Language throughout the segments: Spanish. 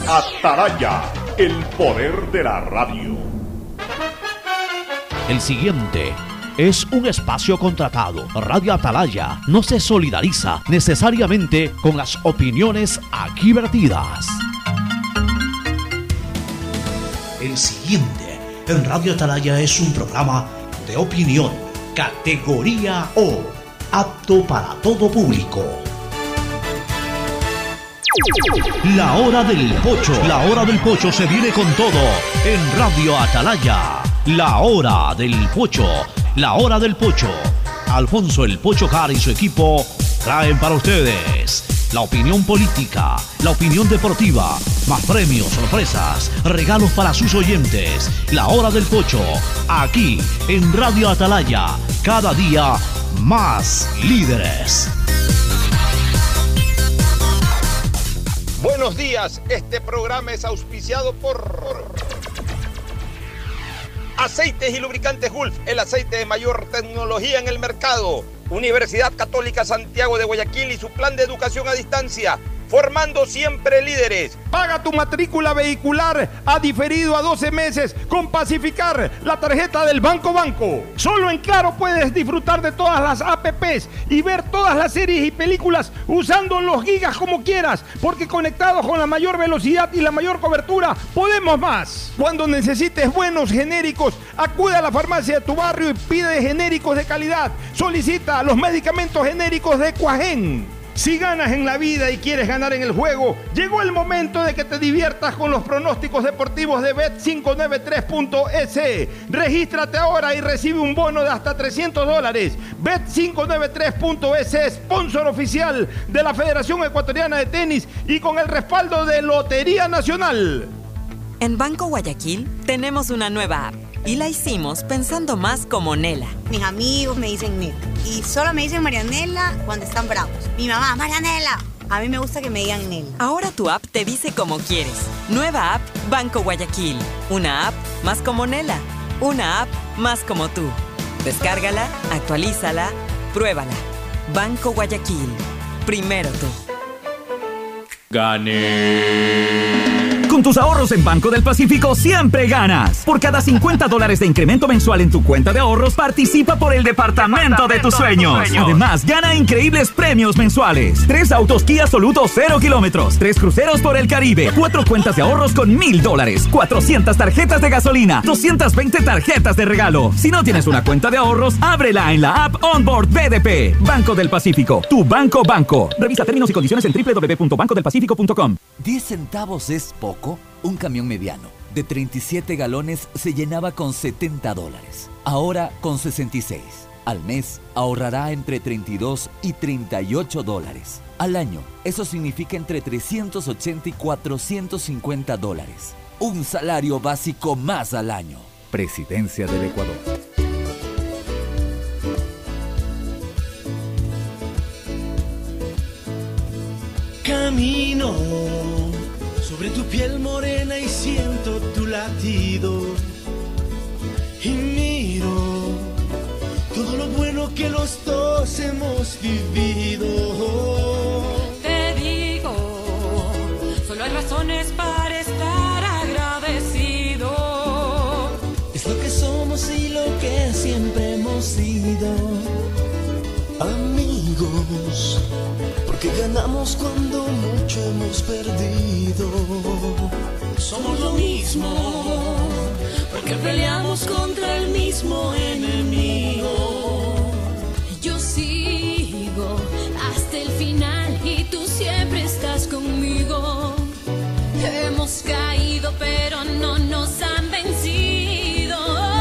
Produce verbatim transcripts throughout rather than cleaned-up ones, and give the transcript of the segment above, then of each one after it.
Atalaya, el poder de la radio. El siguiente es un espacio contratado. Radio Atalaya no se solidariza necesariamente con las opiniones aquí vertidas. El siguiente en Radio Atalaya es un programa de opinión, categoría O, apto para todo público. La hora del pocho. La hora del pocho se viene con todo en Radio Atalaya. La hora del pocho. La hora del pocho. Alfonso el Pocho Cara y su equipo traen para ustedes la opinión política, la opinión deportiva, más premios, sorpresas, regalos para sus oyentes. La hora del pocho, aquí en Radio Atalaya, cada día más líderes. Buenos días, este programa es auspiciado por Aceites y Lubricantes Gulf, el aceite de mayor tecnología en el mercado. Universidad Católica Santiago de Guayaquil y su plan de educación a distancia, formando siempre líderes. Paga tu matrícula vehicular a diferido a doce meses con Pacificar, la tarjeta del Banco Banco. Solo en Claro puedes disfrutar de todas las apps y ver todas las series y películas usando los gigas como quieras, porque conectados con la mayor velocidad y la mayor cobertura, podemos más. Cuando necesites buenos genéricos, acude a la farmacia de tu barrio y pide genéricos de calidad. Solicita los medicamentos genéricos de Cuajén. Si ganas en la vida y quieres ganar en el juego, llegó el momento de que te diviertas con los pronósticos deportivos de Bet cinco nueve tres punto es. Regístrate ahora y recibe un bono de hasta trescientos dólares. Bet cinco nueve tres punto es, sponsor oficial de la Federación Ecuatoriana de Tenis y con el respaldo de Lotería Nacional. En Banco Guayaquil tenemos una nueva app y la hicimos pensando más como Nela. Mis amigos me dicen Nela y solo me dicen Marianela cuando están bravos. Mi mamá, Marianela. A mí me gusta que me digan Nela. Ahora tu app te dice como quieres. Nueva app Banco Guayaquil. Una app más como Nela. Una app más como tú. Descárgala, actualízala, pruébala. Banco Guayaquil. Primero tú. Gané. Con tus ahorros en Banco del Pacífico siempre ganas. Por cada cincuenta dólares de incremento mensual en tu cuenta de ahorros, participa por el departamento, departamento de, tus sueños. de tus sueños. Además, gana increíbles premios mensuales. Tres autos Kia Soluto cero kilómetros. Tres cruceros por el Caribe. Cuatro cuentas de ahorros con mil dólares. Cuatrocientas tarjetas de gasolina. Doscientas veinte tarjetas de regalo. Si no tienes una cuenta de ahorros, ábrela en la app Onboard B D P. Banco del Pacífico. Tu banco banco. Revisa términos y condiciones en doble u doble u doble u punto banco del pacífico punto com. ¿diez centavos es poco? Un camión mediano de treinta y siete galones se llenaba con setenta dólares. Ahora con sesenta y seis. Al mes ahorrará entre treinta y dos y treinta y ocho dólares. Al año, eso significa entre trescientos ochenta y cuatrocientos cincuenta dólares. Un salario básico más al año. Presidencia del Ecuador. Camino sobre tu piel morena y siento tu latido y miro todo lo bueno que los dos hemos vivido. Te digo, solo hay razones para estar agradecido. Es lo que somos y lo que siempre hemos sido. Amigos, porque ganamos cuando mucho hemos perdido. Somos lo mismo, porque peleamos contra el mismo enemigo. Yo sigo hasta el final y tú siempre estás conmigo. Hemos caído pero no nos han vencido.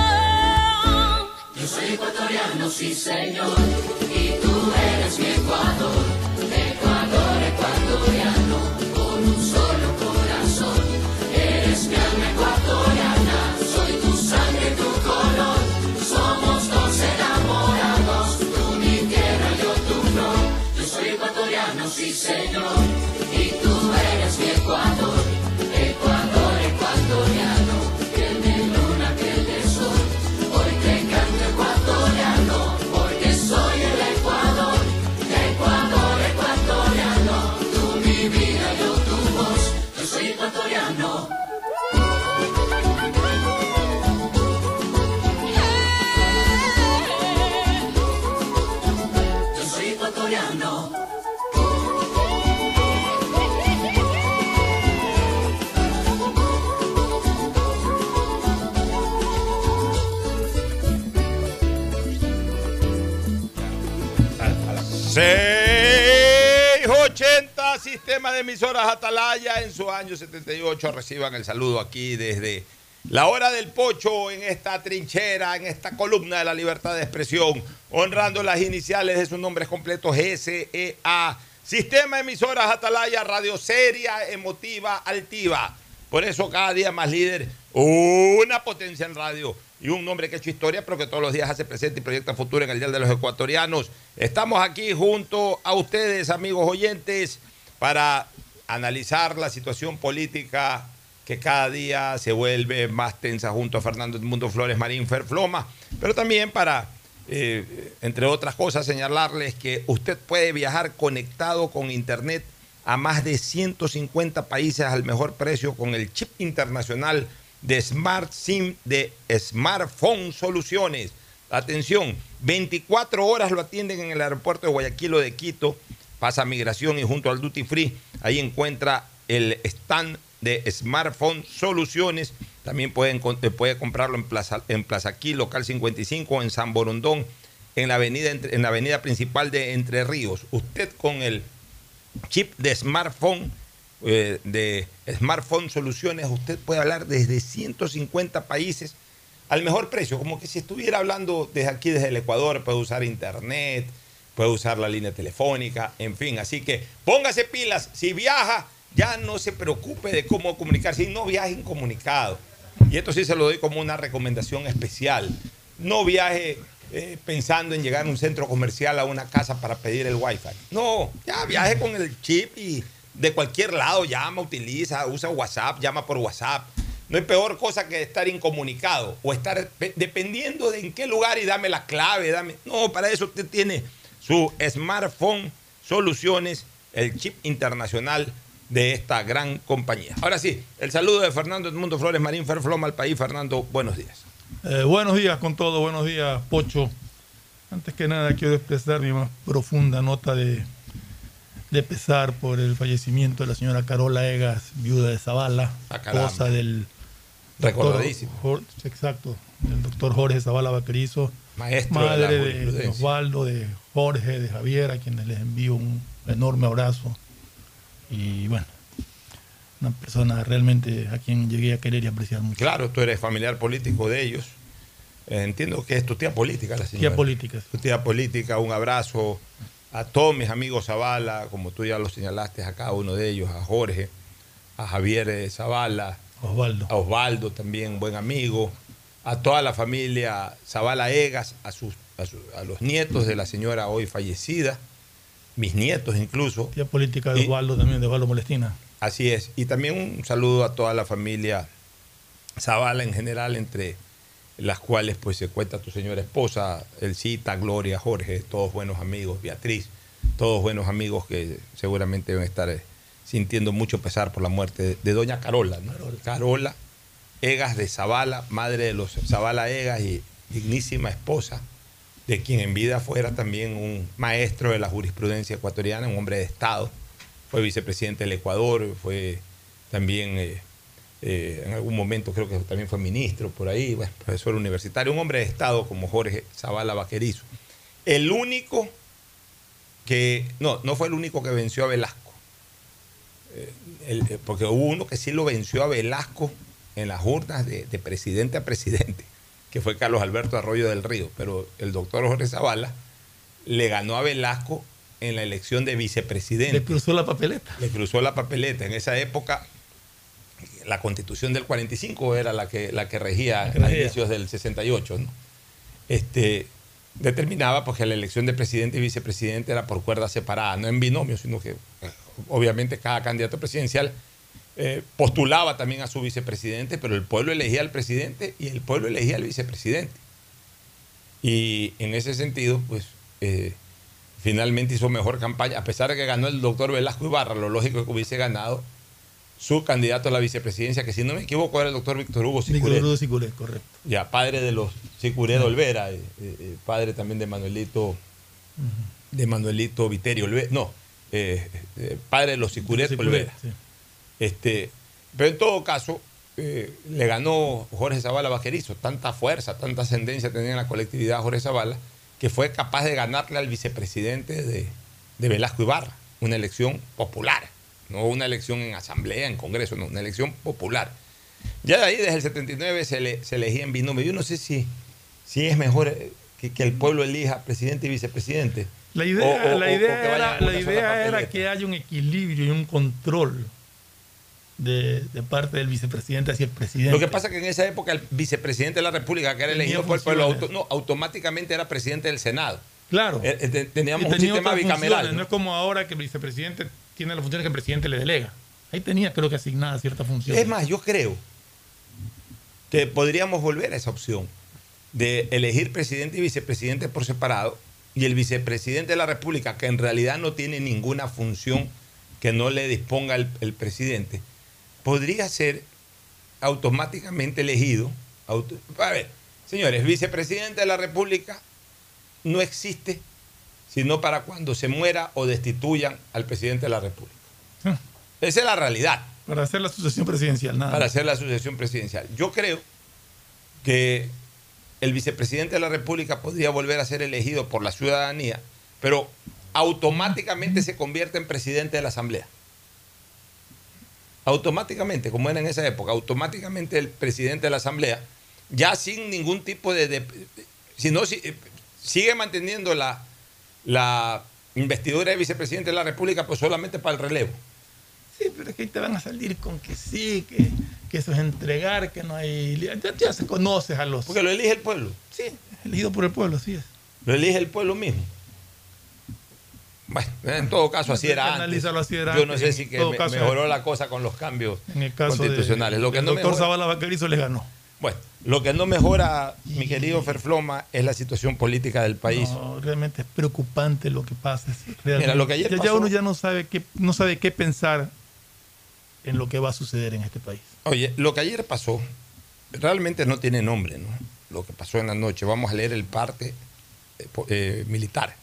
Yo soy ecuatoriano, sí señor, y tú eres mi Ecuador. Ecuador, ecuatoriano, con un solo corazón. Eres mi alma ecuatoriana, soy tu sangre, tu color. Somos dos enamorados, tú mi tierra, yo tu flor. Yo soy ecuatoriano, sí señor, y tú eres mi Ecuador. Ecuador, ecuatoriano, piel de luna, piel de sol. Hoy te canto ecuatoriano, porque soy el Ecuador. Ecuador, ecuatoriano, tú mi vida, yo tu voz. Yo soy ecuatoriano. ecuatoriano. Yo soy ecuatoriano. seiscientos ochenta Sistema de Emisoras Atalaya en su año setenta y ocho. Reciban el saludo aquí desde la hora del pocho, en esta trinchera, en esta columna de la libertad de expresión, honrando las iniciales de sus nombres completos, G S E A. Sistema de Emisoras Atalaya, radio seria, emotiva, altiva. Por eso cada día más líder, una potencia en radio y un nombre que ha hecho historia, pero que todos los días hace presente y proyecta futuro en el Día de los Ecuatorianos. Estamos aquí junto a ustedes, amigos oyentes, para analizar la situación política que cada día se vuelve más tensa, junto a Fernando Edmundo Flores Marín Ferfloma, pero también para, eh, entre otras cosas, señalarles que usted puede viajar conectado con internet a más de ciento cincuenta países al mejor precio con el chip internacional de Smart SIM de Smartphone Soluciones. Atención, veinticuatro horas lo atienden en el aeropuerto de Guayaquil o de Quito, pasa migración y junto al Duty Free, ahí encuentra el stand de Smartphone Soluciones. También pueden, puede comprarlo en Plaza, en Plaza Quil, local cincuenta y cinco, en San Borondón, en la avenida, en la avenida principal de Entre Ríos. Usted con el chip de smartphone, eh, de Smartphone Soluciones, usted puede hablar desde ciento cincuenta países al mejor precio, como que si estuviera hablando desde aquí, desde el Ecuador. Puede usar internet, puede usar la línea telefónica, en fin. Así que póngase pilas. Si viaja, ya no se preocupe de cómo comunicarse y no viaje incomunicado. Y esto sí se lo doy como una recomendación especial. No viaje eh, pensando en llegar a un centro comercial, a una casa para pedir el wifi. No, ya viaje con el chip y de cualquier lado llama, utiliza, usa WhatsApp, llama por WhatsApp. No hay peor cosa que estar incomunicado o estar dependiendo de en qué lugar y dame la clave, dame. No, para eso usted tiene su Smartphone Soluciones, el chip internacional de esta gran compañía. Ahora sí, el saludo de Fernando Edmundo Flores Marín Ferfloma al país. Fernando, buenos días. Eh, buenos días con todo, buenos días, Pocho. Antes que nada quiero expresar mi más profunda nota de, de pesar por el fallecimiento de la señora Carola Egas, viuda de Zavala, ah, esposa del recordadísimo. Doctor, exacto, del doctor Jorge Zavala Vaquerizo, maestro madre de, de Osvaldo, de Jorge, de Javier, a quienes les envío un enorme abrazo. Y bueno, una persona realmente a quien llegué a querer y apreciar mucho. Claro, tú eres familiar político de ellos. Eh, entiendo que es tu tía política la señora. Tía política. Tu tía política, un abrazo a todos mis amigos Zavala, como tú ya lo señalaste, a cada uno de ellos, a Jorge, a Javier Zavala, Osvaldo. a Osvaldo también, buen amigo, a toda la familia Zavala Egas, a, sus, a, sus, a los nietos de la señora hoy fallecida, mis nietos incluso. Tía política de Osvaldo también, de Osvaldo Molestina. Así es. Y también un saludo a toda la familia Zavala en general, entre las cuales pues se cuenta tu señora esposa, Elcita, Gloria, Jorge, todos buenos amigos, Beatriz, todos buenos amigos que seguramente deben estar eh, sintiendo mucho pesar por la muerte de, de doña Carola, ¿no? Carola. Carola Egas de Zavala, madre de los Zavala Egas y dignísima esposa, de quien en vida fuera también un maestro de la jurisprudencia ecuatoriana, un hombre de Estado. Fue vicepresidente del Ecuador, fue también, eh, eh, en algún momento creo que también fue ministro por ahí, bueno, profesor universitario, un hombre de Estado como Jorge Zavala Vaquerizo. El único que, no, no fue el único que venció a Velasco, eh, el, porque hubo uno que sí lo venció a Velasco en las urnas de, de presidente a presidente, que fue Carlos Alberto Arroyo del Río, pero el doctor Jorge Zavala le ganó a Velasco en la elección de vicepresidente. Le cruzó la papeleta. Le cruzó la papeleta. En esa época, la Constitución del cuarenta y cinco era la que, la que regía a inicios del sesenta y ocho, ¿no? Este, determinaba pues, que la elección de presidente y vicepresidente era por cuerda separada, no en binomio, sino que obviamente cada candidato presidencial eh, postulaba también a su vicepresidente, pero el pueblo elegía al presidente y el pueblo elegía al vicepresidente. Y en ese sentido, pues... Eh, finalmente hizo mejor campaña, a pesar de que ganó el doctor Velasco Ibarra, lo lógico es que hubiese ganado su candidato a la vicepresidencia, que si no me equivoco era el doctor Víctor Hugo Sicuré. Víctor Hugo Sicuré, correcto. Ya, padre de los Sicuré de Olvera, eh, eh, padre también de Manuelito, uh-huh. de Manuelito Viterio Olvera, no, eh, eh, padre de los Sicuré de Olvera. Sí. Este, pero en todo caso, eh, le ganó Jorge Zavala Bajerizo, tanta fuerza, tanta ascendencia tenía en la colectividad Jorge Zavala, que fue capaz de ganarle al vicepresidente de, de Velasco Ibarra, una elección popular, no una elección en asamblea, en congreso, no, una elección popular. Ya de ahí, desde el setenta y nueve, se, le, se elegía en binomio. Yo no sé si, si es mejor que, que el pueblo elija presidente y vicepresidente. La idea, o, o, la idea, o era, la idea era que haya un equilibrio y un control de, de parte del vicepresidente hacia el presidente. Lo que pasa es que en esa época el vicepresidente de la República, que era elegido por el pueblo, auto, no, automáticamente era presidente del Senado. Claro. Eh, teníamos un sistema bicameral. ¿no? no es como ahora que el vicepresidente tiene las funciones que el presidente le delega. Ahí tenía, creo que asignada cierta función. Es más, yo creo que podríamos volver a esa opción de elegir presidente y vicepresidente por separado, y el vicepresidente de la República, que en realidad no tiene ninguna función que no le disponga el, el presidente, podría ser automáticamente elegido. Auto, a ver, señores, el vicepresidente de la República no existe sino para cuando se muera o destituyan al presidente de la República. Ah. Esa es la realidad. Para hacer la sucesión presidencial, nada. Para hacer la sucesión presidencial. Yo creo que el vicepresidente de la República podría volver a ser elegido por la ciudadanía, pero automáticamente se convierte en presidente de la Asamblea. Automáticamente, como era en esa época, automáticamente el presidente de la Asamblea, ya sin ningún tipo de... de si no, si, sigue manteniendo la, la investidura de vicepresidente de la República, pues solamente para el relevo. Sí, pero es que ahí te van a salir con que sí, que, que eso es entregar, que no hay... Ya, ya se conoces a los... Porque lo elige el pueblo. Sí, elegido por el pueblo, sí es. Lo elige el pueblo mismo. Bueno, en todo caso así era antes. Así era Yo no sé antes. si que me, caso, mejoró la cosa con los cambios en el caso constitucionales. De, lo que el no doctor mejora, Zavala Bajerizo le ganó. Bueno, lo que no mejora, mi querido Ferfloma, es la situación política del país. No, realmente es preocupante lo que pasa. Mira, lo que ayer ya, pasó, ya uno ya no sabe qué, no sabe qué pensar en lo que va a suceder en este país. Oye, lo que ayer pasó realmente no tiene nombre, ¿no? Lo que pasó en la noche. Vamos a leer el parte eh, eh, militar.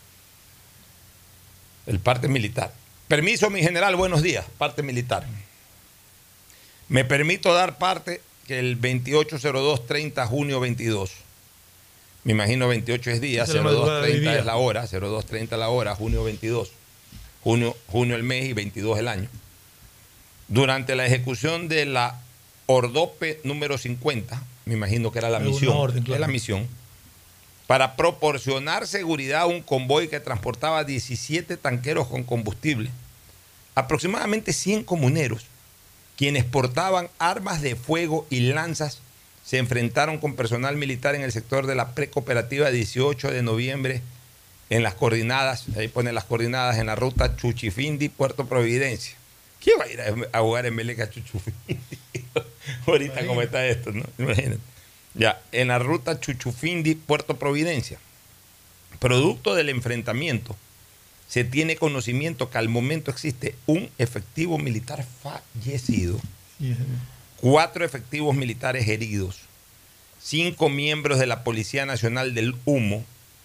El parte militar. Permiso, mi general, buenos días. Parte militar. Me permito dar parte que el veintiocho cero dos treinta junio veintidós. Me imagino veintiocho es día, cero dos treinta es la hora, cero dos treinta la hora, junio veintidós. Junio, junio el mes y veintidós el año. Durante la ejecución de la Ordope número cincuenta, me imagino que era la misión, orden, claro. Era la misión, para proporcionar seguridad a un convoy que transportaba diecisiete tanqueros con combustible, aproximadamente cien comuneros, quienes portaban armas de fuego y lanzas, se enfrentaron con personal militar en el sector de la precooperativa dieciocho de noviembre, en las coordinadas, ahí ponen las coordinadas, en la ruta Chuchifindi, Puerto Providencia. ¿Quién va a ir a jugar en Meleca Chuchufindi? Ahorita Imagínate. Cómo está esto, ¿no? Imagínate. Ya, en la ruta Chuchufindi, Puerto Providencia. Producto del enfrentamiento, se tiene conocimiento que al momento existe un efectivo militar fallecido, sí, sí. cuatro efectivos militares heridos, cinco miembros de la Policía Nacional del Humo,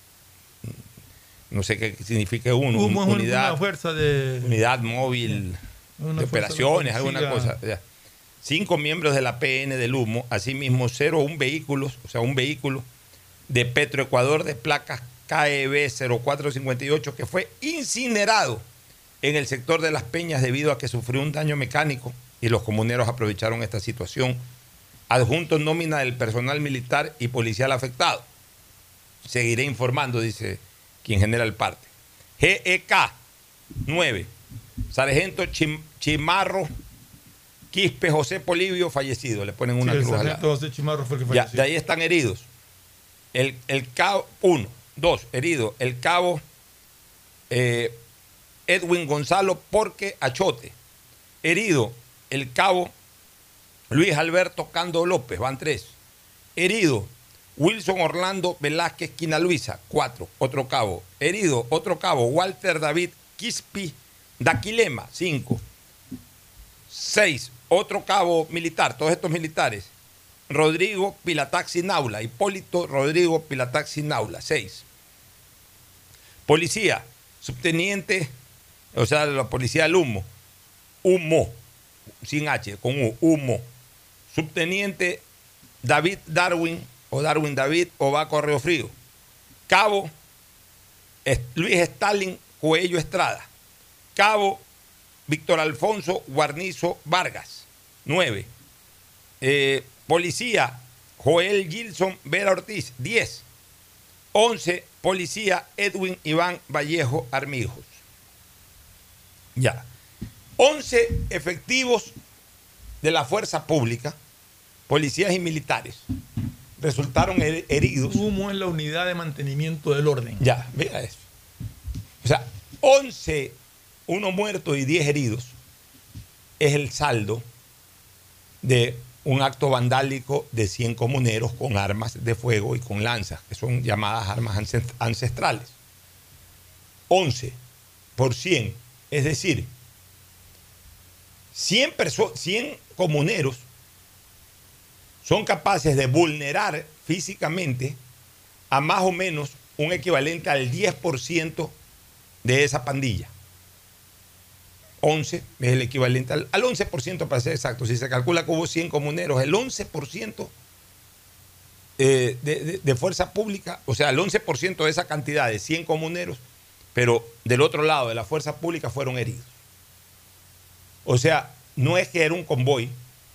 no sé qué significa uno, Humo es unidad, una fuerza de... unidad móvil... Sí. de operaciones, de alguna cosa. Ya. Cinco miembros de la P N del Humo, asimismo cero un vehículos, o sea, un vehículo de Petroecuador de placas K E B cero cuatro cincuenta y ocho que fue incinerado en el sector de Las Peñas debido a que sufrió un daño mecánico y los comuneros aprovecharon esta situación. Adjunto nómina del personal militar y policial afectado. Seguiré informando, dice quien genera el parte. G E K nueve. Sargento Chim, Chimarro Quispe José Polibio, fallecido. Le ponen una sí, cruz. El sargento José Chimarro fue el que falleció. Ya, de ahí están heridos. El, el cabo, uno, dos, herido. El cabo eh, Edwin Gonzalo Porque Achote. Herido. El cabo Luis Alberto Cando López, van tres. Herido. Wilson Orlando Velázquez Quina Luisa, cuatro. Otro cabo. Herido. Otro cabo. Walter David Quispi Daquilema, cinco. seis. otro cabo militar, todos estos militares. Rodrigo Pilataxi Naula, Hipólito Rodrigo Pilataxi Naula, seis. Policía, subteniente, o sea, la policía del Humo, Humo, sin H, con U, Humo. Subteniente David Darwin, o Darwin David, o va Correo Frío. Cabo Luis Stalin Coello Estrada. Cabo Víctor Alfonso Guarnizo Vargas, nueve. Eh, policía Joel Gilson Vera Ortiz, diez. once. Policía Edwin Iván Vallejo Armijos. Ya. once efectivos de la fuerza pública, policías y militares, resultaron heridos. Humo es la unidad de mantenimiento del orden. Ya, mira eso. O sea, once, uno muerto y diez heridos es el saldo de un acto vandálico de cien comuneros con armas de fuego y con lanzas, que son llamadas armas ancestrales. once por cien, es decir, cien, cien comuneros son capaces de vulnerar físicamente a más o menos un equivalente al diez por ciento de esa pandilla. once es el equivalente al, al once por ciento para ser exacto. Si se calcula que hubo cien comuneros, el once por ciento eh, de, de, de fuerza pública, o sea, el once por ciento de esa cantidad de cien comuneros, pero del otro lado de la fuerza pública fueron heridos. O sea, no es que era un convoy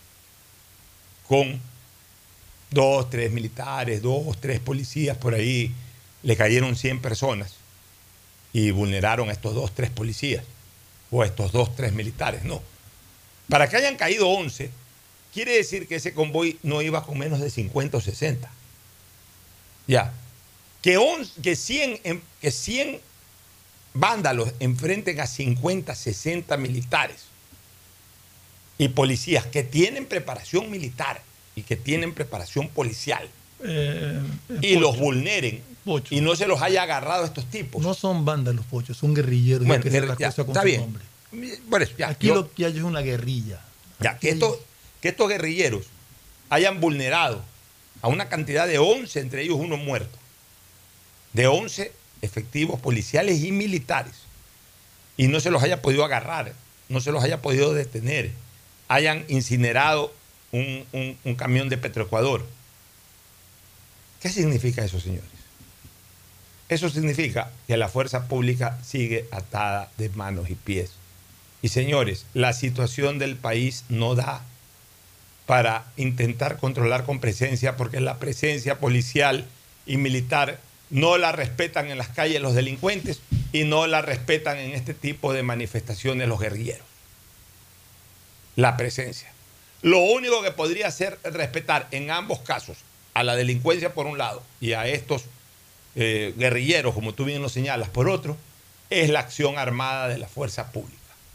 con dos, tres militares, dos, tres policías por ahí, le cayeron cien personas y vulneraron a estos dos, tres policías o a estos dos, tres militares. No. Para que hayan caído once, quiere decir que ese convoy no iba con menos de cincuenta o sesenta. Ya. Que, once, que, cien, que cien vándalos enfrenten a cincuenta, sesenta militares y policías que tienen preparación militar y que tienen preparación policial eh, y Pocho, los vulneren Pocho. Y no se los haya agarrado a estos tipos. No son vándalos, Pocho, son guerrilleros. Bueno, que guerri ya, está bien. Nombre. Bueno, ya, Aquí yo, lo que hay es una guerrilla. Ya, que, estos, que estos guerrilleros hayan vulnerado a una cantidad de once, entre ellos uno muerto, de once efectivos policiales y militares, y no se los haya podido agarrar, no se los haya podido detener, hayan incinerado un, un, un camión de Petroecuador. ¿Qué significa eso, señores? Eso significa que la fuerza pública sigue atada de manos y pies. Y señores, la situación del país no da para intentar controlar con presencia, porque la presencia policial y militar no la respetan en las calles los delincuentes y no la respetan en este tipo de manifestaciones los guerrilleros. La presencia. Lo único que podría hacer respetar en ambos casos a la delincuencia por un lado y a estos eh, guerrilleros, como tú bien lo señalas, por otro, es la acción armada de la fuerza pública.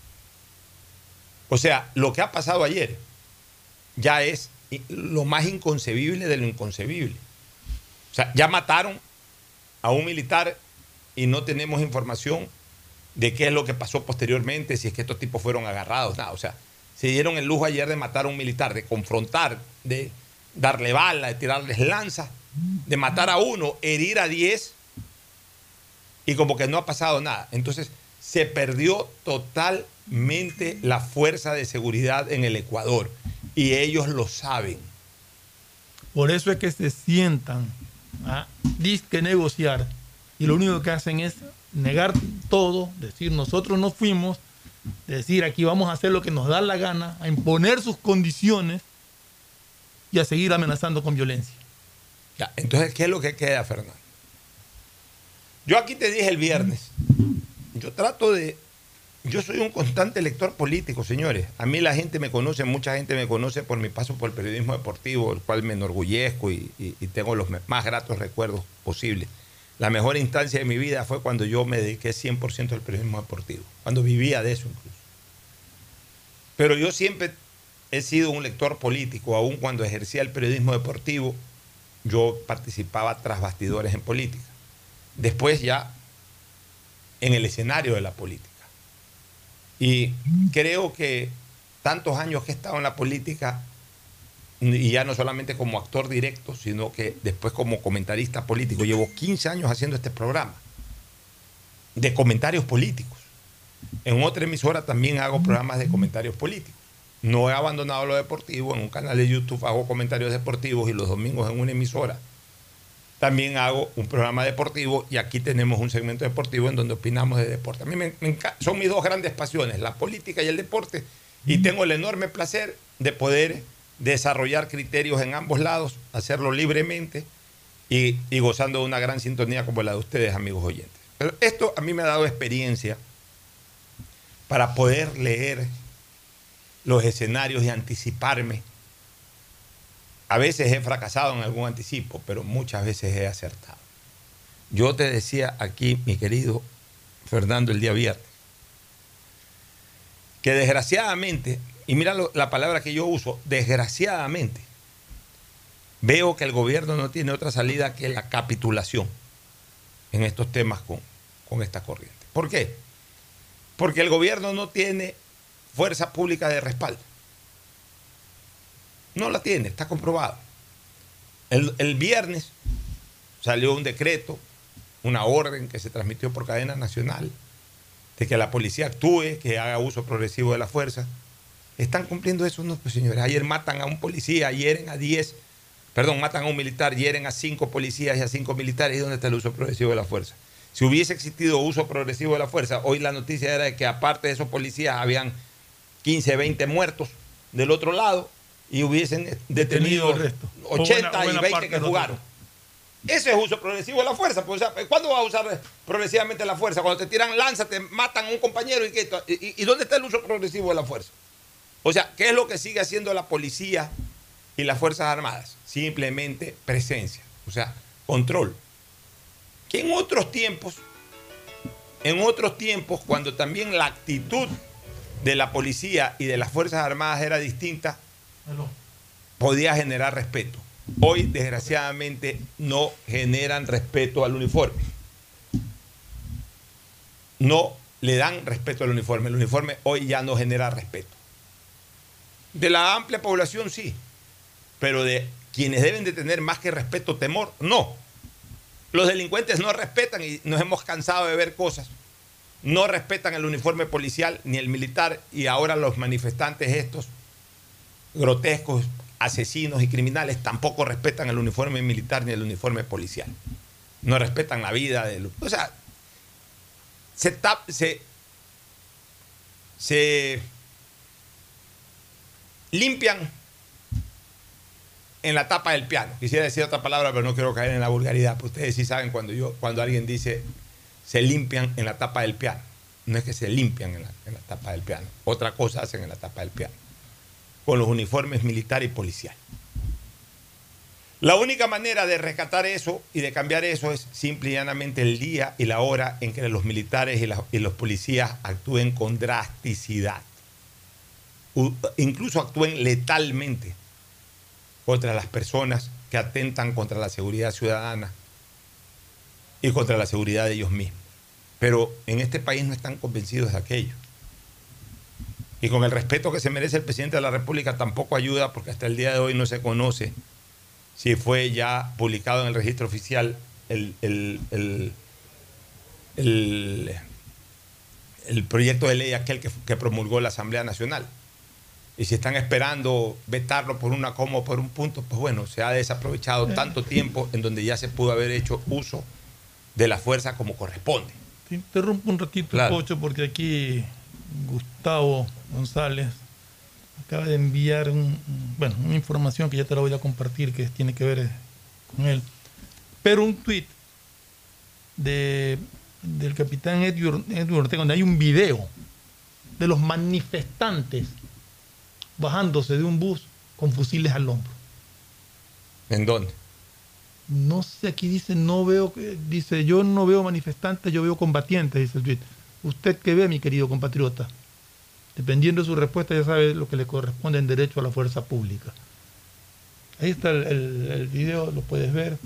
O sea, lo que ha pasado ayer ya es lo más inconcebible de lo inconcebible. O sea, ya mataron a un militar y no tenemos información de qué es lo que pasó posteriormente, si es que estos tipos fueron agarrados, nada. O sea, se dieron el lujo ayer de matar a un militar, de confrontar, de darle bala, de tirarles lanzas, de matar a uno, herir a diez, y como que no ha pasado nada. Entonces, se perdió totalmente la fuerza de seguridad en el Ecuador, y ellos lo saben. Por eso es que se sientan a disque negociar, y lo único que hacen es negar todo, decir nosotros no fuimos, decir aquí vamos a hacer lo que nos da la gana, a imponer sus condiciones y a seguir amenazando con violencia. Ya, entonces, ¿qué es lo que queda, Fernando? Yo aquí te dije el viernes, yo trato de, yo soy un constante lector político, señores. A mí la gente me conoce, mucha gente me conoce por mi paso por el periodismo deportivo, el cual me enorgullezco y, y, y tengo los más gratos recuerdos posibles. La mejor instancia de mi vida fue cuando yo me dediqué cien por ciento al periodismo deportivo, cuando vivía de eso incluso. Pero yo siempre he sido un lector político, aun cuando ejercía el periodismo deportivo, yo participaba tras bastidores en política. Después ya en el escenario de la política. Y creo que tantos años que he estado en la política, y ya no solamente como actor directo, sino que después como comentarista político. Llevo quince años haciendo este programa de comentarios políticos. En otra emisora también hago programas de comentarios políticos. No he abandonado lo deportivo. En un canal de YouTube hago comentarios deportivos y los domingos en una emisora también hago un programa deportivo, y aquí tenemos un segmento deportivo en donde opinamos de deporte. A mí me, me son mis dos grandes pasiones, la política y el deporte, y tengo el enorme placer de poder desarrollar criterios en ambos lados, hacerlo libremente y, y gozando de una gran sintonía como la de ustedes, amigos oyentes. Pero esto a mí me ha dado experiencia para poder leer los escenarios y anticiparme. A veces he fracasado en algún anticipo, pero muchas veces he acertado. Yo te decía aquí, mi querido Fernando, el día viernes, que desgraciadamente, y mira lo, la palabra que yo uso, desgraciadamente, veo que el gobierno no tiene otra salida que la capitulación en estos temas con, con esta corriente. ¿Por qué? Porque el gobierno no tiene fuerza pública de respaldo. No la tiene, está comprobado. El, el viernes salió un decreto, una orden que se transmitió por cadena nacional, de que la policía actúe, que haga uso progresivo de la fuerza. ¿Están cumpliendo eso? No, pues señores. Ayer matan a un policía, hieren a diez, perdón, matan a un militar, hieren a cinco policías y a cinco militares. ¿Y dónde está el uso progresivo de la fuerza? Si hubiese existido uso progresivo de la fuerza, hoy la noticia era de que aparte de esos policías habían quince, veinte muertos del otro lado y hubiesen detenido ochenta buena, buena y veinte que jugaron. Ese es uso progresivo de la fuerza. Pues, o sea, ¿cuándo vas a usar progresivamente la fuerza? Cuando te tiran lanza, te matan a un compañero. ¿Y, qué? ¿Y, y dónde está el uso progresivo de la fuerza? O sea, ¿qué es lo que sigue haciendo la policía y las Fuerzas Armadas? Simplemente presencia, o sea, control. Que en otros tiempos, en otros tiempos, cuando también la actitud de la policía y de las Fuerzas Armadas era distinta, Hello. podía generar respeto. Hoy, desgraciadamente, no generan respeto al uniforme. No le dan respeto al uniforme. El uniforme hoy ya no genera respeto. De la amplia población, sí. Pero de quienes deben de tener más que respeto, temor, no. Los delincuentes no respetan, y nos hemos cansado de ver cosas. No respetan el uniforme policial ni el militar, y ahora los manifestantes estos, grotescos, asesinos y criminales, tampoco respetan el uniforme militar ni el uniforme policial. No respetan la vida de los... O sea, se, tap, se, se limpian en la tapa del piano. Quisiera decir otra palabra, pero no quiero caer en la vulgaridad. Pues ustedes sí saben cuando, yo, cuando alguien dice se limpian en la tapa del piano. No es que se limpian en la, en la tapa del piano. Otra cosa hacen en la tapa del piano, con los uniformes militar y policial. La única manera de rescatar eso y de cambiar eso es simple y llanamente el día y la hora en que los militares y, la, y los policías actúen con drasticidad. U, incluso actúen letalmente contra las personas que atentan contra la seguridad ciudadana y contra la seguridad de ellos mismos. Pero en este país no están convencidos de aquello. Y con el respeto que se merece el presidente de la República tampoco ayuda, porque hasta el día de hoy no se conoce si fue ya publicado en el registro oficial el, el, el, el, el proyecto de ley aquel que, que promulgó la Asamblea Nacional. Y si están esperando vetarlo por una coma o por un punto, pues bueno, se ha desaprovechado tanto tiempo en donde ya se pudo haber hecho uso de la fuerza como corresponde. Te interrumpo un ratito, claro. Pocho, porque aquí Gustavo González acaba de enviar un, bueno, una información que ya te la voy a compartir, que tiene que ver con él. Pero un tuit de, del capitán Edward, Edward Ortega, donde hay un video de los manifestantes bajándose de un bus con fusiles al hombro. ¿En dónde? No sé, aquí dice, no veo, dice, yo no veo manifestantes, yo veo combatientes, dice el tweet. ¿Usted qué ve, mi querido compatriota? Dependiendo de su respuesta, ya sabe lo que le corresponde en derecho a la fuerza pública. Ahí está el, el, el video, lo puedes ver.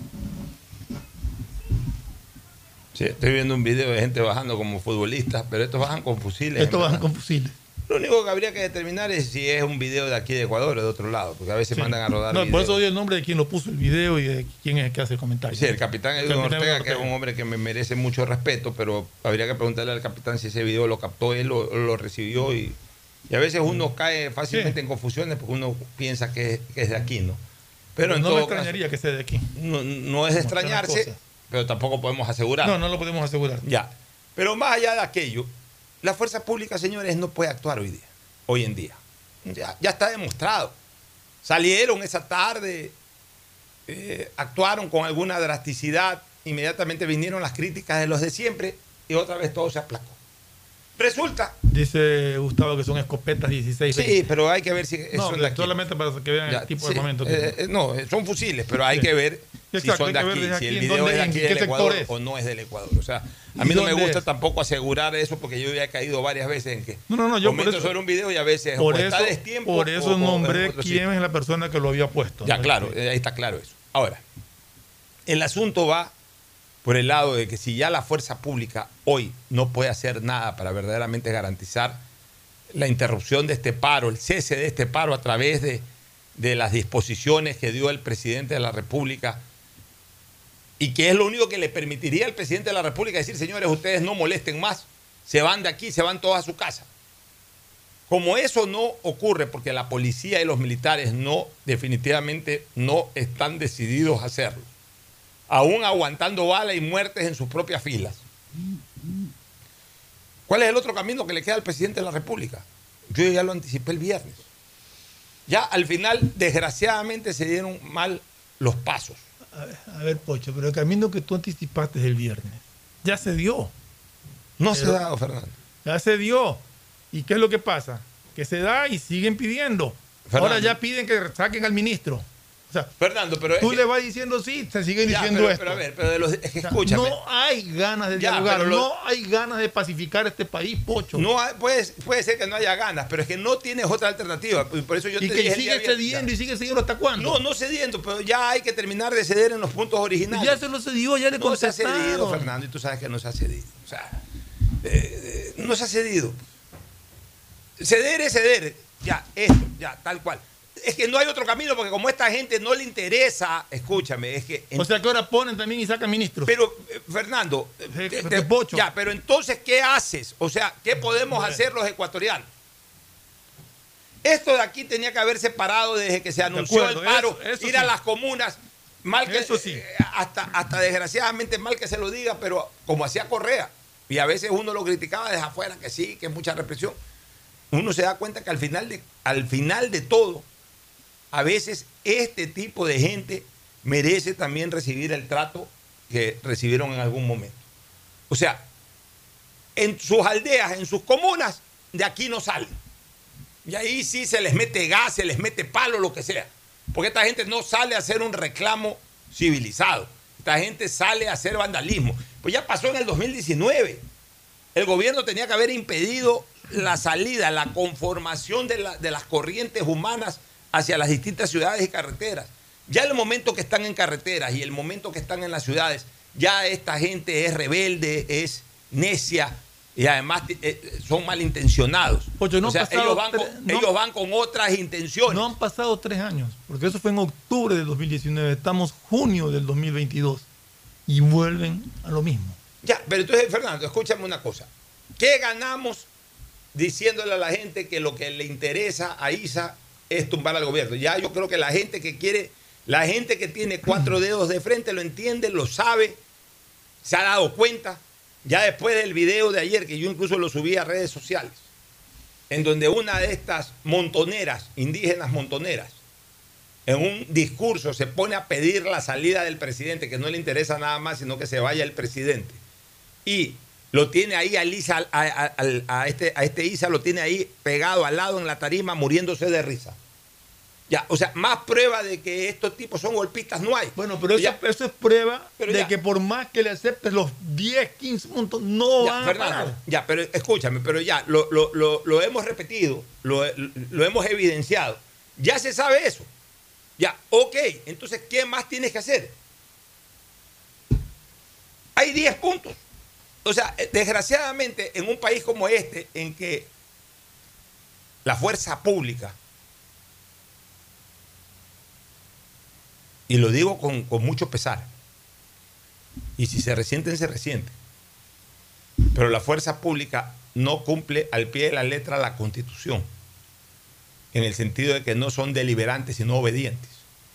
Sí, estoy viendo un video de gente bajando como futbolistas, pero estos bajan con fusiles. Estos bajan con fusiles. Lo único que habría que determinar es si es un video de aquí de Ecuador o de otro lado, porque a veces Sí. mandan a rodar No, videos. por eso doy el nombre de quien lo puso el video y de quién es el que hace el comentario. Sí, el capitán El Edwin capitán Ortega, Edwin que es un hombre que me merece mucho respeto, pero habría que preguntarle al capitán si ese video lo captó él o lo recibió. Y, y a veces uno cae fácilmente Sí. en confusiones porque uno piensa que es, que es de aquí, ¿no? Pero en no me todo extrañaría caso, que sea de aquí. no, no es de Como están las extrañarse, cosas. pero tampoco podemos asegurar. No, no lo podemos asegurar. Ya. Pero más allá de aquello, la fuerza pública, señores, no puede actuar hoy día, hoy en día. Ya, ya está demostrado. Salieron esa tarde, eh, actuaron con alguna drasticidad, inmediatamente vinieron las críticas de los de siempre y otra vez todo se aplacó. Resulta. Dice Gustavo que son escopetas dieciséis. Sí, pero hay que ver si No, son de aquí. solamente para que vean Ya, el tipo sí, de armamento. que eh, eh, no, son fusiles, pero hay Sí. que ver Exacto, si son hay de que ver aquí, desde si aquí, el en video dónde- es de en aquí qué del sector Ecuador es. o no es del Ecuador. O sea, a ¿Y mí no me dónde gusta es? tampoco asegurar eso porque yo ya he caído varias veces en que No, no, no, yo por comento eso- sobre un video y a veces Por o eso, está destiempo por o- eso o- o nombré en otro quién sitio. es la persona que lo había puesto. Ya, ¿no? claro, eh, ahí está claro eso. Ahora, el asunto va por el lado de que si ya la fuerza pública hoy no puede hacer nada para verdaderamente garantizar la interrupción de este paro, el cese de este paro a través de, de las disposiciones que dio el presidente de la República, y que es lo único que le permitiría al presidente de la República decir, señores, ustedes no molesten más, se van de aquí, se van todos a su casa. Como eso no ocurre, porque la policía y los militares no, definitivamente no están decididos a hacerlo, aún aguantando balas y muertes en sus propias filas. ¿Cuál es el otro camino que le queda al presidente de la República? Yo ya lo anticipé el viernes. Ya al final, desgraciadamente, se dieron mal los pasos. A ver, a ver, Pocho, pero el camino que tú anticipaste el viernes ya se dio. No Pero- se ha dado, Fernando. Ya se dio. ¿Y qué es lo que pasa? Que se da y siguen pidiendo. Fernando. Ahora ya piden que saquen al ministro. O sea, Fernando, pero es tú que- le vas diciendo sí, se siguen Ya, diciendo pero, esto. pero a ver, pero de los, es que O sea, escúchame. no hay ganas de Ya, dialogar, pero lo- no hay ganas de pacificar este país, Pocho. No hay- puede, puede ser que no haya ganas, pero es que no tienes otra alternativa. Y por eso yo y te que dije el sigue día viernes, cediendo ya. y sigue cediendo hasta cuándo. No, no cediendo, pero ya hay que terminar de ceder en los puntos originales. Ya se lo cedió, ya le No se ha cedido, contestaron. Fernando, y tú sabes que no se ha cedido. O sea, eh, eh, no se ha cedido. Ceder es ceder. Ya, esto, ya, tal cual. Es que no hay otro camino porque como a esta gente no le interesa, escúchame, es que... O sea que ahora ponen también y sacan ministros. Pero, eh, Fernando, Eh, te- eh, te- Pocho. ya, pero entonces, ¿qué haces? O sea, ¿qué podemos Bueno. hacer los ecuatorianos? Esto de aquí tenía que haberse parado desde que se anunció acuerdo, el paro, eso- eso ir sí. a las comunas, mal que, Eso sí. eh, hasta, hasta desgraciadamente mal que se lo diga, pero como hacía Correa, y a veces uno lo criticaba desde afuera, que sí, que es mucha represión, uno se da cuenta que al final de, al final de todo, a veces este tipo de gente merece también recibir el trato que recibieron en algún momento. O sea, en sus aldeas, en sus comunas, de aquí no salen. Y ahí sí se les mete gas, se les mete palo, lo que sea. Porque esta gente no sale a hacer un reclamo civilizado. Esta gente sale a hacer vandalismo. Pues ya pasó en el dos mil diecinueve. El gobierno tenía que haber impedido la salida, la conformación de, la- de las corrientes humanas hacia las distintas ciudades y carreteras. Ya el momento que están en carreteras y el momento que están en las ciudades, ya esta gente es rebelde, es necia y además eh, son malintencionados. Pocho, no o sea, han pasado ellos van, con, tres- no- ellos van con otras intenciones. No han pasado tres años, porque eso fue en octubre del dos mil diecinueve, estamos junio del dos mil veintidós y vuelven a lo mismo. Ya, pero entonces, Fernando, escúchame una cosa. ¿Qué ganamos diciéndole a la gente que lo que le interesa a Isa es tumbar al gobierno? Ya yo creo que la gente que quiere, la gente que tiene cuatro dedos de frente lo entiende, lo sabe, se ha dado cuenta. Ya después del video de ayer, que yo incluso lo subí a redes sociales, en donde una de estas montoneras, indígenas montoneras, en un discurso se pone a pedir la salida del presidente, que no le interesa nada más, sino que se vaya el presidente. Y lo tiene ahí a, Lisa, a, a- a- a este, a este Isa, lo tiene ahí pegado al lado en la tarima, muriéndose de risa. Ya, o sea, más prueba de que estos tipos son golpistas no hay. Bueno, pero eso, Ya, eso es prueba Pero de ya. que por más que le aceptes los diez, quince puntos, no ya, van a Fernando, parar. ya, pero escúchame, pero ya, lo, lo- lo- lo hemos repetido, lo, lo hemos evidenciado. Ya se sabe eso. Ya, ok, entonces, ¿qué más tienes que hacer? Hay diez puntos. O sea, eh, desgraciadamente, en un país como este, en que la fuerza pública, y lo digo con, con mucho pesar, y si se resienten, se resienten, pero la fuerza pública no cumple al pie de la letra la Constitución, en el sentido de que no son deliberantes, sino obedientes.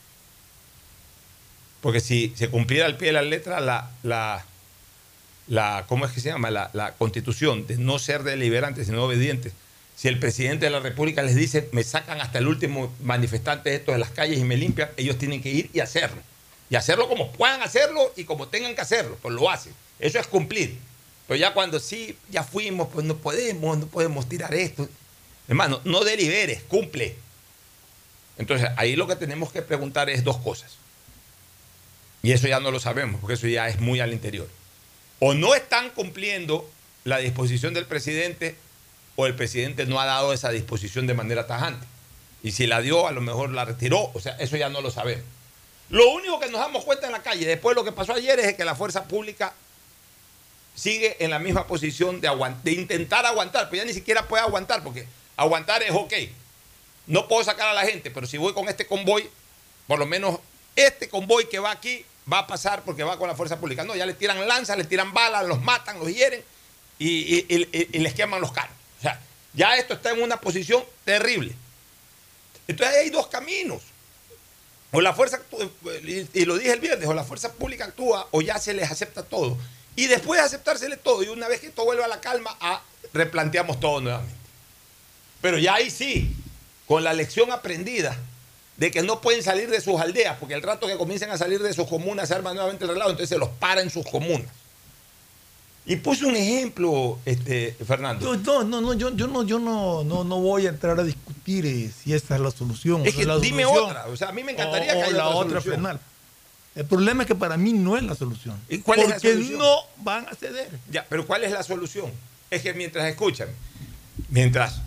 Porque si se cumpliera al pie de la letra la, la, la ¿cómo es que se llama? La, la Constitución de no ser deliberantes, sino obedientes, si el presidente de la República les dice, me sacan hasta el último manifestante de estos de las calles y me limpian, ellos tienen que ir y hacerlo. Y hacerlo como puedan hacerlo y como tengan que hacerlo, pues lo hacen. Eso es cumplir. Pero ya cuando sí, ya fuimos, pues no podemos, no podemos tirar esto. Hermano, no deliberes, cumple. Entonces, ahí lo que tenemos que preguntar es dos cosas. Y eso ya no lo sabemos, porque eso ya es muy al interior. O no están cumpliendo la disposición del presidente, o el presidente no ha dado esa disposición de manera tajante. Y si la dio, a lo mejor la retiró. O sea, eso ya no lo sabemos. Lo único que nos damos cuenta en la calle, después de lo que pasó ayer, es que la fuerza pública sigue en la misma posición de, de intentar aguantar, pero ya ni siquiera puede aguantar, porque aguantar es ok. No puedo sacar a la gente, pero si voy con este convoy, por lo menos este convoy que va aquí va a pasar porque va con la fuerza pública. No, ya le tiran lanzas, le tiran balas, los matan, los hieren y, y, y, y les queman los carros. O sea, ya esto está en una posición terrible. Entonces hay dos caminos. O la fuerza, y lo dije el viernes, o la fuerza pública actúa o ya se les acepta todo. Y después de aceptársele todo, y una vez que esto vuelve a la calma, ah, replanteamos todo nuevamente. Pero ya ahí sí, con la lección aprendida de que no pueden salir de sus aldeas, porque el rato que comiencen a salir de sus comunas se arma nuevamente el relajo, entonces se los para en sus comunas. Y puse un ejemplo, este, Fernando. Yo, no, no, no, yo, yo, no, yo no, no, no voy a entrar a discutir eh, si esta es la solución. Es que la dime solución, otra, o sea, a mí me encantaría o, que haya o la otra, otra solución. penal. El problema es que para mí no es la solución. ¿Y cuál porque es la solución? no van a ceder. Ya, pero ¿cuál es la solución? Es que mientras, escuchan, mientras...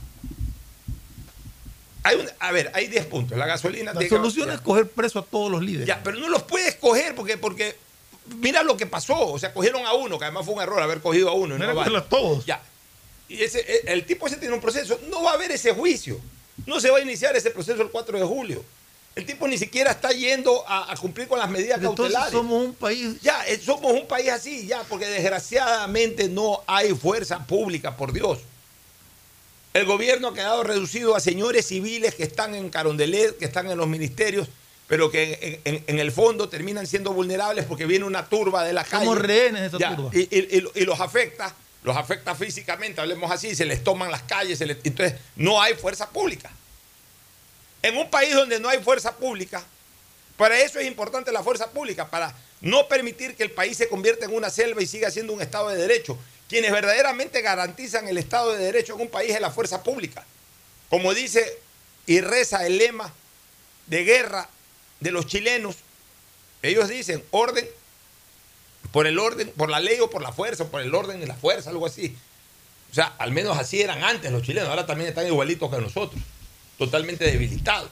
Hay un, a ver, hay diez puntos. La gasolina... La de, solución ya. es coger preso a todos los líderes. Ya, pero no los puedes coger porque... porque mira lo que pasó, o sea, cogieron a uno, que además fue un error haber cogido a uno. No no vale. A todos. Ya. Y ese, el tipo ese tiene un proceso, no va a haber ese juicio, no se va a iniciar ese proceso el cuatro de julio. El tipo ni siquiera está yendo a, a cumplir con las medidas Entonces cautelares. somos un país... Ya, eh, somos un país así, ya, porque desgraciadamente no hay fuerza pública, por Dios. El gobierno ha quedado reducido a señores civiles que están en Carondelet, que están en los ministerios, pero que en, en, en el fondo terminan siendo vulnerables porque viene una turba de la calle. Somos rehenes de esa ya, turba. Y, y, y, y los afecta, los afecta físicamente, hablemos así, se les toman las calles, se les, entonces no hay fuerza pública. En un país donde no hay fuerza pública, para eso es importante la fuerza pública, para no permitir que el país se convierta en una selva y siga siendo un Estado de Derecho. Quienes verdaderamente garantizan el Estado de Derecho en un país es la fuerza pública. Como dice y reza el lema de guerra de los chilenos, ellos dicen orden por el orden, por la ley o por la fuerza, o por el orden y la fuerza, algo así. O sea, al menos así eran antes los chilenos, ahora también están igualitos que nosotros, totalmente debilitados.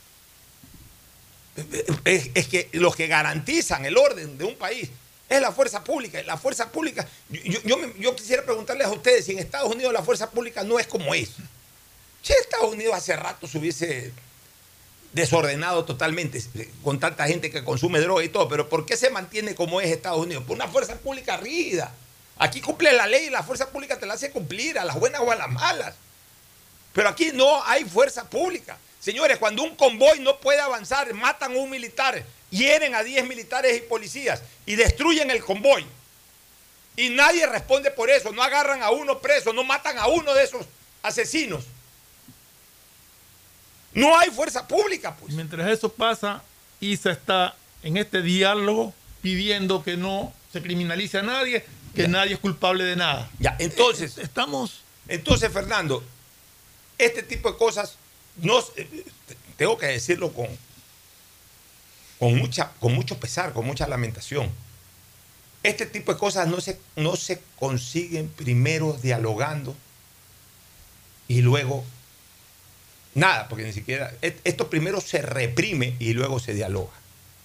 Es, es que los que garantizan el orden de un país es la fuerza pública. La fuerza pública, yo, yo, yo quisiera preguntarles a ustedes si en Estados Unidos la fuerza pública no es como es. Si Estados Unidos hace rato se hubiese desordenado totalmente con tanta gente que consume droga y todo, pero ¿por qué se mantiene como es Estados Unidos? Por una fuerza pública rígida. Aquí cumple la ley y la fuerza pública te la hace cumplir, a las buenas o a las malas. Pero aquí no hay fuerza pública. Señores, cuando un convoy no puede avanzar, matan a un militar, hieren a diez militares y policías y destruyen el convoy. Y nadie responde por eso, no agarran a uno preso, no matan a uno de esos asesinos. No hay fuerza pública, pues. Mientras eso pasa, I S A está en este diálogo pidiendo que no se criminalice a nadie, que ya. nadie es culpable de nada. Ya, entonces, estamos... Entonces, Fernando, este tipo de cosas, no, tengo que decirlo con, con, mucha, con mucho pesar, con mucha lamentación. Este tipo de cosas no se, no se consiguen primero dialogando y luego nada, porque ni siquiera... Esto primero se reprime y luego se dialoga.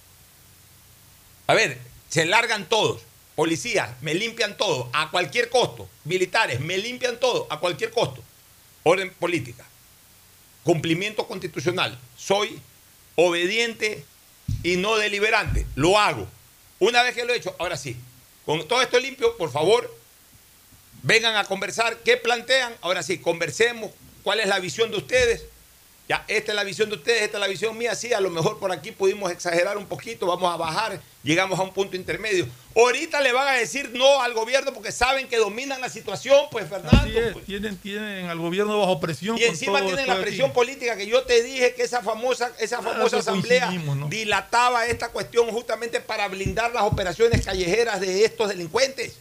A ver, se largan todos. Policías, me limpian todo a cualquier costo. Militares, me limpian todo a cualquier costo. Orden política. cumplimiento constitucional. Soy obediente y no deliberante. Lo hago. Una vez que lo he hecho, ahora sí, con todo esto limpio, por favor, vengan a conversar. ¿Qué plantean? Ahora sí, conversemos. ¿Cuál es la visión de ustedes? Ya, esta es la visión de ustedes, esta es la visión mía. Sí, a lo mejor por aquí pudimos exagerar un poquito, vamos a bajar, llegamos a un punto intermedio. Ahorita le van a decir no al gobierno porque saben que dominan la situación, pues, Fernando. Así es, pues. Tienen, tienen al gobierno bajo presión. Y encima tienen la presión política, que yo te dije que esa famosa, esa famosa asamblea ¿no? dilataba esta cuestión justamente para blindar las operaciones callejeras de estos delincuentes.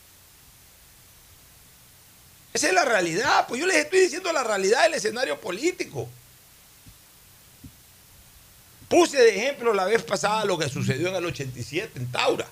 Esa es la realidad, pues yo les estoy diciendo la realidad del escenario político. Puse de ejemplo la vez pasada lo que sucedió en el ochenta y siete en Taura.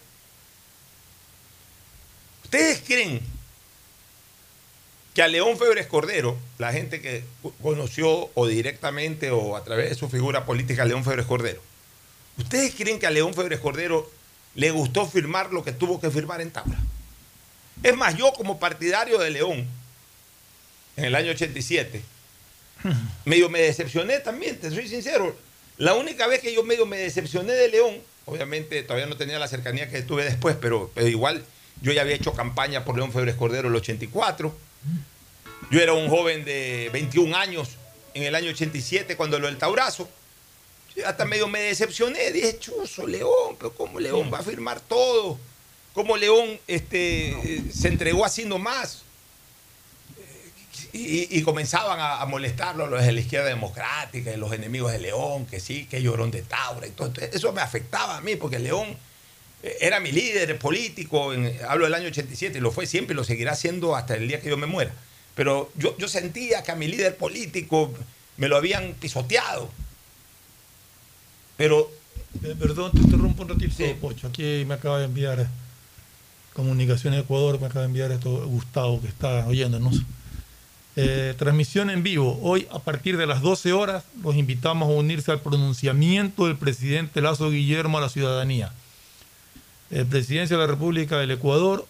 ¿Ustedes creen que a León Febres Cordero, la gente que conoció o directamente o a través de su figura política a León Febres Cordero, ¿ustedes creen que a León Febres Cordero le gustó firmar lo que tuvo que firmar en Taura? Es más, yo como partidario de León, en el año ochenta y siete, medio me decepcioné también, te soy sincero. La única vez que yo medio me decepcioné de León, obviamente todavía no tenía la cercanía que tuve después, pero, pero igual yo ya había hecho campaña por León Febres Cordero en el ochenta y cuatro. Yo era un joven de veintiún años en el año ochenta y siete cuando lo del Taurazo. Yo hasta medio me decepcioné, dije, chuzo, León, pero ¿cómo León va a firmar todo? ¿Cómo León este, se entregó así nomás? Y, y comenzaban a, a molestarlo los de la izquierda democrática y los enemigos de León, que sí, que llorón de Taura y todo. Entonces, eso me afectaba a mí, porque León era mi líder político, en, hablo del año ochenta y siete, y lo fue siempre y lo seguirá siendo hasta el día que yo me muera. Pero yo, yo sentía que a mi líder político me lo habían pisoteado. Pero... Eh, perdón, te interrumpo un ratito, sí. Pocho. Aquí me acaba de enviar Comunicaciones de Ecuador, me acaba de enviar esto Gustavo, que está oyéndonos. Eh, transmisión en vivo. Hoy a partir de las doce horas los invitamos a unirse al pronunciamiento del presidente Lazo Guillermo a la ciudadanía. El Presidencia de la República del Ecuador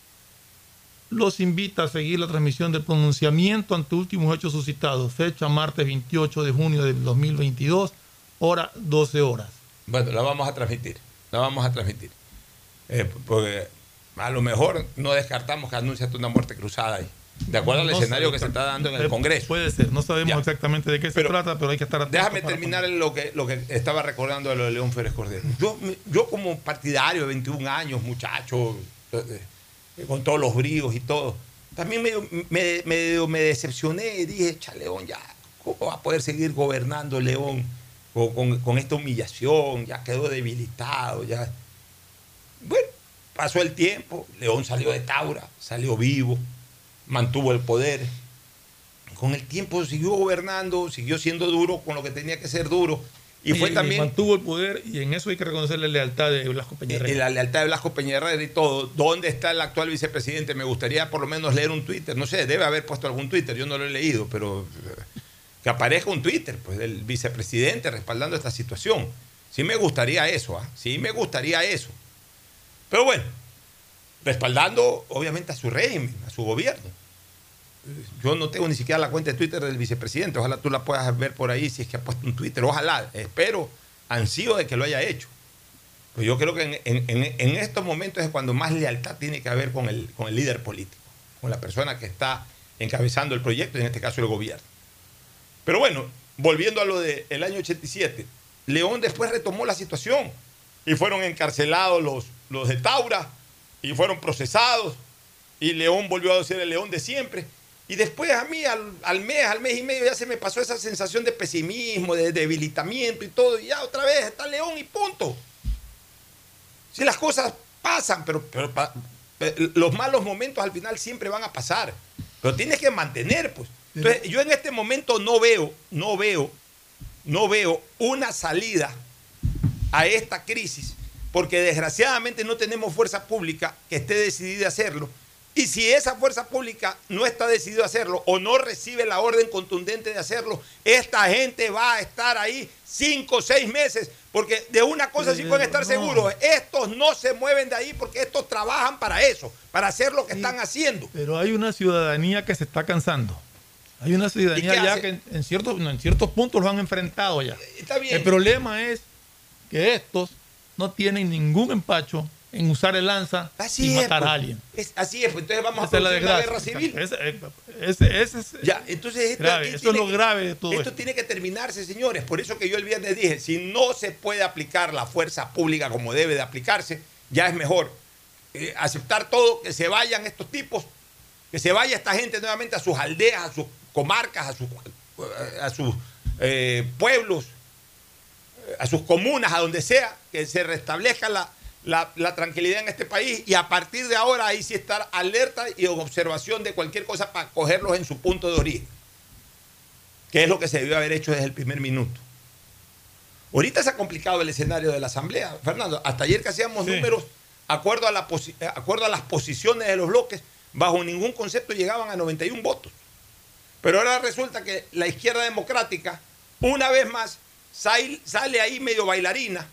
los invita a seguir la transmisión del pronunciamiento ante últimos hechos suscitados. Fecha martes veintiocho de junio del dos mil veintidós, hora doce horas. Bueno, la vamos a transmitir. La vamos a transmitir. Eh, porque a lo mejor no descartamos que anuncie una muerte cruzada ahí. De acuerdo al no escenario que se está dando en el Congreso. Puede ser, no sabemos ya. exactamente de qué pero, se trata, pero hay que estar atentos. Déjame terminar lo que, lo que estaba recordando de lo de León Febres Cordero. Yo, yo como partidario de veintiún años, muchacho, eh, con todos los bríos y todo, también me, me, me, me decepcioné y dije, cha, León, ya, ¿cómo va a poder seguir gobernando León con, con, con esta humillación? Ya quedó debilitado, ya. Bueno, pasó el tiempo, León salió de Taura, salió vivo, mantuvo el poder. Con el tiempo siguió gobernando, siguió siendo duro con lo que tenía que ser duro. Y, y fue y también. Mantuvo el poder, y en eso hay que reconocerle la lealtad de Blasco Peña Herrera. Y la lealtad de Blasco Peña Herrera y todo. ¿Dónde está el actual vicepresidente? Me gustaría por lo menos leer un Twitter. No sé, debe haber puesto algún Twitter, yo no lo he leído, pero que aparezca un Twitter pues, del vicepresidente respaldando esta situación. Sí me gustaría eso, ¿eh? Sí me gustaría eso. Pero bueno, respaldando obviamente a su régimen, a su gobierno. Yo no tengo ni siquiera la cuenta de Twitter del vicepresidente, ojalá tú la puedas ver por ahí si es que ha puesto un Twitter, ojalá, espero ansío de que lo haya hecho. Pues yo creo que en, en, en, en estos momentos es cuando más lealtad tiene que haber con el, con el líder político, con la persona que está encabezando el proyecto, en este caso el gobierno. Pero bueno, volviendo a lo del año ochenta y siete, León después retomó la situación y fueron encarcelados los, los de Taura y fueron procesados y León volvió a ser el León de siempre. Y después a mí al, al mes, al mes y medio ya se me pasó esa sensación de pesimismo, de debilitamiento y todo, y ya otra vez está León y punto. Si las cosas pasan, pero, pero pa, los malos momentos al final siempre van a pasar, pero tienes que mantener, pues. Entonces yo en este momento no veo, no veo, no veo una salida a esta crisis, porque desgraciadamente no tenemos fuerza pública que esté decidida a hacerlo. Y si esa fuerza pública no está decidida a hacerlo o no recibe la orden contundente de hacerlo, esta gente va a estar ahí cinco o seis meses, porque de una cosa sí pueden estar seguros, estos no se mueven de ahí porque estos trabajan para eso, para hacer lo que sí, están haciendo. Pero hay una ciudadanía que se está cansando. Hay una ciudadanía ya que en, en, ciertos, no, en ciertos puntos los han enfrentado ya. Está bien. El problema es que estos no tienen ningún empacho en usar el lanza así y es, matar pues. a alguien. Es, así es, pues entonces vamos Esa a producir una guerra civil. Ese, ese, ese es ya, entonces esto grave. Eso es lo que, grave de todo esto. Esto tiene que terminarse, señores. Por eso que yo el viernes dije, si no se puede aplicar la fuerza pública como debe de aplicarse, ya es mejor eh, aceptar todo, que se vayan estos tipos, que se vaya esta gente nuevamente a sus aldeas, a sus comarcas, a sus, a sus eh, pueblos, a sus comunas, a donde sea, que se restablezca la La, la tranquilidad en este país, y a partir de ahora ahí sí estar alerta y en observación de cualquier cosa para cogerlos en su punto de origen, que es lo que se debió haber hecho desde el primer minuto. Ahorita se ha complicado el escenario de la Asamblea, Fernando. Hasta ayer que hacíamos sí. números, acuerdo a, la posi- acuerdo a las posiciones de los bloques, bajo ningún concepto llegaban a noventa y uno votos. Pero ahora resulta que la izquierda democrática, una vez más, sale, sale ahí medio bailarina,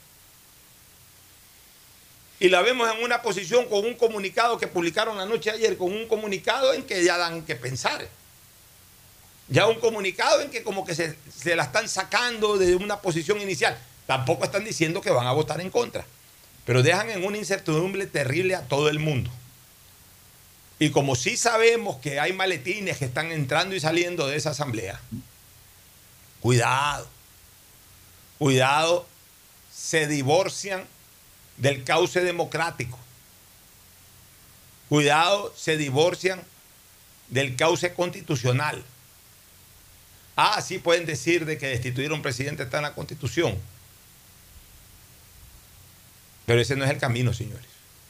y la vemos en una posición con un comunicado que publicaron la noche de ayer, con un comunicado en que ya dan que pensar. Ya un comunicado en que como que se, se la están sacando de una posición inicial. Tampoco están diciendo que van a votar en contra, pero dejan en una incertidumbre terrible a todo el mundo. Y como sí sabemos que hay maletines que están entrando y saliendo de esa asamblea, cuidado, cuidado, se divorcian del cauce democrático. Cuidado, se divorcian del cauce constitucional. Ah, sí pueden decir de que destituir a un presidente está en la Constitución. Pero ese no es el camino, señores.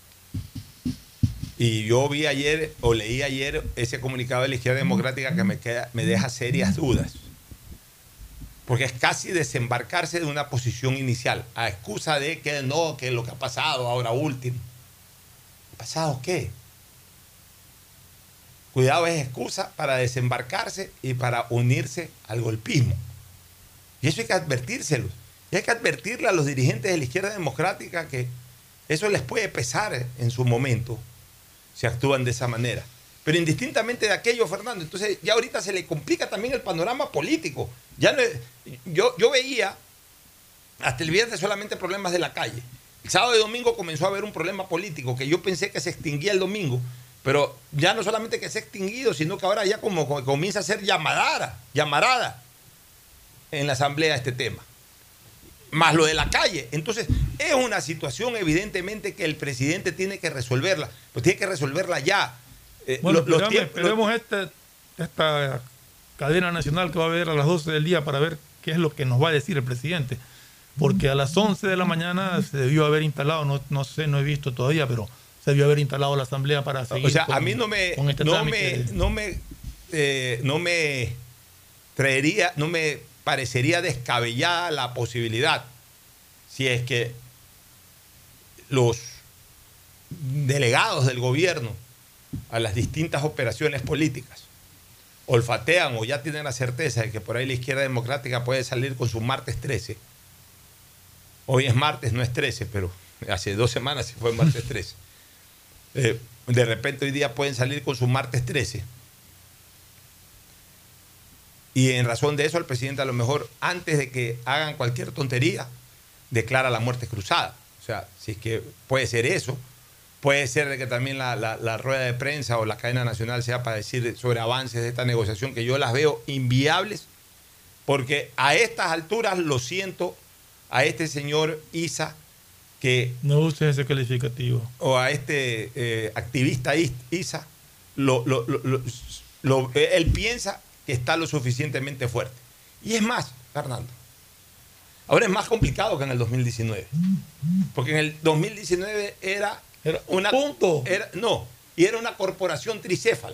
Y yo vi ayer, o leí ayer, ese comunicado de la izquierda democrática que me, queda, me deja serias dudas. Porque es casi desembarcarse de una posición inicial, a excusa de que no, que lo que ha pasado ahora último. ¿Pasado qué? Cuidado, es excusa para desembarcarse y para unirse al golpismo. Y eso hay que advertírselo. Y hay que advertirle a los dirigentes de la izquierda democrática que eso les puede pesar en su momento si actúan de esa manera. Pero indistintamente de aquello, Fernando, entonces ya ahorita se le complica también el panorama político. Ya no es, yo, yo veía hasta el viernes solamente problemas de la calle. El sábado y domingo comenzó a haber un problema político que yo pensé que se extinguía el domingo, pero ya no solamente que se ha extinguido, sino que ahora ya como, como comienza a ser llamarada, llamarada en la asamblea este tema. Más lo de la calle. Entonces, es una situación evidentemente que el presidente tiene que resolverla, pues tiene que resolverla ya. Eh, bueno, los, los esperamos, tiempos, esperemos este, esta cadena nacional que va a haber a las doce del día para ver qué es lo que nos va a decir el presidente. Porque a las once de la mañana se debió haber instalado, no, no sé, no he visto todavía, pero se debió haber instalado la asamblea para seguir. O sea, con, a mí no me, con este no me, trámite. no me, eh, no me traería, no me parecería descabellada la posibilidad, si es que los delegados del gobierno a las distintas operaciones políticas olfatean o ya tienen la certeza de que por ahí la izquierda democrática puede salir con su martes trece. Hoy es martes, no es trece, pero hace dos semanas se fue martes trece. Eh, de repente hoy día pueden salir con su martes trece. Y en razón de eso el presidente a lo mejor antes de que hagan cualquier tontería declara la muerte cruzada. O sea, si es que puede ser eso. Puede ser de que también la, la, la rueda de prensa o la cadena nacional sea para decir sobre avances de esta negociación, que yo las veo inviables, porque a estas alturas lo siento a este señor Issa, que... No use ese calificativo. O a este eh, activista Issa, lo, lo, lo, lo, lo, él piensa que está lo suficientemente fuerte. Y es más, Fernando, ahora es más complicado que en el dos mil diecinueve. Porque en el dos mil diecinueve era... Era un una, punto. Era, no, y era una corporación tricéfala.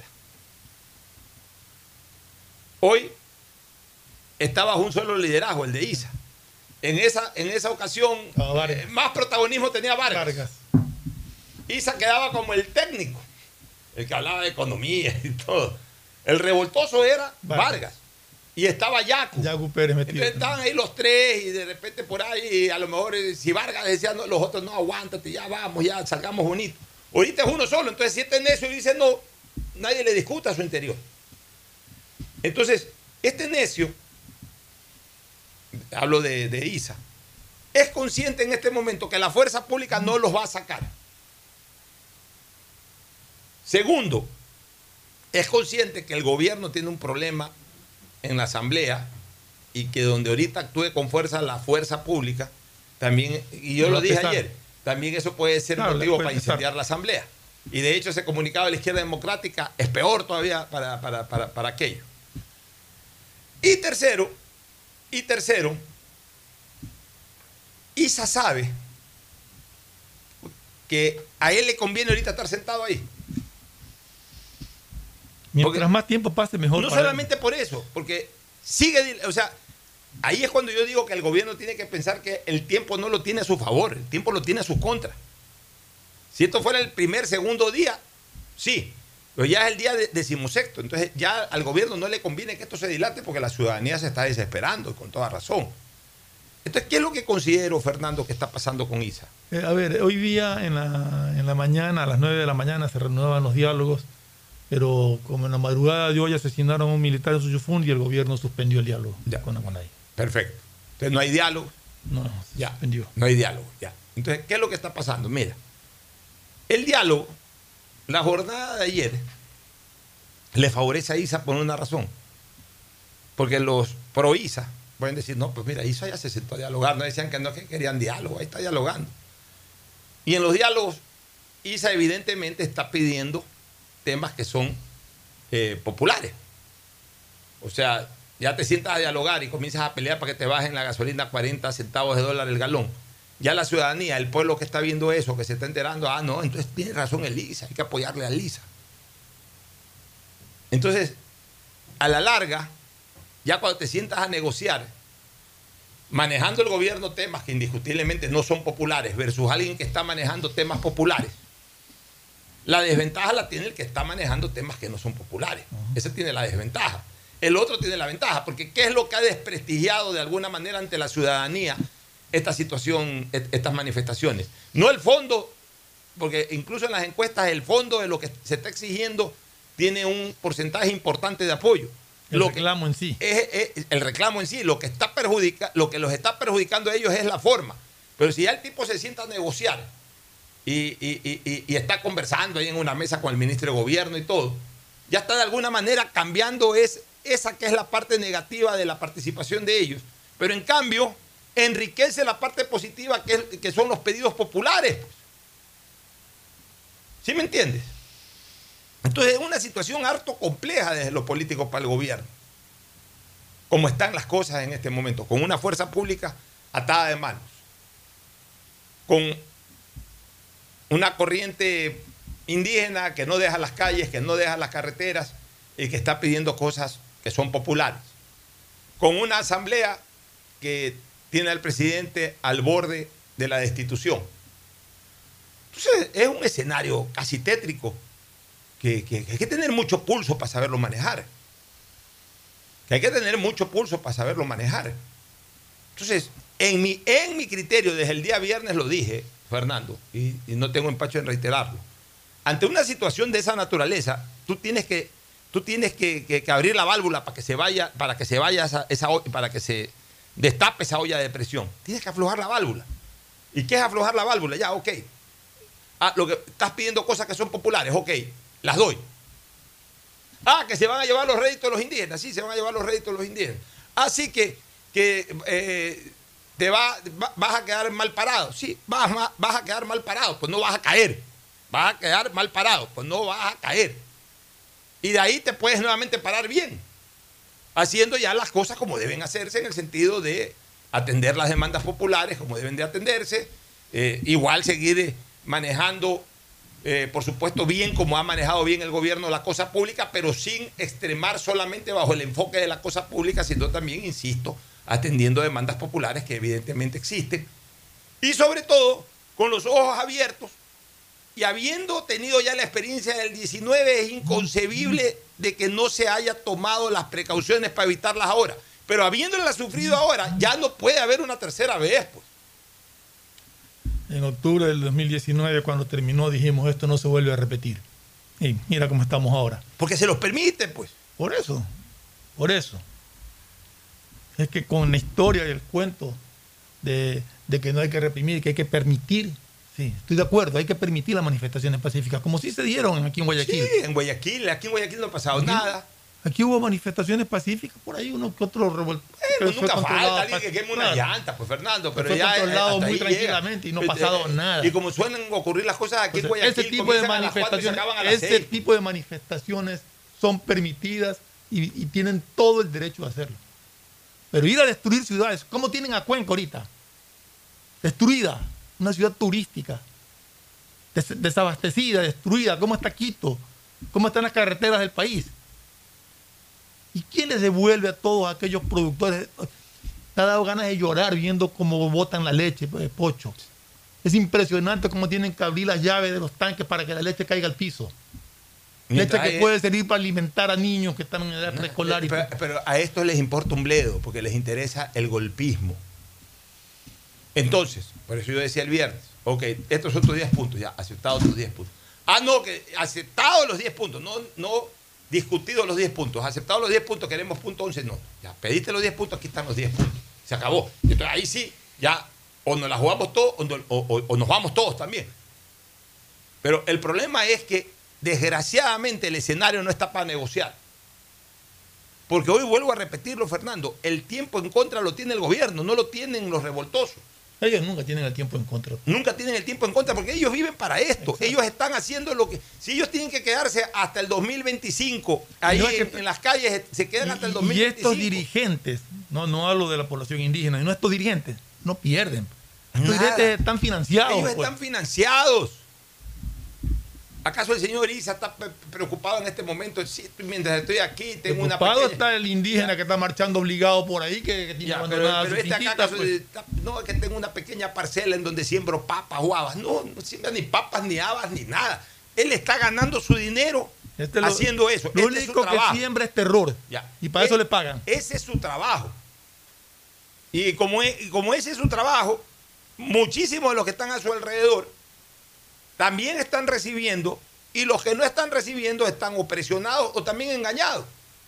Hoy está bajo un solo liderazgo, el de Issa. En esa, en esa ocasión, eh, más protagonismo tenía Vargas. Vargas. Issa quedaba como el técnico, el que hablaba de economía y todo. El revoltoso era Vargas. Vargas. Y estaba Yacu. Yacu Pérez metido. Entonces estaban ahí los tres y de repente por ahí, a lo mejor si Vargas decía, no, los otros no, aguántate, ya vamos, ya salgamos bonitos. Ahorita es uno solo, entonces si está en eso y dice no, nadie le discuta a su interior. Entonces, este necio, hablo de, de Isa, es consciente en este momento que la fuerza pública no los va a sacar. Segundo, es consciente que el gobierno tiene un problema en la asamblea y que donde ahorita actúe con fuerza la fuerza pública, también, y yo lo dije ayer, también eso puede ser Claro, motivo puede para empezar. incendiar la asamblea. Y de hecho ese comunicado de la izquierda democrática es peor todavía para, para, para, para aquello. Y tercero, y tercero, Isa sabe que a él le conviene ahorita estar sentado ahí. Mientras Porque más tiempo pase, mejor. no para él. solamente por eso, porque sigue, o sea, ahí es cuando yo digo que el gobierno tiene que pensar que el tiempo no lo tiene a su favor, el tiempo lo tiene a su contra. Si esto fuera el primer, segundo día, sí, pero ya es el día de- decimosexto, entonces ya al gobierno no le conviene que esto se dilate porque la ciudadanía se está desesperando, y con toda razón. Entonces, ¿qué es lo que considero, Fernando, que está pasando con Isa? Eh, a ver, hoy día en la, en la mañana, a las nueve de la mañana, se reanudaban los diálogos, pero como en la madrugada de hoy asesinaron a un militar en Suyufund y el gobierno suspendió el diálogo Ya. con Aguanay. Perfecto. Entonces no hay diálogo. No, se Ya. suspendió. No hay diálogo, ya. Entonces, ¿qué es lo que está pasando? Mira, el diálogo, la jornada de ayer, le favorece a Isa por una razón. Porque los pro Isa pueden decir, no, pues mira, Isa ya se sentó a dialogar. No decían que no, que querían diálogo, ahí está dialogando. Y en los diálogos, Isa evidentemente está pidiendo temas que son eh, populares. O sea, ya te sientas a dialogar y comienzas a pelear para que te bajen la gasolina a cuarenta centavos de dólar el galón. Ya la ciudadanía, el pueblo que está viendo eso, que se está enterando, ah, no, entonces tiene razón Elisa, hay que apoyarle a Elisa. Entonces, a la larga, ya cuando te sientas a negociar, manejando el gobierno temas que indiscutiblemente no son populares versus alguien que está manejando temas populares, la desventaja la tiene el que está manejando temas que no son populares. Ese tiene la desventaja. El otro tiene la ventaja, porque ¿qué es lo que ha desprestigiado de alguna manera ante la ciudadanía esta situación, et- estas manifestaciones? No el fondo, porque incluso en las encuestas el fondo de lo que se está exigiendo tiene un porcentaje importante de apoyo. El Lo que reclamo en sí. es, es- el reclamo en sí, lo que está perjudica, lo que los está perjudicando a ellos es la forma. Pero si ya el tipo se sienta a negociar y, y- y- y- y está conversando ahí en una mesa con el ministro de gobierno y todo, ya está de alguna manera cambiando es, esa que es la parte negativa de la participación de ellos. Pero en cambio, enriquece la parte positiva que, es- que son los pedidos populares. Pues. ¿Sí me entiendes? Entonces es una situación harto compleja desde lo político para el gobierno. Como están las cosas en este momento, con una fuerza pública atada de manos, con una corriente indígena que no deja las calles, que no deja las carreteras y que está pidiendo cosas que son populares, con una asamblea que tiene al presidente al borde de la destitución. Entonces es un escenario casi tétrico que, que- que hay que tener mucho pulso para saberlo manejar. Que hay que tener mucho pulso para saberlo manejar. Entonces, en mi, en mi criterio, desde el día viernes lo dije, Fernando, y, y no tengo empacho en reiterarlo. Ante una situación de esa naturaleza, tú tienes que, tú tienes que, que- que abrir la válvula para que se vaya, para que se vaya esa, esa o- para que se destape esa olla de presión. Tienes que aflojar la válvula. ¿Y qué es aflojar la válvula? Ya, ok. Ah, lo que estás pidiendo cosas que son populares, ok, las doy. Ah, que se van a llevar los réditos los indígenas, sí, se van a llevar los réditos los indígenas. Así que, que eh, te va, va- vas a quedar mal parado, sí, vas, ma- vas a quedar mal parado, pues no vas a caer. Vas a quedar mal parado, pues no vas a caer. Y de ahí te puedes nuevamente parar bien, haciendo ya las cosas como deben hacerse en el sentido de atender las demandas populares como deben de atenderse, eh, igual seguir eh, manejando, eh, por supuesto, bien como ha manejado bien el gobierno la cosa pública, pero sin extremar solamente bajo el enfoque de la cosa pública, sino también, insisto, atendiendo demandas populares que evidentemente existen. Y sobre todo, con los ojos abiertos y habiendo tenido ya la experiencia del diecinueve, es inconcebible de que no se haya tomado las precauciones para evitarlas ahora. Pero habiéndolas sufrido ahora, ya no puede haber una tercera vez, pues. En octubre del dos mil diecinueve, cuando terminó, dijimos, esto no se vuelve a repetir. Y mira cómo estamos ahora. Porque se los permite, pues. Por eso. Por eso. Es que con la historia y el cuento de, de que no hay que reprimir, que hay que permitir, sí, estoy de acuerdo, hay que permitir las manifestaciones pacíficas, como sí se dieron aquí en Guayaquil. Sí, en Guayaquil, aquí en Guayaquil no ha pasado aquí, nada. Aquí hubo manifestaciones pacíficas, por ahí uno que otro revuelto. Eh, nunca falta alguien que queme una llanta, pues Fernando, pero fue ya controlado muy tranquilamente llega. y no ha pasado eh, nada. Y como suelen ocurrir las cosas aquí o sea, en Guayaquil, ese tipo de manifestaciones, ese tipo de manifestaciones son permitidas y, y tienen todo el derecho de hacerlo. Pero ir a destruir ciudades, ¿cómo tienen a Cuenca ahorita? Destruida, una ciudad turística, des desabastecida, destruida. ¿Cómo está Quito? ¿Cómo están las carreteras del país? ¿Y quién les devuelve a todos aquellos productores? Me ha dado ganas de llorar viendo cómo botan la leche, pues, Pocho. Es impresionante cómo tienen que abrir las llaves de los tanques para que la leche caiga al piso. Leche que puede servir para alimentar a niños que están en edad preescolar. No, pero, pero a estos les importa un bledo, porque les interesa el golpismo. Entonces, por eso yo decía el viernes, ok, estos otros diez puntos, ya, aceptados los diez puntos. Ah, no, que aceptados los diez puntos, no, no discutidos los diez puntos, aceptados los diez puntos, queremos punto once, no. Ya, pediste los diez puntos, aquí están los diez puntos. Se acabó. Entonces ahí sí, ya, o nos la jugamos todos, o, no, o, o, o nos vamos todos también. Pero el problema es que desgraciadamente el escenario no está para negociar. Porque hoy vuelvo a repetirlo, Fernando, el tiempo en contra lo tiene el gobierno, no lo tienen los revoltosos. Ellos nunca tienen el tiempo en contra. Nunca tienen el tiempo en contra porque ellos viven para esto. Exacto. Ellos están haciendo lo que... Si ellos tienen que quedarse hasta el dos mil veinticinco, ahí no es en, que, en las calles se quedan y, hasta el dos mil veinticinco. Y estos dirigentes, no, no hablo de la población indígena, no estos dirigentes, no pierden. Estos Nada. dirigentes están financiados. Ellos pues. están financiados. ¿Acaso el señor Isa está preocupado en este momento? Sí, mientras estoy aquí, tengo una pequeña... está el indígena que está marchando obligado por ahí, que, que tiene ya, abandonada pero, pero su este finquita, acá, pues. está, no, es que tengo una pequeña parcela en donde siembro papas o habas. No, no siembra ni papas, ni habas, ni nada. Él está ganando su dinero este lo, haciendo eso. Lo este único que siembra es terror. Ya. Y para es, eso le pagan. Ese es su trabajo. Y como, es, como ese es su trabajo, muchísimos de los que están a su alrededor también están recibiendo, y los que no están recibiendo están o presionados o también engañados.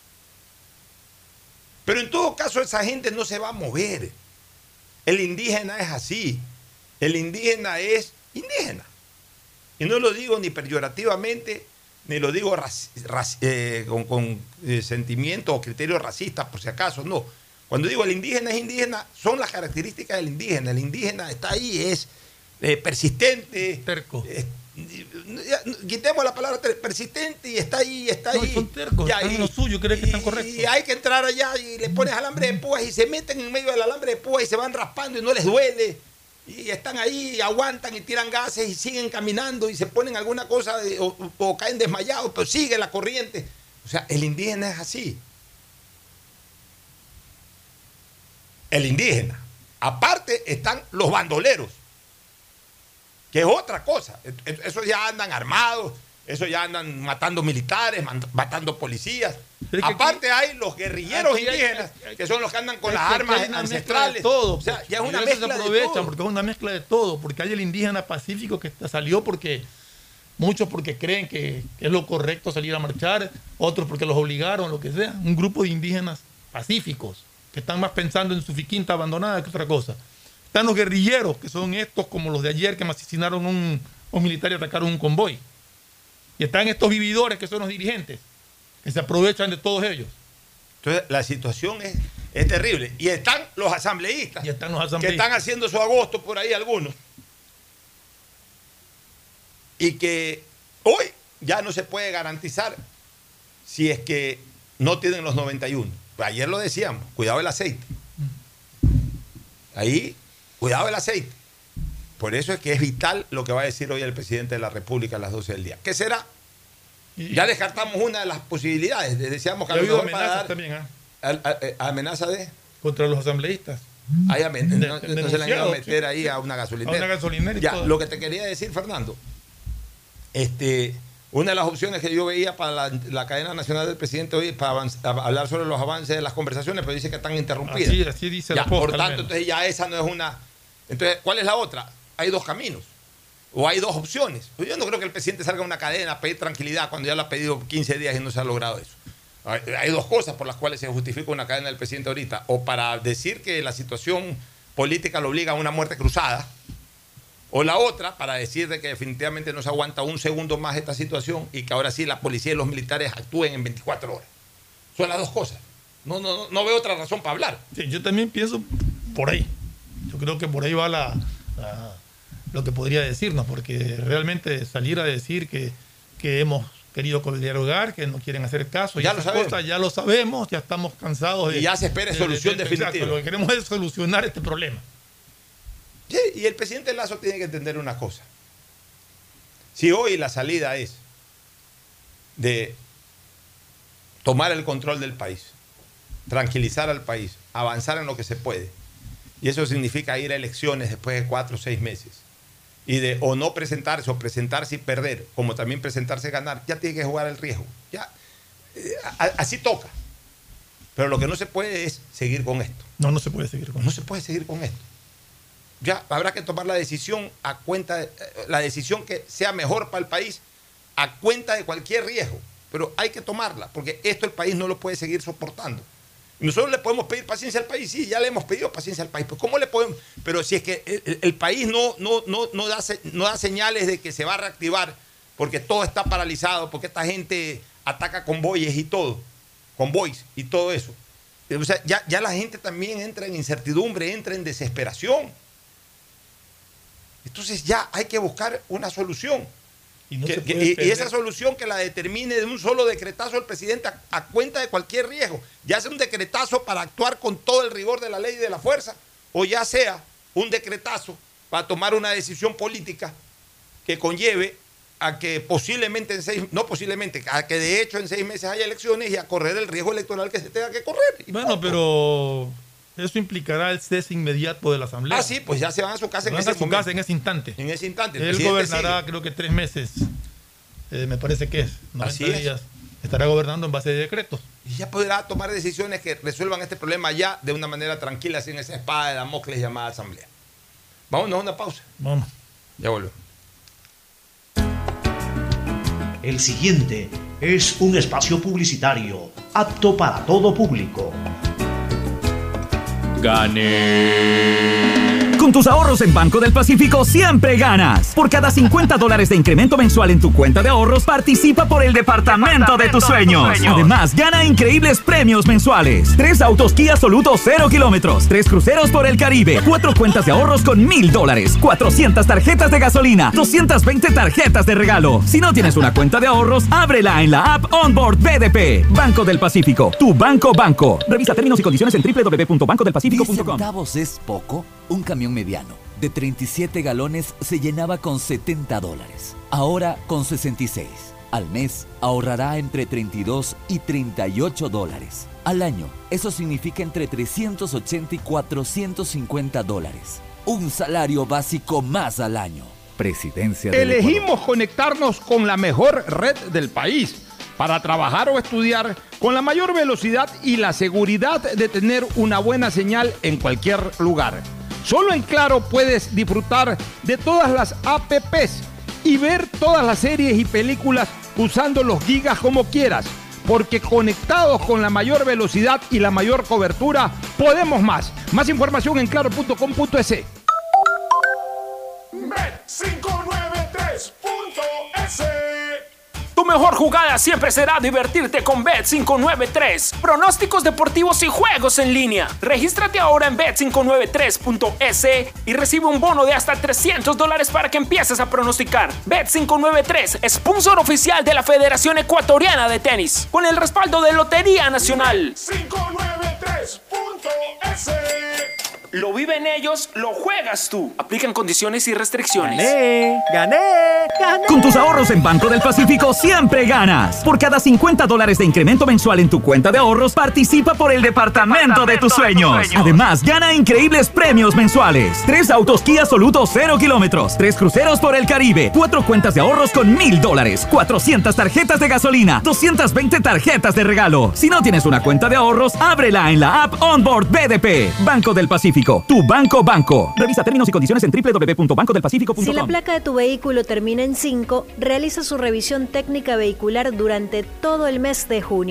Pero en todo caso esa gente no se va a mover. El indígena es así. El indígena es indígena. Y no lo digo ni peyorativamente, ni lo digo raci raci eh, con, con eh, sentimientos o criterios racistas, por si acaso, no. Cuando digo el indígena es indígena, son las características del indígena. El indígena está ahí, es... Eh, persistente, terco. Eh, ya, quitemos la palabra persistente y está ahí, está no, ahí. Son tercos, ya, están y, en lo suyo, creen que están correctos. Y hay que entrar allá y le pones alambre de púas y se meten en medio del alambre de púas y se van raspando y no les duele. Y están ahí, aguantan y tiran gases y siguen caminando y se ponen alguna cosa de, o, o caen desmayados, pero sigue la corriente. O sea, el indígena es así. El indígena. Aparte están los bandoleros, que es otra cosa. Esos ya andan armados, esos ya andan matando militares, matando policías. Aparte aquí, hay los guerrilleros indígenas, hay, hay, que son los que andan con las armas ancestrales. Todo, o sea, ya es una mezcla de todo. Porque es una mezcla de todo, porque hay el indígena pacífico que salió porque, muchos porque creen que, que es lo correcto salir a marchar, otros porque los obligaron, lo que sea. Un grupo de indígenas pacíficos, que están más pensando en su finquita abandonada que otra cosa. Están los guerrilleros, que son estos como los de ayer que asesinaron a un, un militar y atacaron un convoy. Y están estos vividores que son los dirigentes, que se aprovechan de todos ellos. Entonces la situación es, es terrible. Y están los asambleístas, y están los asambleístas, que están haciendo su agosto por ahí algunos. Y que hoy ya no se puede garantizar si es que no tienen los noventa y uno. Ayer lo decíamos, cuidado el aceite. Ahí... Cuidado el aceite. Por eso es que es vital lo que va a decir hoy el presidente de la República a las doce del día. ¿Qué será? Ya descartamos una de las posibilidades. Decíamos que a lo mejor para dar también, ¿eh? a, a, a amenaza de... Contra los asambleístas. Hay amen de, no, de no se le han ido a meter ahí a una gasolinera. A una gasolinera y ya, todo. Lo que te quería decir, Fernando, este, una de las opciones que yo veía para la, la cadena nacional del presidente hoy para avanzar, hablar sobre los avances de las conversaciones, pero dice que están interrumpidas. Así, así dice ya, la posta, por tanto, entonces ya esa no es una... Entonces, ¿cuál es la otra? Hay dos caminos. O hay dos opciones. Yo no creo que el presidente salga a una cadena a pedir tranquilidad cuando ya lo ha pedido quince días y no se ha logrado eso. Hay, hay dos cosas por las cuales se justifica una cadena del presidente ahorita. O para decir que la situación política lo obliga a una muerte cruzada. O la otra, para decir de que definitivamente no se aguanta un segundo más esta situación y que ahora sí la policía y los militares actúen en veinticuatro horas. Son las dos cosas. No, no, no veo otra razón para hablar. Sí, yo también pienso por ahí. Yo creo que por ahí va la, la, lo que podría decirnos, porque realmente salir a decir que, que hemos querido dialogar, que no quieren hacer caso, ya y lo esas sabemos. cosas ya lo sabemos, ya estamos cansados de... Y ya se espera solución de, de, definitiva. Exacto, lo que queremos es solucionar este problema. Sí, y el presidente Lasso tiene que entender una cosa. Si hoy la salida es de tomar el control del país, tranquilizar al país, avanzar en lo que se puede, y eso significa ir a elecciones después de cuatro o seis meses, y de o no presentarse o presentarse y perder, como también presentarse y ganar, ya tiene que jugar el riesgo. Ya, eh, a, así toca. Pero lo que no se puede es seguir con esto. No, no se puede seguir con No se puede seguir con esto. Ya habrá que tomar la decisión a cuenta de, la decisión que sea mejor para el país a cuenta de cualquier riesgo, pero hay que tomarla porque esto el país no lo puede seguir soportando. Nosotros le podemos pedir paciencia al país, sí, ya le hemos pedido paciencia al país, pero ¿cómo le podemos? Pero si es que el, el país no, no, no, no, da, no da señales de que se va a reactivar porque todo está paralizado, porque esta gente ataca convoyes y todo, convoys y todo eso. O sea, ya, ya la gente también entra en incertidumbre, entra en desesperación. Entonces ya hay que buscar una solución. Y, no que, se que, puede y, y perder. esa solución que la determine de un solo decretazo el presidente a, a cuenta de cualquier riesgo. Ya sea un decretazo para actuar con todo el rigor de la ley y de la fuerza, o ya sea un decretazo para tomar una decisión política que conlleve a que posiblemente en seis, no posiblemente, a que de hecho en seis meses haya elecciones y a correr el riesgo electoral que se tenga que correr. Y bueno, punto. pero eso implicará el cese inmediato de la Asamblea. Ah, sí, pues ya se van a su casa en Van ese a su momento. casa en ese instante. En ese instante. El Él presidente gobernará, sigue. creo que tres meses, eh, me parece que es, noventa Así es. días. Estará gobernando en base de decretos. Y ya podrá tomar decisiones que resuelvan este problema ya de una manera tranquila, sin esa espada de Damocles llamada Asamblea. Vámonos a una pausa. Vamos. Ya vuelvo. El siguiente es un espacio publicitario apto para todo público. ¡Gané! Con tus ahorros en Banco del Pacífico siempre ganas. Por cada cincuenta dólares de incremento mensual en tu cuenta de ahorros, participa por el departamento de tus sueños. Además, gana increíbles premios mensuales. Tres autos Kia Soluto cero kilómetros, tres cruceros por el Caribe, cuatro cuentas de ahorros con mil dólares, cuatrocientas tarjetas de gasolina, doscientas veinte tarjetas de regalo. Si no tienes una cuenta de ahorros, ábrela en la app Onboard B D P. Banco del Pacífico, tu banco banco. Revisa términos y condiciones en doble u doble u doble u punto banco del pacífico punto com. ¿diez centavos es poco? Un camión mediano de treinta y siete galones se llenaba con setenta dólares. Ahora con sesenta y seis. Al mes ahorrará entre treinta y dos y treinta y ocho dólares. Al año, eso significa entre trescientos ochenta y cuatrocientos cincuenta dólares. Un salario básico más al año. Presidencia del Ecuador. Elegimos conectarnos con la mejor red del país para trabajar o estudiar con la mayor velocidad y la seguridad de tener una buena señal en cualquier lugar. Solo en Claro puedes disfrutar de todas las apps y ver todas las series y películas usando los gigas como quieras, porque conectados con la mayor velocidad y la mayor cobertura, podemos más. Más información en claro punto com punto es. Bet quinientos noventa y tres punto es. Tu mejor jugada siempre será divertirte con Bet quinientos noventa y tres. Pronósticos deportivos y juegos en línea. Regístrate ahora en Bet quinientos noventa y tres punto es y recibe un bono de hasta trescientos dólares para que empieces a pronosticar. Bet quinientos noventa y tres, sponsor oficial de la Federación Ecuatoriana de Tenis, con el respaldo de Lotería Nacional. Bet quinientos noventa y tres punto es. Lo viven ellos, lo juegas tú. Aplican condiciones y restricciones. ¡Gané! ¡Gané! ¡Gané! Con tus ahorros en Banco del Pacífico siempre ganas. Por cada cincuenta dólares de incremento mensual en tu cuenta de ahorros, participa por el departamento de tus sueños. Además, gana increíbles premios mensuales. Tres autos Kia Soluto cero kilómetros, tres cruceros por el Caribe, cuatro cuentas de ahorros con mil dólares, cuatrocientas tarjetas de gasolina, doscientas veinte tarjetas de regalo. Si no tienes una cuenta de ahorros, ábrela en la app Onboard B D P. Banco del Pacífico, tu banco banco. Revisa términos y condiciones en doble u doble u doble u punto banco del pacífico punto com. Si la placa de tu vehículo termina en cinco, realiza su revisión técnica vehicular durante todo el mes de junio.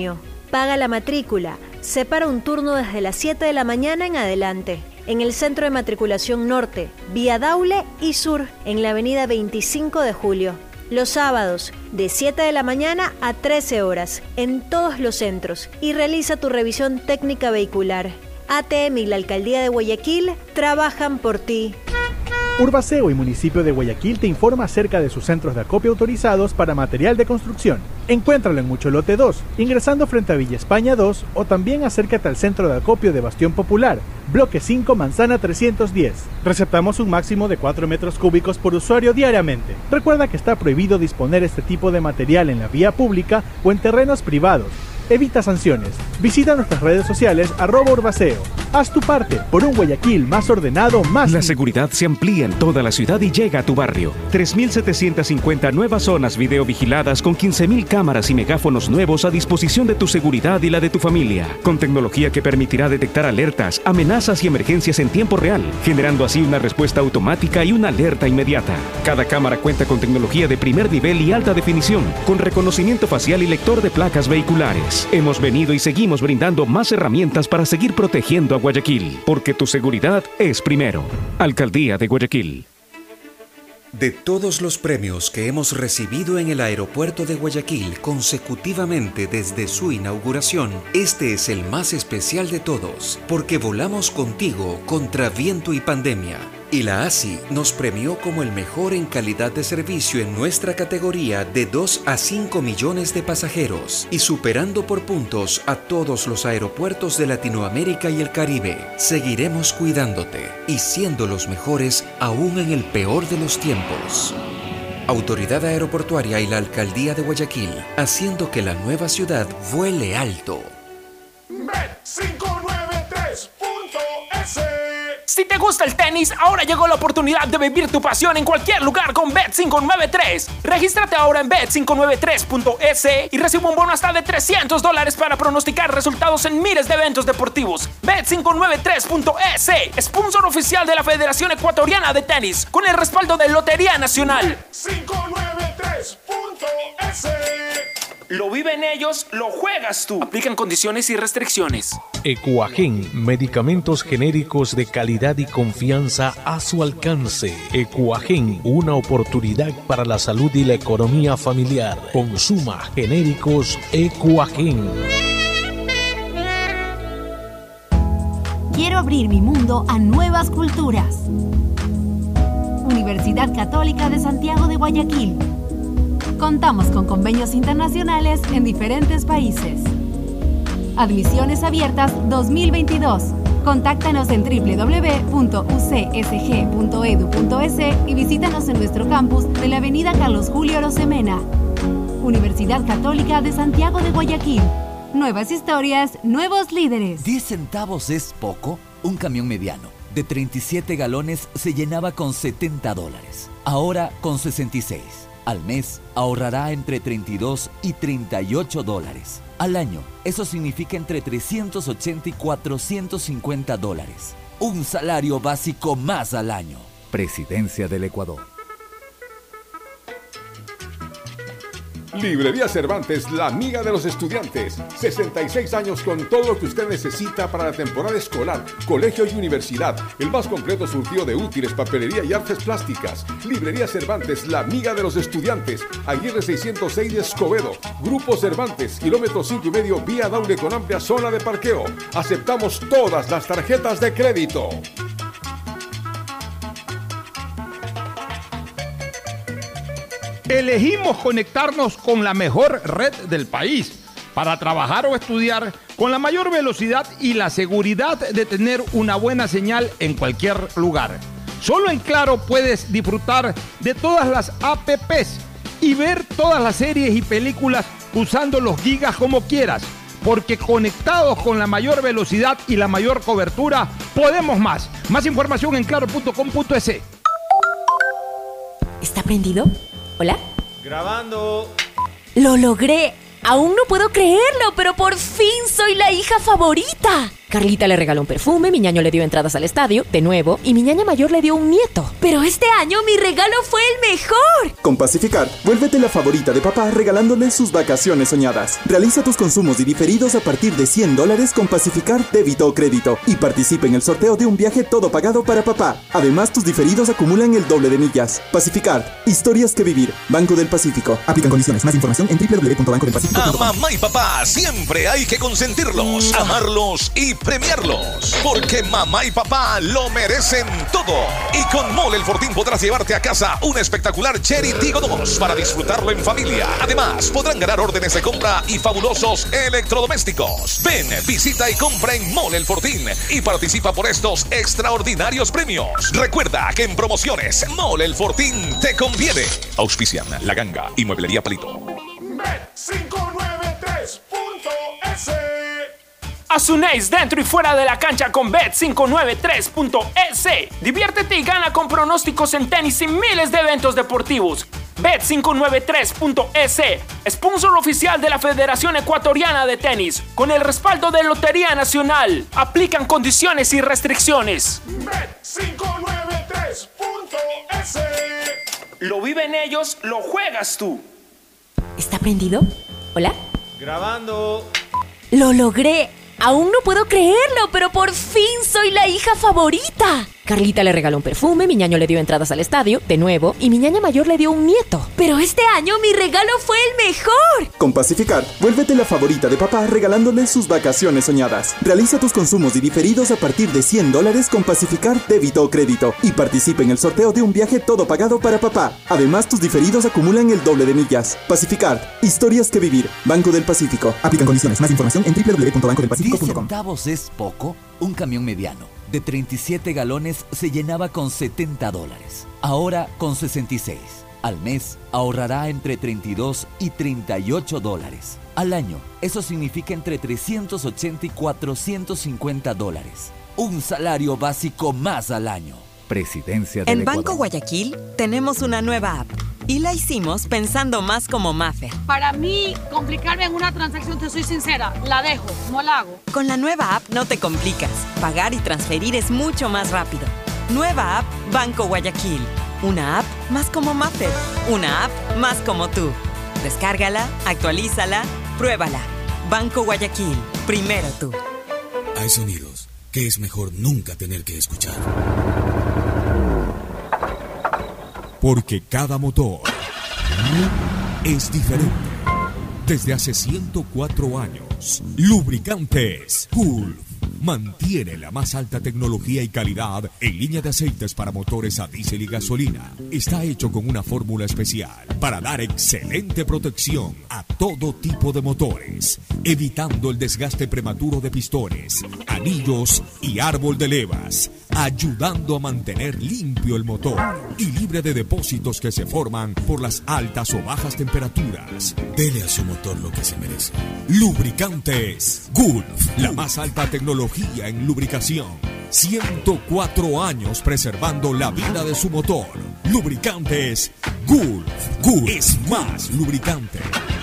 Paga la matrícula. Separa un turno desde las siete de la mañana en adelante. En el Centro de Matriculación Norte, Vía Daule y Sur, en la avenida veinticinco de julio. Los sábados, de siete de la mañana a trece horas, en todos los centros. Y realiza tu revisión técnica vehicular. A T M y la Alcaldía de Guayaquil trabajan por ti. Urbaceo y Municipio de Guayaquil te informa acerca de sus centros de acopio autorizados para material de construcción. Encuéntralo en Mucholote dos, ingresando frente a Villa España dos, o también acércate al Centro de Acopio de Bastión Popular, Bloque cinco, Manzana trescientos diez. Receptamos un máximo de cuatro metros cúbicos por usuario diariamente. Recuerda que está prohibido disponer este tipo de material en la vía pública o en terrenos privados. Evita sanciones. Visita nuestras redes sociales arroba Urbaceo. Haz tu parte por un Guayaquil más ordenado, más... La seguridad se amplía en toda la ciudad y llega a tu barrio. tres mil setecientas cincuenta nuevas zonas videovigiladas con quince mil cámaras y megáfonos nuevos a disposición de tu seguridad y la de tu familia. Con tecnología que permitirá detectar alertas, amenazas y emergencias en tiempo real, generando así una respuesta automática y una alerta inmediata. Cada cámara cuenta con tecnología de primer nivel y alta definición, con reconocimiento facial y lector de placas vehiculares. Hemos venido y seguimos brindando más herramientas para seguir protegiendo a Guayaquil, porque tu seguridad es primero. Alcaldía de Guayaquil. De todos los premios que hemos recibido en el aeropuerto de Guayaquil consecutivamente desde su inauguración, este es el más especial de todos, porque volamos contigo contra viento y pandemia. Y la A S I nos premió como el mejor en calidad de servicio en nuestra categoría de dos a cinco millones de pasajeros y superando por puntos a todos los aeropuertos de Latinoamérica y el Caribe. Seguiremos cuidándote y siendo los mejores aún en el peor de los tiempos. Autoridad Aeroportuaria y la Alcaldía de Guayaquil, haciendo que la nueva ciudad vuele alto. Bet cinco nueve tres punto es. Si te gusta el tenis, ahora llegó la oportunidad de vivir tu pasión en cualquier lugar con Bet cinco nueve tres. Regístrate ahora en bet cinco nueve tres punto es y recibe un bono hasta de trescientos dólares para pronosticar resultados en miles de eventos deportivos. Bet cinco nueve tres punto es, sponsor oficial de la Federación Ecuatoriana de Tenis, con el respaldo de Lotería Nacional. Bet cinco nueve tres punto es. Lo viven ellos, lo juegas tú. Aplican condiciones y restricciones. Ecuagen, medicamentos genéricos de calidad y confianza a su alcance. Ecuagen, una oportunidad para la salud y la economía familiar. Consuma genéricos Ecuagen. Quiero abrir mi mundo a nuevas culturas. Universidad Católica de Santiago de Guayaquil. Contamos con convenios internacionales en diferentes países. Admisiones abiertas dos mil veintidós. Contáctanos en doble u doble u doble u punto u c s g punto e d u punto es y visítanos en nuestro campus de la avenida Carlos Julio Arosemena. Universidad Católica de Santiago de Guayaquil. Nuevas historias, nuevos líderes. ¿diez centavos es poco? Un camión mediano de treinta y siete galones se llenaba con setenta dólares. Ahora con sesenta y seis. Al mes ahorrará entre treinta y dos y treinta y ocho dólares. Al año, eso significa entre trescientos ochenta y cuatrocientos cincuenta dólares. Un salario básico más al año. Presidencia del Ecuador. Librería Cervantes, la amiga de los estudiantes. sesenta y seis años con todo lo que usted necesita para la temporada escolar, colegio y universidad. El más completo surtido de útiles, papelería y artes plásticas. Librería Cervantes, la amiga de los estudiantes. Aguirre seiscientos seis de Escobedo. Grupo Cervantes, kilómetro cinco y medio, vía Daule con amplia zona de parqueo. Aceptamos todas las tarjetas de crédito. Elegimos conectarnos con la mejor red del país para trabajar o estudiar con la mayor velocidad y la seguridad de tener una buena señal en cualquier lugar. Solo en Claro puedes disfrutar de todas las apps y ver todas las series y películas usando los gigas como quieras, porque conectados con la mayor velocidad y la mayor cobertura, podemos más. Más información en claro punto com punto es. ¿Está prendido? ¿Hola? Grabando. ¡Lo logré! Aún no puedo creerlo, pero por fin soy la hija favorita. Carlita le regaló un perfume, mi ñaño le dio entradas al estadio, de nuevo, y mi ñaña mayor le dio un nieto. Pero este año mi regalo fue el mejor. Con Pacificar, vuélvete la favorita de papá regalándole sus vacaciones soñadas. Realiza tus consumos y diferidos a partir de cien dólares con Pacificar débito o crédito y participa en el sorteo de un viaje todo pagado para papá. Además, tus diferidos acumulan el doble de millas. Pacificar, historias que vivir. Banco del Pacífico. Aplican condiciones. Más información en doble u doble u doble u punto banco del pacífico punto com. A mamá y papá siempre hay que consentirlos, amarlos y premiarlos, porque mamá y papá lo merecen todo. Y con Mole El Fortín podrás llevarte a casa un espectacular Cherry Tiggo dos para disfrutarlo en familia. Además, podrán ganar órdenes de compra y fabulosos electrodomésticos. Ven, visita y compra en Mole El Fortín y participa por estos extraordinarios premios. Recuerda que en promociones Mole El Fortín te conviene. Auspician La Ganga y Mueblería Palito. Bet cinco nueve tres punto es. Asunéis dentro y fuera de la cancha con Bet cinco nueve tres punto es. Diviértete y gana con pronósticos en tenis y miles de eventos deportivos. Bet cinco nueve tres punto es, sponsor oficial de la Federación Ecuatoriana de Tenis, con el respaldo de Lotería Nacional. Aplican condiciones y restricciones. Bet cinco nueve tres punto es. Lo viven ellos, lo juegas tú. ¿Está prendido? ¿Hola? Grabando. ¡Lo logré! Aún no puedo creerlo, pero por fin soy la hija favorita. Carlita le regaló un perfume, mi ñaño le dio entradas al estadio, de nuevo, y mi ñaña mayor le dio un nieto. Pero este año mi regalo fue el mejor. Con Pacificar, vuélvete la favorita de papá regalándole sus vacaciones soñadas. Realiza tus consumos y diferidos a partir de cien dólares con Pacificar débito o crédito y participa en el sorteo de un viaje todo pagado para papá. Además, tus diferidos acumulan el doble de millas. Pacificar, historias que vivir. Banco del Pacífico. Aplican condiciones. Más información en doble u doble u doble u punto banco del pacífico punto com. ¿diez centavos es poco? Un camión mediano de treinta y siete galones se llenaba con setenta dólares. Ahora con sesenta y seis. Al mes ahorrará entre treinta y dos y treinta y ocho dólares. Al año, eso significa entre trescientos ochenta y cuatrocientos cincuenta dólares. Un salario básico más al año. Presidencia del En Ecuador. Banco Guayaquil tenemos una nueva app y la hicimos pensando más como Maffer. Para mí, complicarme en una transacción, te soy sincera, la dejo, no la hago. Con la nueva app no te complicas. Pagar y transferir es mucho más rápido. Nueva app Banco Guayaquil. Una app más como Maffer. Una app más como tú. Descárgala, actualízala, pruébala. Banco Guayaquil. Primero tú. Hay sonidos que es mejor nunca tener que escuchar. Porque cada motor es diferente. Desde hace ciento cuatro años, Lubricantes Gulf mantiene la más alta tecnología y calidad en línea de aceites para motores a diésel y gasolina. Está hecho con una fórmula especial para dar excelente protección a todo tipo de motores, evitando el desgaste prematuro de pistones, anillos y árbol de levas, ayudando a mantener limpio el motor y libre de depósitos que se forman por las altas o bajas temperaturas. Dele a su motor lo que se merece. Lubricantes Gulf, la más alta tecnología en lubricación. ciento cuatro años preservando la vida de su motor. Lubricantes Gulf. Gulf es más lubricante.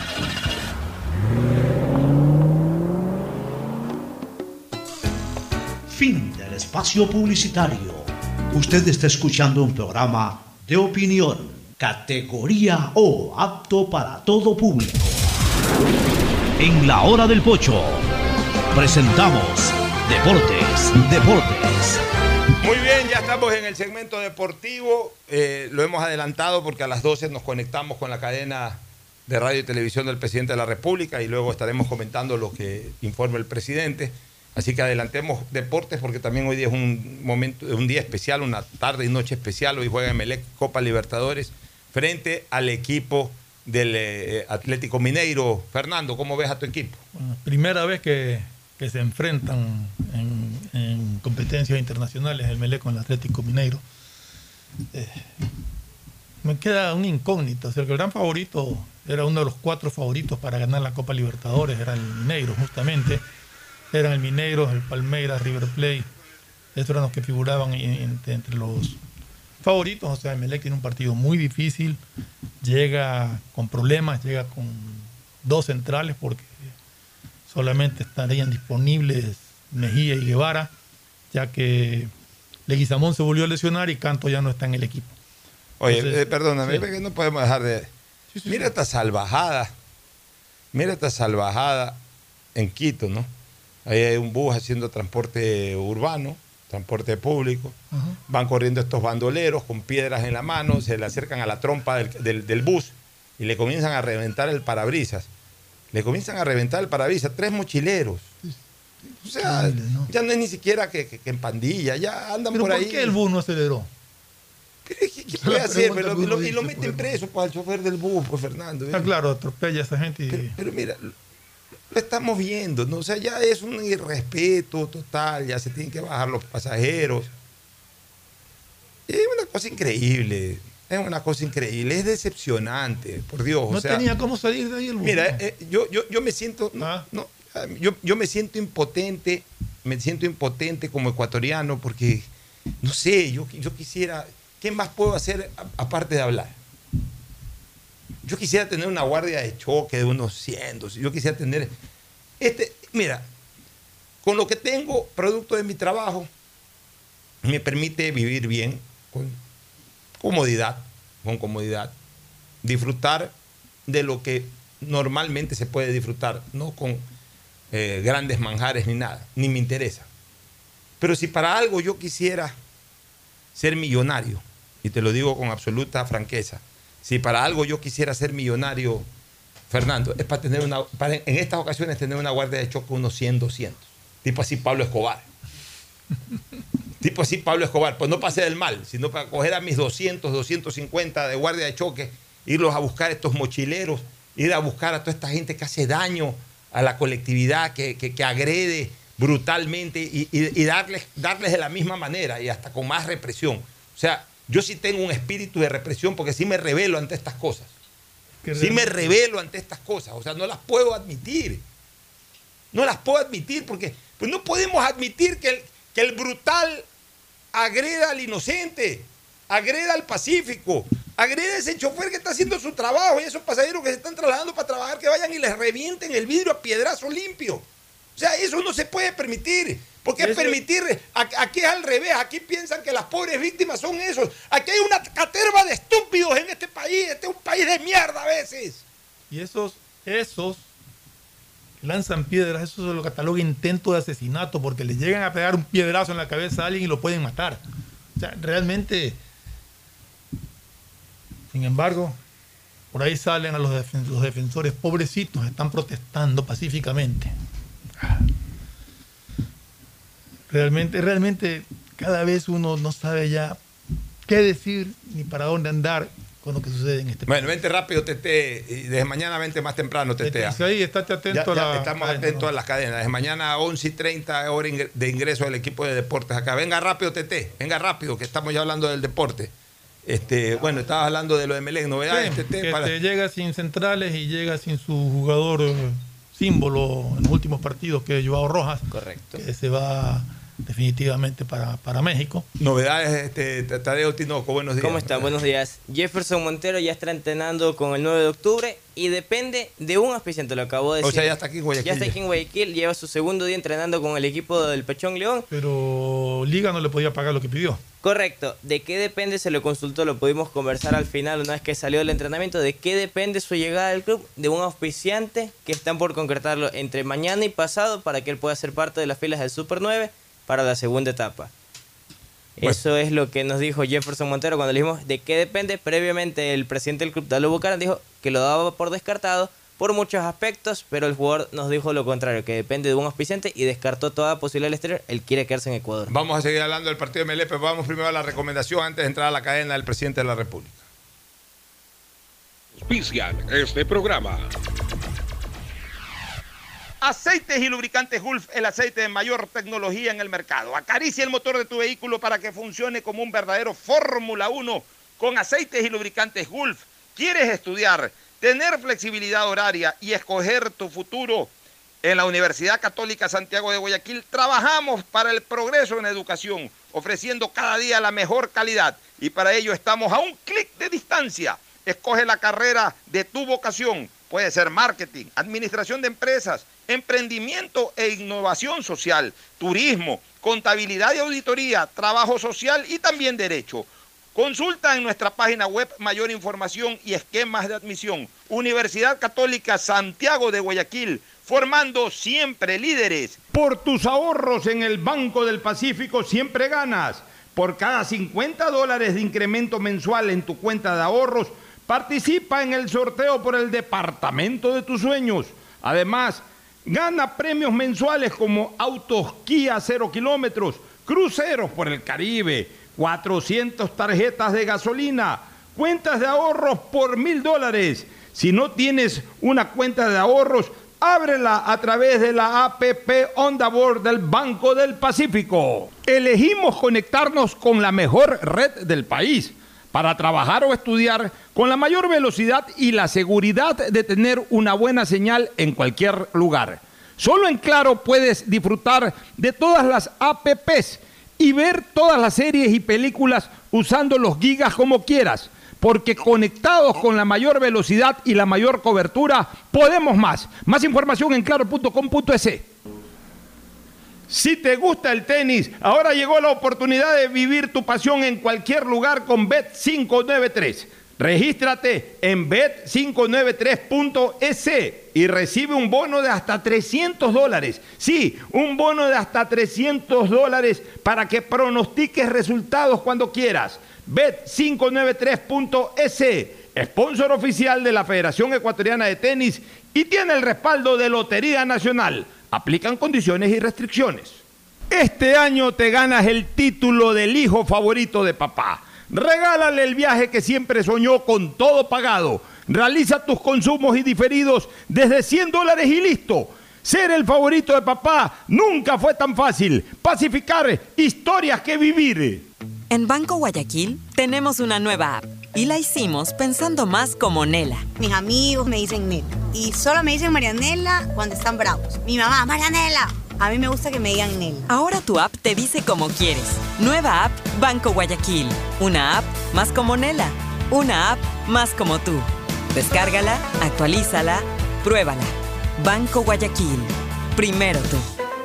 Fin del espacio publicitario. Usted está escuchando un programa de opinión, categoría O, apto para todo público. En la hora del pocho presentamos Deportes, Deportes. Muy bien, ya estamos en el segmento deportivo. Eh, lo hemos adelantado porque a las doce nos conectamos con la cadena de radio y televisión del presidente de la República y luego estaremos comentando lo que informa el presidente. Así que adelantemos deportes porque también hoy día es un momento, un día especial, una tarde y noche especial. Hoy juega Emelec Copa Libertadores frente al equipo del eh, Atlético Mineiro. Fernando, ¿cómo ves a tu equipo? Bueno, primera vez que, que se enfrentan en, en competencias internacionales el Emelec con el Atlético Mineiro. Eh, me queda un incógnito. O sea, el gran favorito era uno de los cuatro favoritos para ganar la Copa Libertadores, era el Mineiro justamente. Eran el Mineiro, el Palmeiras, River Plate. Estos eran los que figuraban en, en, entre los favoritos. O sea, Emelec tiene un partido muy difícil. Llega con problemas, llega con dos centrales porque solamente estarían disponibles Mejía y Guevara, ya que Leguizamón se volvió a lesionar y Canto ya no está en el equipo. Oye, Entonces, eh, perdóname, sí. que no podemos dejar de... Sí, sí, mira sí. esta salvajada, mira esta salvajada en Quito, ¿no? Ahí hay un bus haciendo transporte urbano, transporte público. Ajá. Van corriendo estos bandoleros con piedras en la mano, se le acercan a la trompa del, del, del bus y le comienzan a reventar el parabrisas. Le comienzan a reventar el parabrisas, tres mochileros. O sea, ¿no? ya no es ni siquiera que, que, que en pandilla, ya andan ¿Pero por por ahí. qué el bus no aceleró? Pero ¿qué, qué puede hacer? Pero, y lo, y lo meten preso para el chofer del bus, pues Fernando. Está claro, atropella a esa gente. Y... Pero, pero mira, lo, lo estamos viendo, ¿no? O sea, ya es un irrespeto total, ya se tienen que bajar los pasajeros. Es una cosa increíble, es una cosa increíble, es decepcionante, por Dios. No o sea, tenía cómo salir de ahí el bus. Mira, ¿no? eh, yo, yo, yo me siento, Ah. no, yo, yo me siento impotente, me siento impotente como ecuatoriano porque, no sé, yo, yo quisiera, ¿qué más puedo hacer a- aparte de hablar? Yo quisiera tener una guardia de choque de unos cien, yo quisiera tener, este, mira, con lo que tengo, producto de mi trabajo, me permite vivir bien, con comodidad, con comodidad, disfrutar de lo que normalmente se puede disfrutar, no con eh, grandes manjares ni nada, ni me interesa. Pero si para algo yo quisiera ser millonario, y te lo digo con absoluta franqueza, si para algo yo quisiera ser millonario, Fernando, es para tener una, para en estas ocasiones tener una guardia de choque unos cien, doscientos, tipo así Pablo Escobar. Tipo así Pablo Escobar, pues no pase del mal, sino para coger a mis doscientos, doscientos cincuenta de guardia de choque, irlos a buscar estos mochileros, ir a buscar a toda esta gente que hace daño a la colectividad, que, que, que agrede brutalmente y, y, y darles, darles de la misma manera y hasta con más represión. O sea, yo sí tengo un espíritu de represión porque sí me rebelo ante estas cosas. Sí me rebelo ante estas cosas, o sea, no las puedo admitir. No las puedo admitir porque pues no podemos admitir que el, que el brutal agreda al inocente, agreda al pacífico, agreda a ese chofer que está haciendo su trabajo y esos pasajeros que se están trasladando para trabajar, que vayan y les revienten el vidrio a piedrazo limpio. O sea, eso no se puede permitir. Porque es permitir, aquí es al revés, aquí piensan que las pobres víctimas son esos. Aquí hay una caterva de estúpidos en este país, este es un país de mierda a veces. Y esos, esos lanzan piedras, eso se lo cataloga intento de asesinato, porque le llegan a pegar un piedrazo en la cabeza a alguien y lo pueden matar. O sea, realmente, sin embargo, por ahí salen a los, defen- los defensores pobrecitos, están protestando pacíficamente. Realmente, realmente, cada vez uno no sabe ya qué decir ni para dónde andar con lo que sucede en este país. Bueno, vente rápido, Tete, y desde mañana vente más temprano, Tete. Sí, ahí, estate atento Ya- a ya la estamos cadena, atentos ¿no? a las cadenas. Desde mañana a once y treinta, hora ingre- de ingreso del equipo de deportes acá. Venga rápido, Tete, venga rápido, que estamos ya hablando del deporte. Este, bueno, estabas hablando de lo de Melec, novedades, Sí, Tete. que para- te llega sin centrales y llega sin su jugador eh, símbolo en los últimos partidos, que es Joao Rojas. Correcto. Que se va definitivamente para, para México. Novedades, este, Tadeo Tinoco, buenos días. ¿Cómo están? Buenos días. Jefferson Montero ya está entrenando con el nueve de octubre y depende de un auspiciante, lo acabo de O decir. sea, ya está aquí en Guayaquil. Ya está aquí en Guayaquil, lleva su segundo día entrenando con el equipo del Pechón León. Pero Liga no le podía pagar lo que pidió. Correcto. ¿De qué depende? Se lo consultó, lo pudimos conversar al final una vez que salió del entrenamiento. ¿De qué depende su llegada al club? De un auspiciante que están por concretarlo entre mañana y pasado para que él pueda ser parte de las filas del Super nueve para la segunda etapa. Bueno. Eso es lo que nos dijo Jefferson Montero cuando le dijimos de qué depende. Previamente el presidente del club, Dalo Bucaram, dijo que lo daba por descartado por muchos aspectos, pero el jugador nos dijo lo contrario, que depende de un auspiciante y descartó toda posibilidad del exterior. Él quiere quedarse en Ecuador. Vamos a seguir hablando del partido de Melec, pero vamos primero a la recomendación antes de entrar a la cadena del presidente de la República. Auspician este programa. Aceites y lubricantes Gulf, el aceite de mayor tecnología en el mercado. Acaricia el motor de tu vehículo para que funcione como un verdadero Fórmula uno con aceites y lubricantes Gulf. ¿Quieres estudiar, tener flexibilidad horaria y escoger tu futuro? En la Universidad Católica Santiago de Guayaquil trabajamos para el progreso en educación, ofreciendo cada día la mejor calidad. Y para ello estamos a un clic de distancia. Escoge la carrera de tu vocación. Puede ser marketing, administración de empresas, emprendimiento e innovación social, turismo, contabilidad y auditoría, trabajo social y también derecho. Consulta en nuestra página web mayor información y esquemas de admisión. Universidad Católica Santiago de Guayaquil, formando siempre líderes. Por tus ahorros en el Banco del Pacífico siempre ganas. Por cada cincuenta dólares de incremento mensual en tu cuenta de ahorros, participa en el sorteo por el departamento de tus sueños. Además, gana premios mensuales como autos Kia cero kilómetros, cruceros por el Caribe, cuatrocientas tarjetas de gasolina, cuentas de ahorros por mil dólares. Si no tienes una cuenta de ahorros, ábrela a través de la A P P Onda Board del Banco del Pacífico. Elegimos conectarnos con la mejor red del país para trabajar o estudiar con la mayor velocidad y la seguridad de tener una buena señal en cualquier lugar. Solo en Claro puedes disfrutar de todas las A P Pes y ver todas las series y películas usando los gigas como quieras, porque conectados con la mayor velocidad y la mayor cobertura, podemos más. Más información en claro punto com punto es. Si te gusta el tenis, ahora llegó la oportunidad de vivir tu pasión en cualquier lugar con Bet cinco noventa y tres. Regístrate en bet cinco noventa y tres punto es y recibe un bono de hasta trescientos dólares. Sí, un bono de hasta trescientos dólares para que pronostiques resultados cuando quieras. bet cinco noventa y tres punto es, sponsor oficial de la Federación Ecuatoriana de Tenis y tiene el respaldo de Lotería Nacional. Aplican condiciones y restricciones. Este año te ganas el título del hijo favorito de papá. Regálale el viaje que siempre soñó con todo pagado. Realiza tus consumos y diferidos desde cien dólares y listo. Ser el favorito de papá nunca fue tan fácil. Pacificar, historias que vivir. En Banco Guayaquil tenemos una nueva app y la hicimos pensando más como Nela. Mis amigos me dicen Nela y solo me dicen Marianela cuando están bravos. Mi mamá, Marianela. A mí me gusta que me digan Nela. Ahora tu app te dice como quieres. Nueva app Banco Guayaquil. Una app más como Nela. Una app más como tú. Descárgala, actualízala, pruébala. Banco Guayaquil. Primero tú.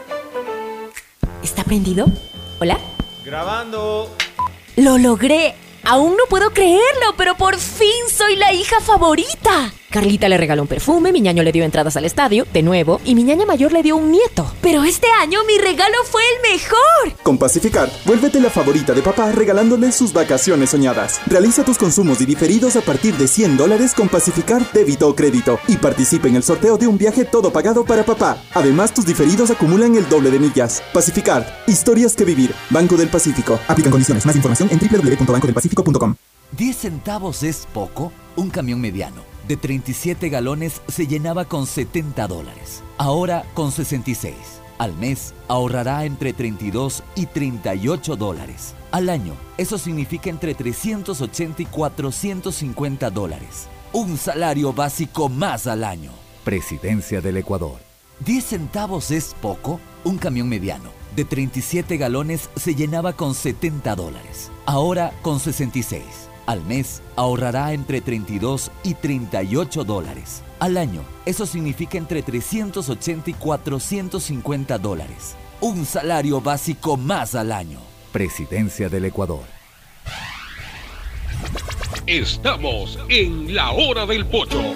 ¿Está prendido? ¿Hola? Grabando. ¡Lo logré! Aún no puedo creerlo, pero por fin soy la hija favorita. Carlita le regaló un perfume, mi ñaño le dio entradas al estadio, de nuevo, y mi ñaña mayor le dio un nieto. Pero este año mi regalo fue el mejor. Con Pacificar, vuélvete la favorita de papá regalándole sus vacaciones soñadas. Realiza tus consumos y diferidos a partir de cien dólares con Pacificar débito o crédito y participa en el sorteo de un viaje todo pagado para papá. Además, tus diferidos acumulan el doble de millas. Pacificar, historias que vivir. Banco del Pacífico. Aplican condiciones. Más información en doble u doble u doble u punto banco del pacífico punto com. ¿diez centavos es poco? Un camión mediano de treinta y siete galones se llenaba con setenta dólares. Ahora con sesenta y seis. Al mes ahorrará entre treinta y dos y treinta y ocho dólares. Al año, eso significa entre trescientos ochenta y cuatrocientos cincuenta dólares. Un salario básico más al año. Presidencia del Ecuador. ¿diez centavos es poco? Un camión mediano de treinta y siete galones se llenaba con setenta dólares. Ahora con sesenta y seis. Al mes ahorrará entre treinta y dos y treinta y ocho dólares. Al año, eso significa entre trescientos ochenta y cuatrocientos cincuenta dólares. Un salario básico más al año. Presidencia del Ecuador. Estamos en la hora del pocho.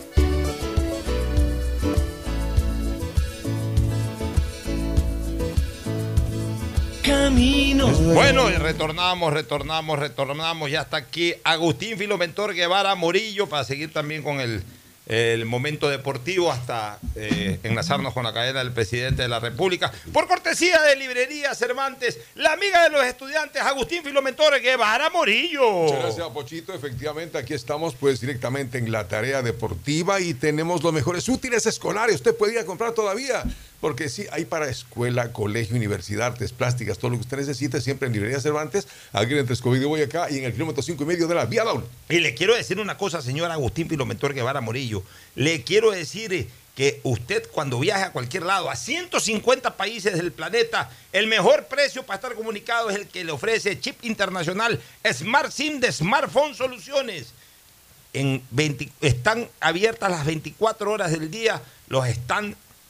Caminos. Bueno, y retornamos, retornamos, retornamos. Ya está aquí Agustín Filomentor Guevara Morillo para seguir también con el, el momento deportivo hasta eh, enlazarnos con la cadena del presidente de la República. Por cortesía de Librería Cervantes, la amiga de los estudiantes, Agustín Filomentor Guevara Morillo. Muchas gracias, Pochito. Efectivamente, aquí estamos pues directamente en la tarea deportiva y tenemos los mejores útiles escolares. Usted puede ir a comprar todavía. Porque sí, hay para escuela, colegio, universidad, artes plásticas, todo lo que usted necesite, siempre en Librería Cervantes, aquí entre Escobedo y Boyacá y en el kilómetro cinco y medio de la Vía Daula. Y le quiero decir una cosa, señor Agustín Filomentor Guevara Morillo. Le quiero decir que usted cuando viaje a cualquier lado, a ciento cincuenta países del planeta, el mejor precio para estar comunicado es el que le ofrece Chip Internacional Smart SIM de Smartphone Soluciones. En veinte, están abiertas las veinticuatro horas del día, los están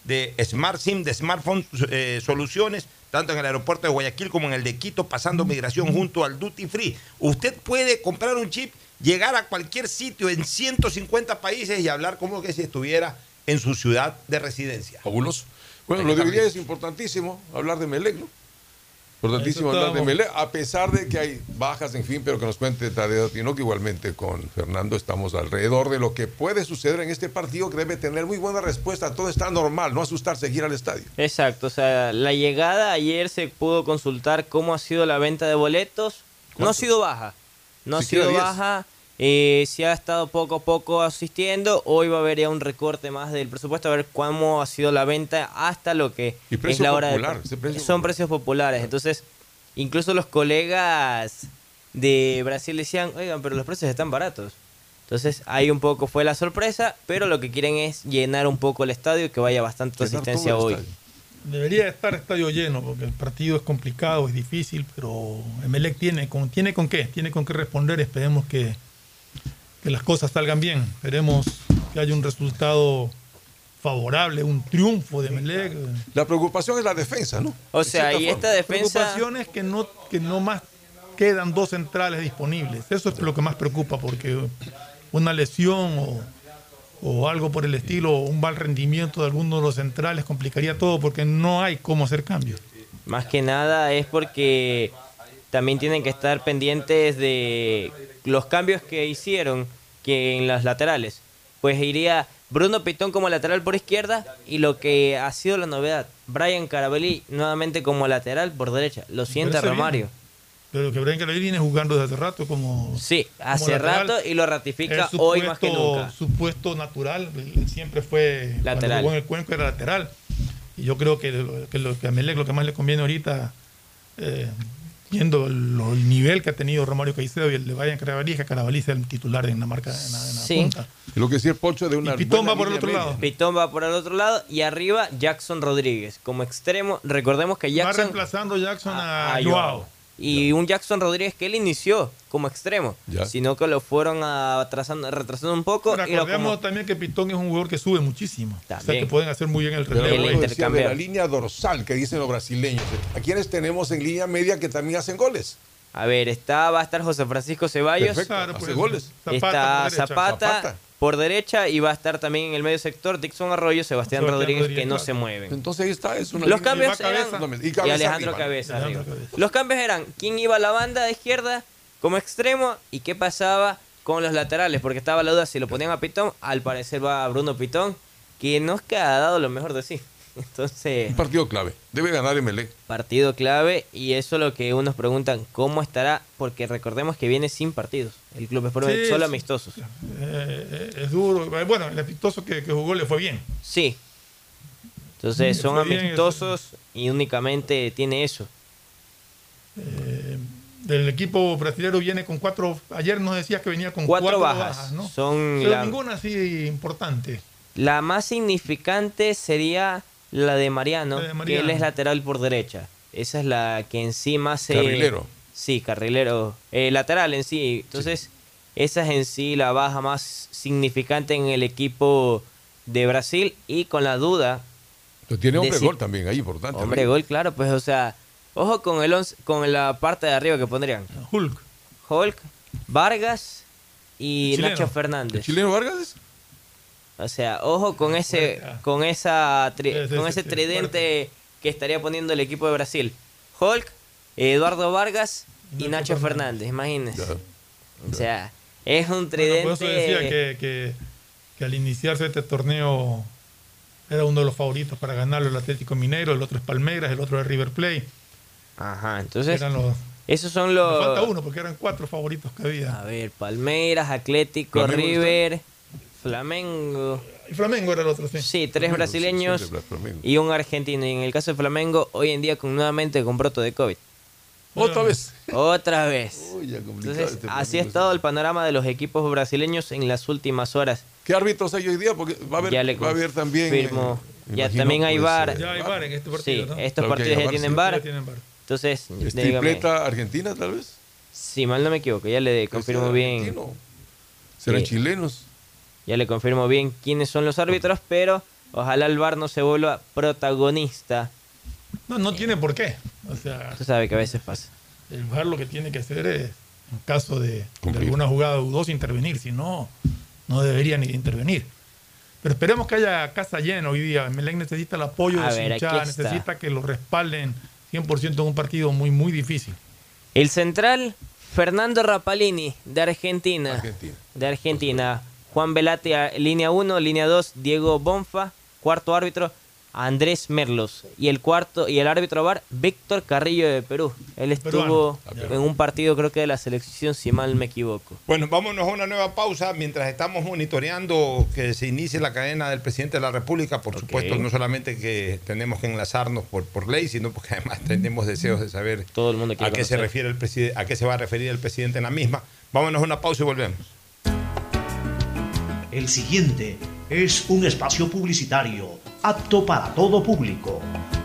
de Smart SIM, de Smartphone eh, Soluciones, tanto en el aeropuerto de Guayaquil como en el de Quito, pasando migración junto al Duty Free. Usted puede comprar un chip, llegar a cualquier sitio en ciento cincuenta países y hablar como que si estuviera en su ciudad de residencia. Fabuloso. Bueno, lo de hoy día es importantísimo hablar de Melec, ¿no? Importantísimo hablar de Melec, a pesar de que hay bajas, en fin, pero que nos cuente Tadeo Tinoco, igualmente con Fernando estamos alrededor de lo que puede suceder en este partido, que debe tener muy buena respuesta. Todo está normal, no asustarse, ir al estadio. Exacto, o sea, la llegada ayer se pudo consultar cómo ha sido la venta de boletos. No ha sido baja, no ha sido baja. Eh, se ha estado poco a poco asistiendo. Hoy va a haber ya un recorte más del presupuesto, a ver cómo ha sido la venta hasta lo que es la hora popular, de... precio Son precios populares. Entonces, incluso los colegas de Brasil decían, oigan, pero los precios están baratos. Entonces, ahí un poco fue la sorpresa, pero lo que quieren es llenar un poco el estadio y que vaya bastante llenar asistencia hoy. Estadio. Debería estar estadio lleno, porque el partido es complicado, es difícil, pero Emelec tiene con, tiene con qué, tiene con qué responder. Esperemos que que las cosas salgan bien. Esperemos que haya un resultado favorable, un triunfo de Emelec. La preocupación es la defensa, ¿no? O sea, y esta defensa... La preocupación es que no, que no más quedan dos centrales disponibles. Eso es lo que más preocupa, porque una lesión o, o algo por el estilo, o un mal rendimiento de alguno de los centrales complicaría todo, porque no hay cómo hacer cambios. Más que nada es porque también tienen que estar pendientes de los cambios que hicieron que en las laterales. Pues iría Bruno Pitón como lateral por izquierda y lo que ha sido la novedad, Brian Carabalí nuevamente como lateral por derecha. Lo siente Romario. Bien. Pero que Brian Carabalí viene jugando desde hace rato como... Sí, hace como rato y lo ratifica supuesto, hoy más que nunca. Su puesto natural, siempre fue... Lateral. Jugó en el Cuenco era lateral. Y yo creo que lo que, lo, que a Emelec lo que más le conviene ahorita... Eh, viendo el, el nivel que ha tenido Romario Caicedo y el de Brian Carabalí, que Carabalí sea el titular en la marca en la, en la sí. punta. Lo que decía el Pocho de una... Y Pitón va por el otro media. lado. Pitón va por el otro lado y arriba Jackson Rodríguez como extremo. Recordemos que Jackson... Va reemplazando Jackson a, a Joao. Joao. Y un Jackson Rodríguez que él inició como extremo, ya. sino que lo fueron atrasando, retrasando un poco. Pero recordemos como... también que Pitón es un jugador que sube muchísimo. También. O sea que pueden hacer muy bien el relevo. El intercambio. De la línea dorsal que dicen los brasileños. ¿A quiénes tenemos en línea media que también hacen goles? A ver, está, va a estar José Francisco Ceballos. Perfecto, claro, hace pues, goles. Zapata, está por Zapata, Zapata por derecha y va a estar también en el medio sector Dixon Arroyo, Sebastián, Sebastián Rodríguez, Rodríguez, que no claro. se mueven. Entonces ahí está, es una Los cambios eran, cabeza, y, y Alejandro arriba. Cabeza, arriba. Los cambios eran quién iba a la banda de izquierda como extremo y qué pasaba con los laterales, porque estaba la duda si lo ponían a Pitón. Al parecer va a Bruno Pitón, que no es que ha dado lo mejor de sí. Entonces, un partido clave, debe ganar Emelec. Partido clave, y eso es lo que unos preguntan, ¿cómo estará? Porque recordemos que viene sin partidos. El Club Sport sí, solo amistosos. Eh, es duro. Bueno, el amistoso que, que jugó le fue bien. Sí. Entonces, sí, son amistosos bien, y únicamente tiene eso. Eh, el equipo brasileño viene con cuatro. Ayer nos decías que venía con cuatro, cuatro bajas. bajas, ¿no? Son Pero la... ninguna así importante. La más significante sería la de Mariano, la de Mariano, que él es lateral por derecha. Esa es la que en sí más se... Carrilero. Sí, carrilero. Eh, lateral en sí. Entonces, sí. esa es en sí la baja más significante en el equipo de Brasil. Y con la duda... Pero tiene hombre si... gol también ahí, importante. Hombre gol, claro. Pues, o sea, ojo con el once, con la parte de arriba que pondrían. Hulk. Hulk, Vargas y Chileno. Nacho Fernández. ¿El chileno Vargas? O sea, ojo con ese con esa tri, sí, sí, con sí, ese sí, tridente sí, que estaría poniendo el equipo de Brasil. Hulk, Eduardo Vargas y Nacho, Nacho Fernández, imagínense. Ya, ya. O sea, es un tridente... Bueno, por eso decía que, que, que al iniciarse este torneo era uno de los favoritos para ganarlo el Atlético Mineiro, el otro es Palmeiras, el otro es River Plate. Ajá, entonces... Eran los... Esos son los... Me falta uno porque eran cuatro favoritos que había. A ver, Palmeiras, Atlético, Flamengo, River... Está... Flamengo. Y Flamengo era el otro, sí. Sí, tres Flamengo, brasileños sí, sí, y un argentino. Y en el caso de Flamengo, hoy en día con nuevamente con broto de COVID. ¿Otra vez? Otra vez. Uy, ya Entonces, este así ha estado el panorama de los equipos brasileños en las últimas horas. ¿Qué árbitros hay hoy día? Porque va a haber, ya le va a haber también... Firmo, eh, ya también hay pues, V A R. Ya hay V A R en este partido, sí, ¿no? estos claro partidos ya, ya tienen sí, V A R. Ya tienen V A R. Entonces, ¿Es tripleta argentina, tal vez? Sí, mal no me equivoco. Ya le confirmo bien. ¿Serán sí. chilenos? Ya le confirmo bien quiénes son los árbitros, pero Ojalá el V A R no se vuelva protagonista. No, no tiene por qué. O sea, usted sabe que a veces pasa. El V A R lo que tiene que hacer es, en caso de, de alguna jugada dudosa, intervenir. Si no, no debería ni intervenir. Pero esperemos que haya casa llena hoy día. Emelec necesita el apoyo A de su ver, hinchada, aquí está. necesita que lo respalden cien por ciento en un partido muy, muy difícil. El central, Fernando Rapalini, de Argentina. Argentina. De Argentina. Juan Velati, a- línea uno, línea dos, Diego Bonfa, cuarto árbitro, Andrés Merlos. Y el cuarto, y el árbitro V A R, Víctor Carrillo de Perú. Él estuvo Peruano. en un partido, creo que de la selección, si mal me equivoco. Bueno, vámonos a una nueva pausa mientras estamos monitoreando que se inicie la cadena del presidente de la República. Por supuesto, no solamente que tenemos que enlazarnos por, por ley, sino porque además tenemos deseos de saber Todo el mundo quiere a qué se conocer. refiere el presidente, a qué se va a referir el presidente en la misma. Vámonos a una pausa y volvemos. El siguiente es un espacio publicitario apto para todo público.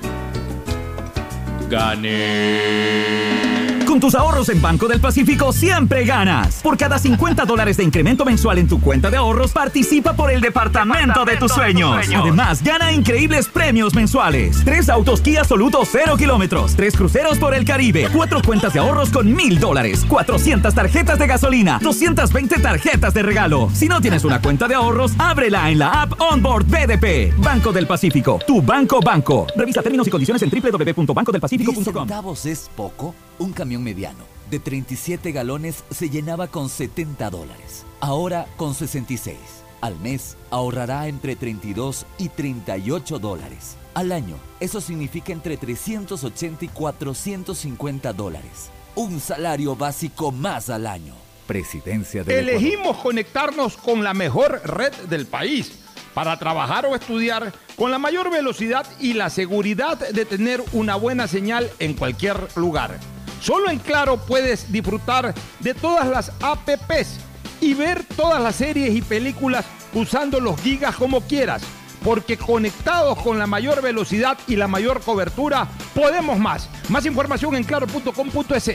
Con tus ahorros en Banco del Pacífico siempre ganas. Por cada cincuenta dólares de incremento mensual en tu cuenta de ahorros, participa por el departamento de tus sueños. Además, gana increíbles premios mensuales. Tres autos Kia Soluto cero kilómetros, tres cruceros por el Caribe, cuatro cuentas de ahorros con mil dólares, cuatrocientas tarjetas de gasolina, doscientas veinte tarjetas de regalo. Si no tienes una cuenta de ahorros, ábrela en la app Onboard B D P. Banco del Pacífico, tu banco banco. Revisa términos y condiciones en doble u doble u doble u punto banco del pacífico punto com. ¿diez centavos es poco? Un camión mediano de treinta y siete galones se llenaba con setenta dólares. Ahora con sesenta y seis. Al mes ahorrará entre treinta y dos y treinta y ocho dólares. Al año, eso significa entre trescientos ochenta y cuatrocientos cincuenta dólares. Un salario básico más al año. Presidencia del Ecuador. Elegimos conectarnos con la mejor red del país para trabajar o estudiar con la mayor velocidad y la seguridad de tener una buena señal en cualquier lugar. Solo en Claro puedes disfrutar de todas las apps y ver todas las series y películas usando los gigas como quieras, porque conectados con la mayor velocidad y la mayor cobertura, podemos más. Más información en claro punto com punto es.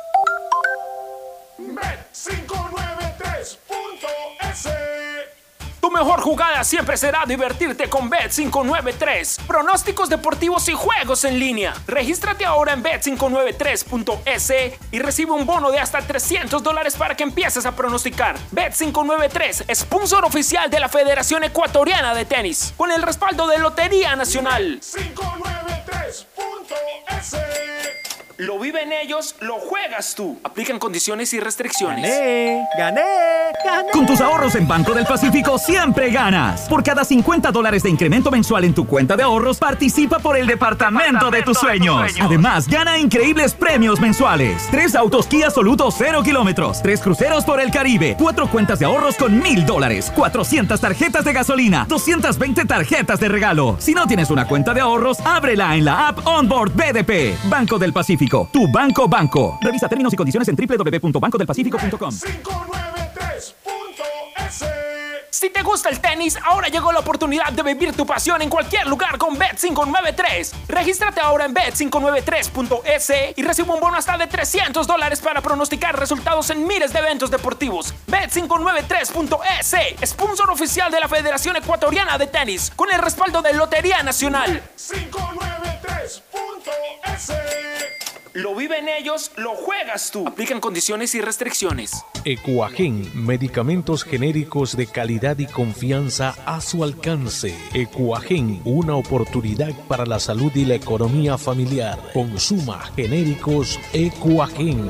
Bet cinco nueve tres punto es. Tu mejor jugada siempre será divertirte con Bet cinco nueve tres. Pronósticos deportivos y juegos en línea. Regístrate ahora en Bet cinco nueve tres punto es y recibe un bono de hasta trescientos dólares para que empieces a pronosticar. Bet cinco nueve tres, sponsor oficial de la Federación Ecuatoriana de Tenis, con el respaldo de Lotería Nacional. cinco nueve tres punto es. Lo viven ellos, lo juegas tú. Aplican condiciones y restricciones. ¡Gané! ¡Gané! ¡Gané! Con tus ahorros en Banco del Pacífico siempre ganas. Por cada cincuenta dólares de incremento mensual en tu cuenta de ahorros, participa por el departamento de tus sueños. Además, gana increíbles premios mensuales. Tres autos Kia Soluto cero kilómetros, tres cruceros por el Caribe, cuatro cuentas de ahorros con mil dólares, cuatrocientas tarjetas de gasolina, doscientas veinte tarjetas de regalo. Si no tienes una cuenta de ahorros, ábrela en la app Onboard B D P. Banco del Pacífico, tu banco banco. Revisa términos y condiciones en doble u doble u doble u punto banco del pacífico punto com. cinco nueve tres punto es. Si te gusta el tenis, ahora llegó la oportunidad de vivir tu pasión en cualquier lugar con Bet cinco nueve tres. Regístrate ahora en Bet cinco nueve tres punto es y recibe un bono hasta de trescientos dólares para pronosticar resultados en miles de eventos deportivos. Bet cinco nueve tres punto es, sponsor oficial de la Federación Ecuatoriana de Tenis, con el respaldo de Lotería Nacional. cinco nueve tres punto es. Lo viven ellos, lo juegas tú. Aplican condiciones y restricciones. Ecuagen, medicamentos genéricos de calidad y confianza a su alcance. Ecuagen, una oportunidad para la salud y la economía familiar. Consuma genéricos Ecuagen.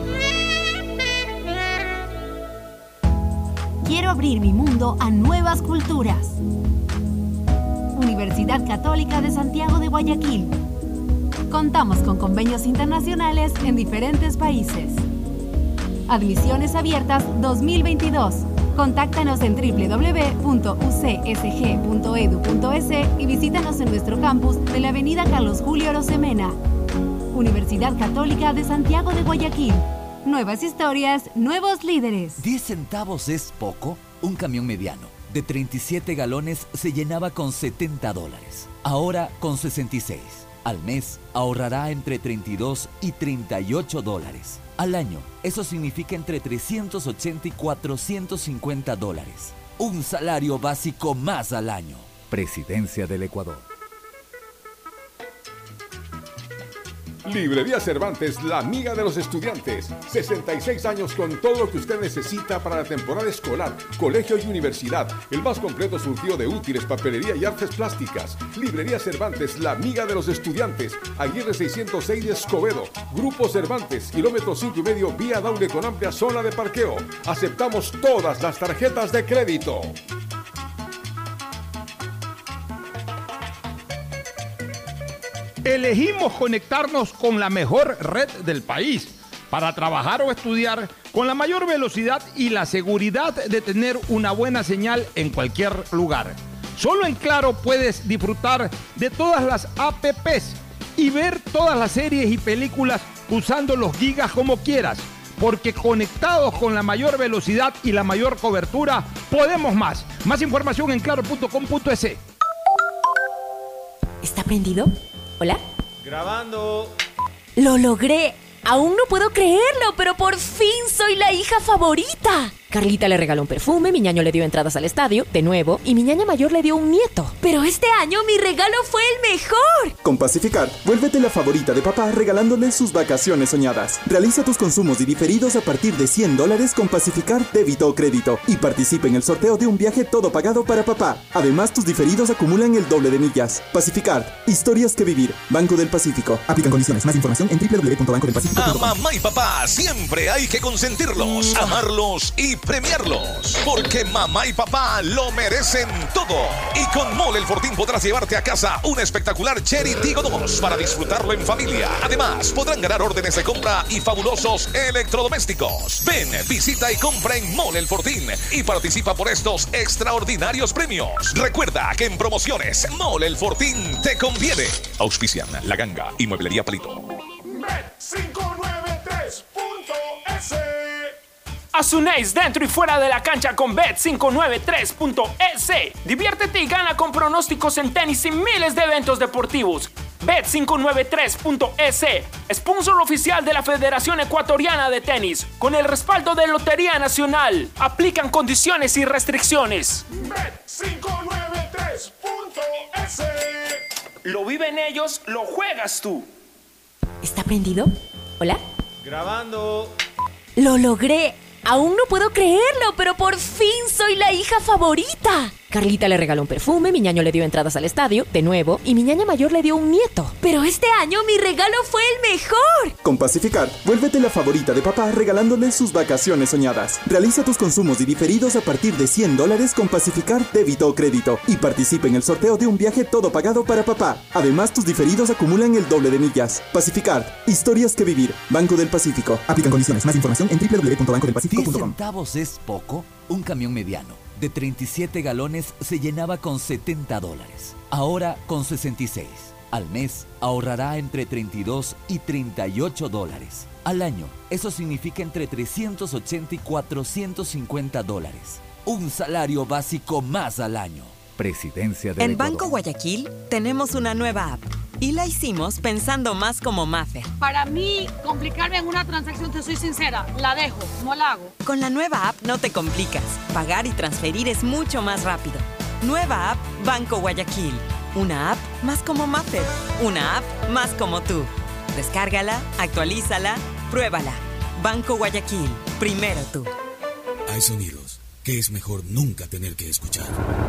Quiero abrir mi mundo a nuevas culturas. Universidad Católica de Santiago de Guayaquil. Contamos con convenios internacionales en diferentes países. Admisiones abiertas dos mil veintidós. Contáctanos en doble u doble u doble u punto u c s g punto e d u punto es y visítanos en nuestro campus de la avenida Carlos Julio Arosemena. Universidad Católica de Santiago de Guayaquil. Nuevas historias, nuevos líderes. ¿diez centavos es poco? Un camión mediano de treinta y siete galones se llenaba con setenta dólares. Ahora con sesenta y seis. Al mes ahorrará entre treinta y dos y treinta y ocho dólares. Al año, eso significa entre trescientos ochenta y cuatrocientos cincuenta dólares. Un salario básico más al año. Presidencia del Ecuador. Librería Cervantes, la amiga de los estudiantes. sesenta y seis años con todo lo que usted necesita para la temporada escolar, colegio y universidad. El más completo surtido de útiles, papelería y artes plásticas. Librería Cervantes, la amiga de los estudiantes. Aguirre seiscientos seis de Escobedo. Grupo Cervantes, kilómetro cinco y medio, vía Daule con amplia zona de parqueo. Aceptamos todas las tarjetas de crédito. Elegimos conectarnos con la mejor red del país para trabajar o estudiar con la mayor velocidad y la seguridad de tener una buena señal en cualquier lugar. Solo en Claro puedes disfrutar de todas las apps y ver todas las series y películas usando los gigas como quieras, porque conectados con la mayor velocidad y la mayor cobertura, podemos más. Más información en claro punto com punto es. ¿Está prendido? ¿Hola? Grabando. ¡Lo logré! Aún no puedo creerlo, pero por fin soy la hija favorita. Carlita le regaló un perfume, mi ñaño le dio entradas al estadio, de nuevo, y mi ñaña mayor le dio un nieto. Pero este año mi regalo fue el mejor. Con Pacificar, vuélvete la favorita de papá regalándole sus vacaciones soñadas. Realiza tus consumos y diferidos a partir de cien dólares con Pacificar débito o crédito y participa en el sorteo de un viaje todo pagado para papá. Además, tus diferidos acumulan el doble de millas. Pacificar, historias que vivir. Banco del Pacífico. Aplican condiciones. Más información en doble u doble u doble u punto banco del pacífico punto com. A mamá y papá siempre hay que consentirlos, amarlos y premiarlos, porque mamá y papá lo merecen todo. Y con Mole el Fortín podrás llevarte a casa un espectacular Cherry Tigo dos para disfrutarlo en familia. Además, podrán ganar órdenes de compra y fabulosos electrodomésticos. Ven, visita y compra en Mole el Fortín y participa por estos extraordinarios premios. Recuerda que en promociones Mole el Fortín te conviene. Auspician La Ganga y Mueblería Palito. Bet cinco nueve tres punto es. Asunéis dentro y fuera de la cancha con Bet cinco nueve tres punto es. Diviértete y gana con pronósticos en tenis y miles de eventos deportivos. Bet cinco nueve tres punto es, sponsor oficial de la Federación Ecuatoriana de Tenis, con el respaldo de Lotería Nacional. Aplican condiciones y restricciones. Bet cinco nueve tres punto es. Lo viven ellos, lo juegas tú. ¿Está prendido? ¿Hola? Grabando. ¡Lo logré! Aún no puedo creerlo, pero por fin soy la hija favorita. Carlita le regaló un perfume, mi ñaño le dio entradas al estadio, de nuevo, y mi ñaña mayor le dio un nieto. Pero este año mi regalo fue el mejor. Con Pacificar, vuélvete la favorita de papá regalándole sus vacaciones soñadas. Realiza tus consumos y diferidos a partir de cien dólares con Pacificar débito o crédito y participa en el sorteo de un viaje todo pagado para papá. Además, tus diferidos acumulan el doble de millas. Pacificar, historias que vivir. Banco del Pacífico. Aplican condiciones. Más información en doble u doble u doble u punto banco del pacífico punto com. ¿diez centavos es poco? Un camión mediano de treinta y siete galones se llenaba con setenta dólares. Ahora con sesenta y seis. Al mes ahorrará entre treinta y dos y treinta y ocho dólares. Al año, eso significa entre trescientos ochenta y cuatrocientos cincuenta dólares. Un salario básico más al año. Presidencia del En Ecuador. Banco Guayaquil tenemos una nueva app y la hicimos pensando más como Maffer. Para mí, complicarme en una transacción, te soy sincera, la dejo, no la hago. Con la nueva app no te complicas. Pagar y transferir es mucho más rápido. Nueva app Banco Guayaquil. Una app más como Maffer. Una app más como tú. Descárgala, actualízala, pruébala. Banco Guayaquil. Primero tú. Hay sonidos que es mejor nunca tener que escuchar.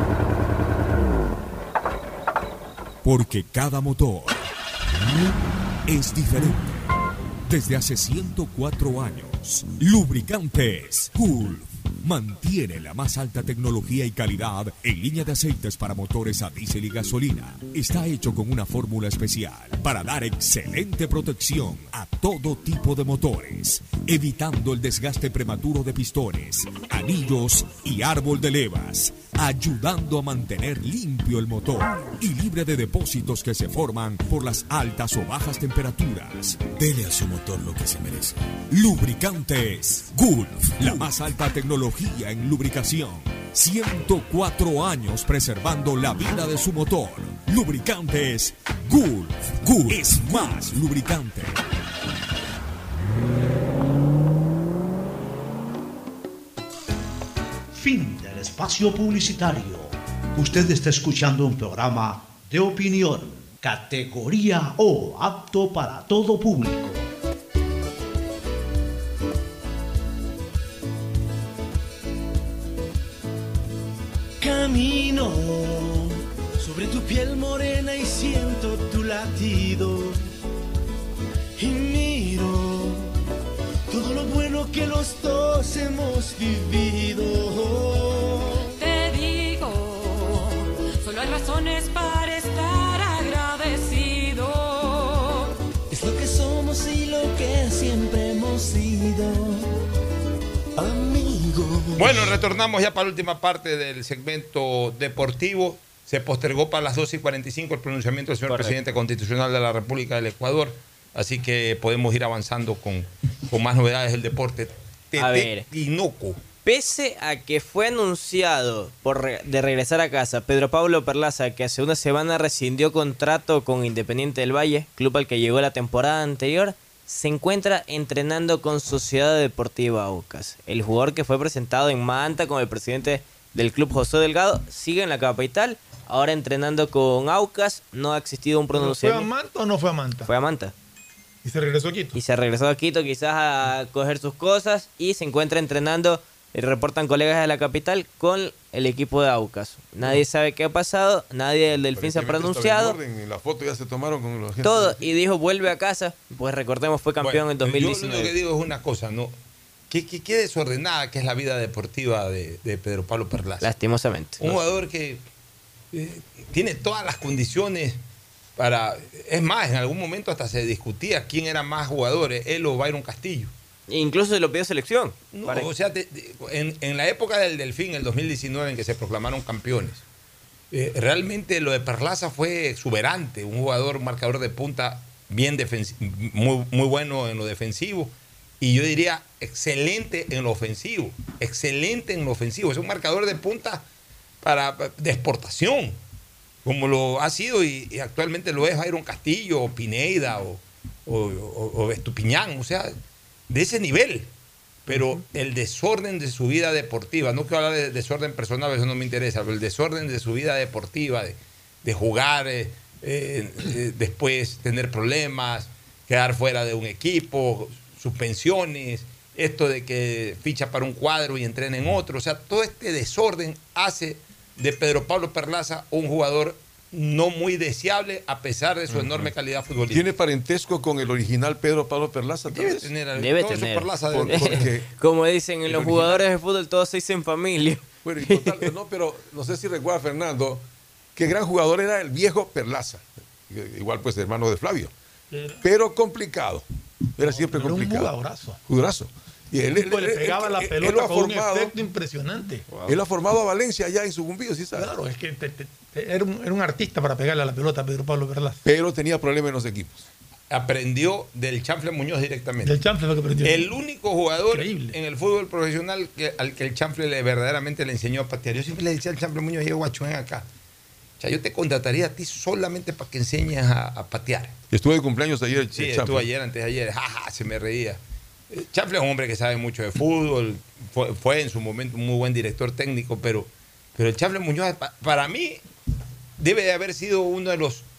Porque cada motor es diferente. Desde hace ciento cuatro años, Lubricantes Gulf mantiene la más alta tecnología y calidad en línea de aceites para motores a diésel y gasolina. Está hecho con una fórmula especial para dar excelente protección a todo tipo de motores, evitando el desgaste prematuro de pistones, anillos y árbol de levas, ayudando a mantener limpio el motor y libre de depósitos que se forman por las altas o bajas temperaturas. Dele a su motor lo que se merece. Lubricantes Gulf, la más alta tecnología en lubricación. ciento cuatro años preservando la vida de su motor. Lubricantes Gulf. Gulf es más lubricante. Fin del espacio publicitario. Usted está escuchando un programa de opinión, categoría O, apto para todo público. Camino sobre tu piel morena y siento tu latido. Y miro todo lo bueno que los dos hemos vivido. Te digo, solo hay razones para estar agradecido. Es lo que somos y lo que siempre hemos sido. Amigos. Bueno, retornamos ya para la última parte del segmento deportivo. Se postergó para las doce y cuarenta y cinco el pronunciamiento del señor Correcto. presidente constitucional de la República del Ecuador. Así que podemos ir avanzando con, con más novedades del deporte. Tete A ver, Tinoco. Pese a que fue anunciado por re- de regresar a casa Pedro Pablo Perlaza, que hace una semana rescindió contrato con Independiente del Valle, club al que llegó la temporada anterior, se encuentra entrenando con Sociedad Deportiva Aucas. El jugador que fue presentado en Manta con el presidente del club, José Delgado, sigue en la capital, ahora entrenando con Aucas. No ha existido un pronunciamiento. ¿Fue a Manta o no fue a Manta? Fue a Manta. ¿Y se regresó a Quito? Y se regresó a Quito quizás a coger sus cosas y se encuentra entrenando, y reportan colegas de la capital, con el equipo de Aucas. Nadie sabe qué ha pasado, nadie del Delfín se ha pronunciado. En la foto ya se tomaron con los Todo, y dijo vuelve a casa, pues recordemos fue campeón Bueno, en dos mil diecinueve. Yo lo que digo es una cosa, ¿no? Qué, qué, qué desordenada que es la vida deportiva de, de Pedro Pablo Perlaza. Lastimosamente. Un jugador que eh, tiene todas las condiciones para... Es más, en algún momento hasta se discutía quién era más jugadores, él o Byron Castillo. Incluso se lo pidió selección. No, Para... o sea, de, de, en, en la época del Delfín, el dos mil diecinueve, en que se proclamaron campeones, eh, realmente lo de Perlaza fue exuberante. Un jugador, un marcador de punta bien defensivo, muy, muy bueno en lo defensivo. Y yo diría excelente en lo ofensivo. Excelente en lo ofensivo. Es un marcador de punta para, de exportación, como lo ha sido y, y actualmente lo es Byron Castillo, o Pineda, o, o, o, o Estupiñán. O sea, de ese nivel. Pero uh-huh. el desorden de su vida deportiva, no quiero hablar de desorden personal, eso no me interesa, pero el desorden de su vida deportiva, de, de jugar, eh, eh, eh, después tener problemas, quedar fuera de un equipo, suspensiones, esto de que ficha para un cuadro y entrena en otro. O sea, todo este desorden hace de Pedro Pablo Perlaza un jugador no muy deseable a pesar de su uh-huh. enorme calidad futbolística. ¿Tiene parentesco con el original Pedro Pablo Perlaza? Debe vez? tener. Debe tener. Perlaza Por, porque Como dicen en los original... jugadores de fútbol, todos se dicen familia. Bueno, y total, no, pero no sé si recuerda, Fernando, qué gran jugador era el viejo Perlaza. Igual pues hermano de Flavio. Pero complicado. Era siempre era complicado. Un jugadorazo. Jugadorazo. Y él, él, él, le pegaba él, la él, pelota él con formado, un efecto impresionante. Wow. Él ha formado a Valencia allá en Sucumbío, ¿sí sabes? Claro, es que te, te, te, era, un, era un artista para pegarle a la pelota a Pedro Pablo Perlaza. Pero tenía problemas en los equipos. Aprendió del Chanfle Muñoz directamente. Del Chanfle fue que aprendió. El único jugador Increíble. en el fútbol profesional que, al que el Chanfle le, verdaderamente le enseñó a patear. Yo siempre le decía al Chanfle Muñoz, oye, guacho, ven acá. O sea, yo te contrataría a ti solamente para que enseñes a, a patear. Estuve de cumpleaños ayer. Sí, estuve ayer, antes de ayer. Jaja, se me reía. Chanfle es un hombre que sabe mucho de fútbol, fue, fue en su momento un muy buen director técnico, pero, pero el Chanfle Muñoz, para mí, debe de haber sido uno de los,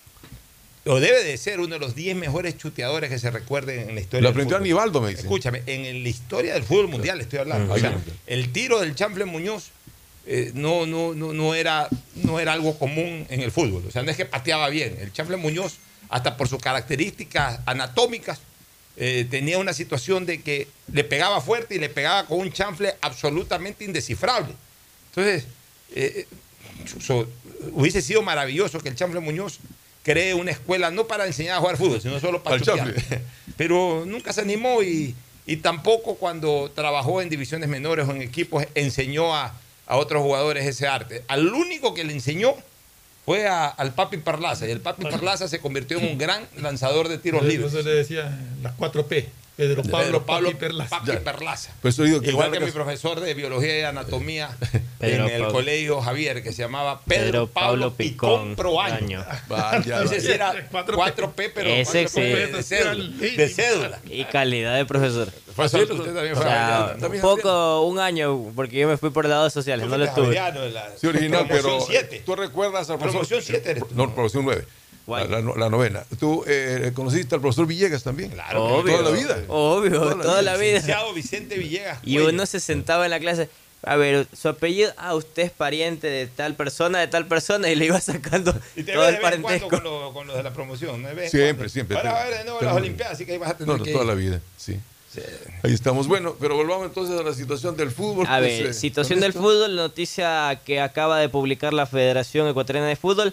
o debe de ser uno de los diez mejores chuteadores que se recuerden en la historia Lo del aprendió fútbol. Aníbaldo, me dice. Escúchame, en la historia del fútbol mundial estoy hablando. O sea, el tiro del Chanfle Muñoz eh, no, no, no, no, era, no era algo común en el fútbol. O sea, no es que pateaba bien. El Chanfle Muñoz, hasta por sus características anatómicas, Eh, tenía una situación de que le pegaba fuerte y le pegaba con un chanfle absolutamente indescifrable. Entonces, eh, so, hubiese sido maravilloso que el Chanfle Muñoz cree una escuela no para enseñar a jugar fútbol, sino solo para chutear. Pero nunca se animó y, y tampoco cuando trabajó en divisiones menores o en equipos enseñó a, a otros jugadores ese arte. Al único que le enseñó fue a, al Papi Perlaza, y el Papi Perlaza se convirtió en un gran lanzador de tiros libres. Eso le decía las cuatro P. Pedro Pablo, Pedro Pablo Papi Perlaza. Papi Perlaza. Pues digo que Igual que Vargas- mi profesor de biología y anatomía Pedro en el Pablo. colegio Javier, que se llamaba Pedro, Pedro Pablo, Pablo Picón, Picón Proaño. Vaya, Ese sí vaya. era cuatro P, pero Ese cuatro P sí. de cédula. De cédula. Y calidad de profesor. Fue cierto, usted también O fue sea, Javeriano. un También poco, un año, porque yo me fui por el lado de sociales, no lo estuve. Javeriano de la Sí, original, promoción pero siete. tú recuerdas al profesor. Promoción siete eres tú. No, promoción nueve. La, la- la novena. Tú eh, conociste al profesor Villegas también. Claro, Obvio. Toda la vida. Obvio, toda la vida. Licenciado Vicente Villegas. Y Cuello. uno se sentaba en la clase, a ver, su apellido, ah, usted es pariente de tal persona, de tal persona, y le iba sacando Y te todo ves el de vez en cuando parentesco. con los con los de la promoción. ¿No? De vez en Siempre, cuando. siempre. Ahora va a Pero- haber de nuevo pero- las Olimpiadas, así que ahí vas a tener No, no, que toda ir. la vida, sí. Sí. Ahí estamos. Bueno, pero volvamos entonces a la situación del fútbol. A pues, ver, eh, situación con del esto. fútbol, noticia que acaba de publicar la Federación Ecuatoriana de Fútbol,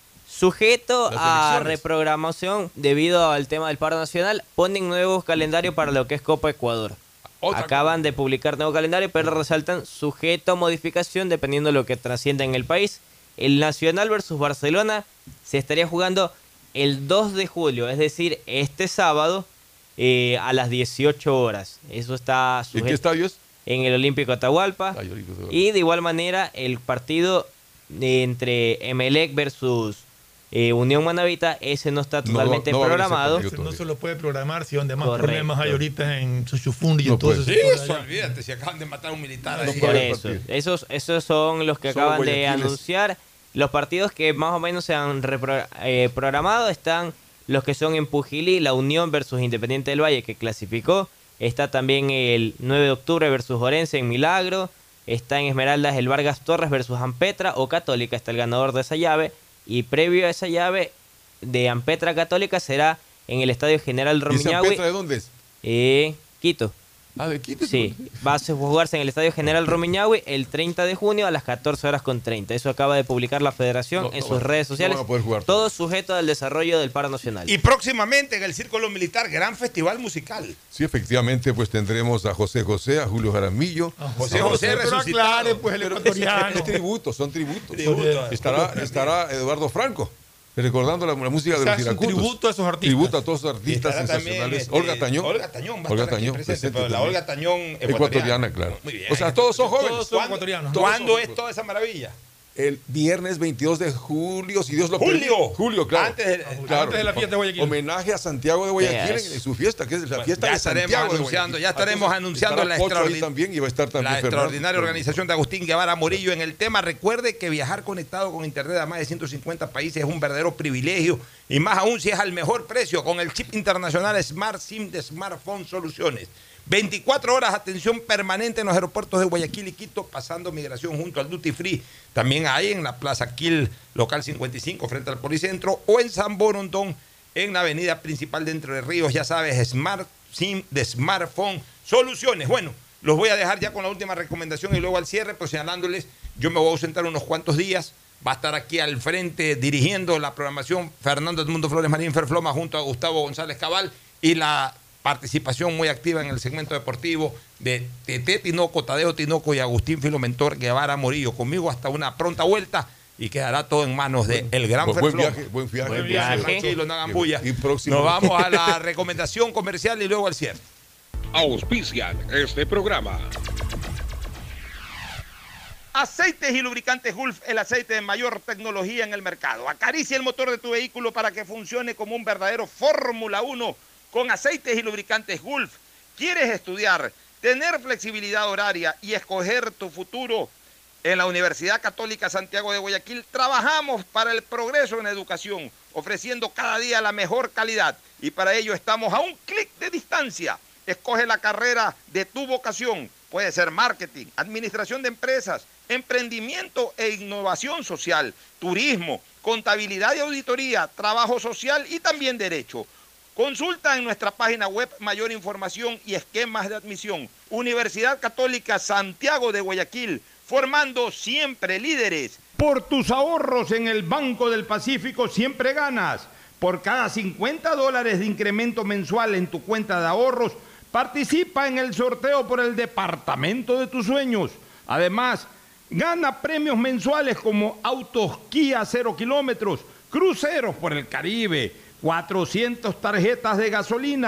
sujeto Las a elecciones. reprogramación debido al tema del paro nacional, ponen nuevos calendarios para lo que es Copa Ecuador. Otra Acaban de publicar nuevo calendario, pero resaltan sujeto a modificación dependiendo de lo que trascienda en el país. El Nacional versus Barcelona se estaría jugando el dos de julio, es decir, este sábado eh, a las dieciocho horas. Eso está ¿En sujeto qué estadio es? en el Olímpico Atahualpa. Ay, Olímpico Atahualpa. Y de igual manera el partido eh, entre Emelec versus eh, Unión Manavita, ese no está No, totalmente no va a haber ese programado. partido. No se lo puede programar si donde más Correcto. problemas hay ahorita en Suchufundi y No en todo puede. ese Sí, sector de eso, allá. olvídate, si acaban de matar a un militar No ahí. Por puede eso, partido. esos, esos son los que Solo acaban de Guayaquiles. anunciar. Los partidos que más o menos se han repro- eh, programado están los que son en Pujilí, la Unión versus Independiente del Valle, que clasificó. Está también el nueve de octubre versus Orense en Milagro. Está en Esmeraldas el Vargas Torres versus Ampetra o Católica, está el ganador de esa llave. Y previo a esa llave de Ampetra Católica será en el Estadio General ¿Y San Romiñahui, Petra de dónde es? eh, Quito. Ah, de Quito. Sí, va a jugarse en el Estadio General Romiñahui el treinta de junio a las catorce horas con treinta. Eso acaba de publicar la Federación No, en no sus van- redes no sociales. van a poder jugar. Todo sujeto al desarrollo del paro nacional. Y próximamente en el Círculo Militar, gran festival musical. Sí, efectivamente, pues tendremos a José José, a Julio Jaramillo. José No, José pero resucitado. aclare, pues el Pero es, ecuatoriano. es tributo, son tributos. Tributo. Estará, estará Eduardo Franco, recordando la, la música O de sea, los es un iracutos. tributo a esos artistas. Tributo a todos los Y artistas estará también, sensacionales. este, Olga Tañón. Olga Tañón va a Olga estar aquí Tañón, presente, presente pero la también. Olga Tañón ecuatoriana. Ecuatoriana, claro. Muy bien. O sea, todos son jóvenes. Todos son ¿Cuándo, ecuatorianos. ¿cuándo Todos es son- toda esa maravilla? El viernes veintidós de julio, si Dios lo ¿Julio? permite. Julio, claro. Antes de- Claro. Antes de la fiesta de Guayaquil. Homenaje a Santiago de Guayaquil Yes. en su fiesta, que es la fiesta ya de estaremos Santiago de anunciando, Guayaquil. ya estaremos Entonces, anunciando estará la Pocho ahí extraordin- también y va a estar también La Fernando. extraordinaria organización de Agustín Guevara Murillo en el tema. Recuerde que viajar conectado con internet a más de ciento cincuenta países es un verdadero privilegio y más aún si es al mejor precio con el chip internacional Smart SIM de Smartphone Soluciones. veinticuatro horas atención permanente en los aeropuertos de Guayaquil y Quito, pasando migración junto al Duty Free. También hay en la Plaza Quil, local cincuenta y cinco, frente al Policentro, o en San Borondón, en la avenida principal de Entre Ríos. Ya sabes, Smart SIM de Smartphone Soluciones. Bueno, los voy a dejar ya con la última recomendación y luego al cierre, pero señalándoles, yo me voy a ausentar unos cuantos días. Va a estar aquí al frente dirigiendo la programación Fernando Edmundo Flores Marín Ferfloma junto a Gustavo González Cabal y la participación muy activa en el segmento deportivo de Tete Tinoco, Tadeo Tinoco y Agustín Filomentor Guevara Morillo. Conmigo hasta una pronta vuelta y quedará todo en manos de el gran Buen Ferfloma. viaje, buen viaje. Buen viaje. Tranquilo, no hagan bulla. Y próximo. Nos vamos a la recomendación comercial y luego al cierre. Auspician este programa. Aceites y lubricantes Gulf, el aceite de mayor tecnología en el mercado. Acaricia el motor de tu vehículo para que funcione como un verdadero Fórmula uno con aceites y lubricantes Gulf. ¿Quieres estudiar, tener flexibilidad horaria y escoger tu futuro? En la Universidad Católica Santiago de Guayaquil trabajamos para el progreso en educación, ofreciendo cada día la mejor calidad. Y para ello estamos a un clic de distancia. Escoge la carrera de tu vocación. Puede ser marketing, administración de empresas, emprendimiento e innovación social, turismo, contabilidad y auditoría, trabajo social y también derecho. Consulta en nuestra página web mayor información y esquemas de admisión. Universidad Católica Santiago de Guayaquil, formando siempre líderes. Por tus ahorros en el Banco del Pacífico siempre ganas. Por cada cincuenta dólares de incremento mensual en tu cuenta de ahorros, participa en el sorteo por el departamento de tus sueños. Además, gana premios mensuales como autos Kia cero kilómetros, cruceros por el Caribe, cuatrocientas tarjetas de gasolina,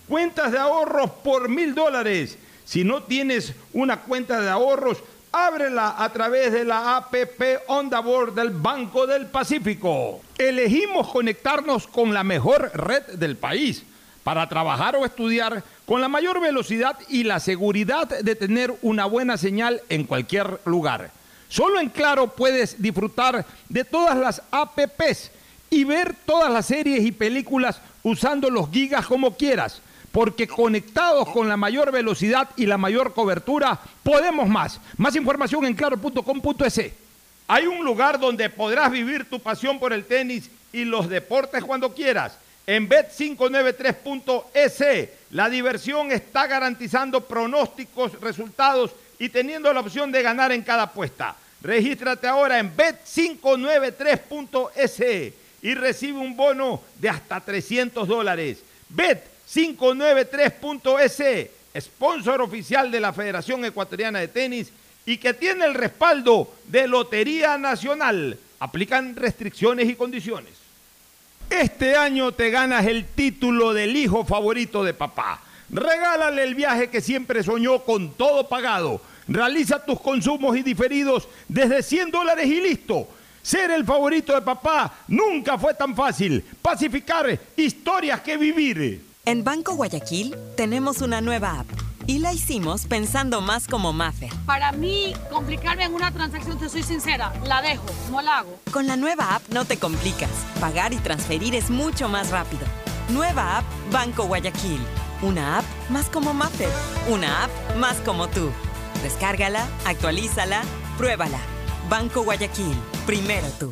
cuentas de ahorros por mil dólares. Si no tienes una cuenta de ahorros, ábrela a través de la A P P Onda Board del Banco del Pacífico. Elegimos conectarnos con la mejor red del país para trabajar o estudiar con la mayor velocidad y la seguridad de tener una buena señal en cualquier lugar. Solo en Claro puedes disfrutar de todas las A P Pes y ver todas las series y películas usando los gigas como quieras, porque conectados con la mayor velocidad y la mayor cobertura, podemos más. Más información en claro punto com punto es. Hay un lugar donde podrás vivir tu pasión por el tenis y los deportes cuando quieras. En bet cinco nueve tres punto es, la diversión está garantizando pronósticos, resultados y teniendo la opción de ganar en cada apuesta. Regístrate ahora en bet cinco nueve tres punto es y recibe un bono de hasta trescientos dólares. bet cinco nueve tres punto es, sponsor oficial de la Federación Ecuatoriana de Tenis y que tiene el respaldo de Lotería Nacional. Aplican restricciones y condiciones. Este año te ganas el título del hijo favorito de papá. Regálale el viaje que siempre soñó con todo pagado. Realiza tus consumos y diferidos desde cien dólares y listo. Ser el favorito de papá nunca fue tan fácil. Pacificar, historias que vivir. En Banco Guayaquil tenemos una nueva app y la hicimos pensando más como Maffer. Para mí, complicarme en una transacción, te soy sincera, la dejo, no la hago. Con la nueva app no te complicas. Pagar y transferir es mucho más rápido. Nueva app Banco Guayaquil. Una app más como Maffer. Una app más como tú. Descárgala, actualízala, pruébala. Banco Guayaquil. Primero tú.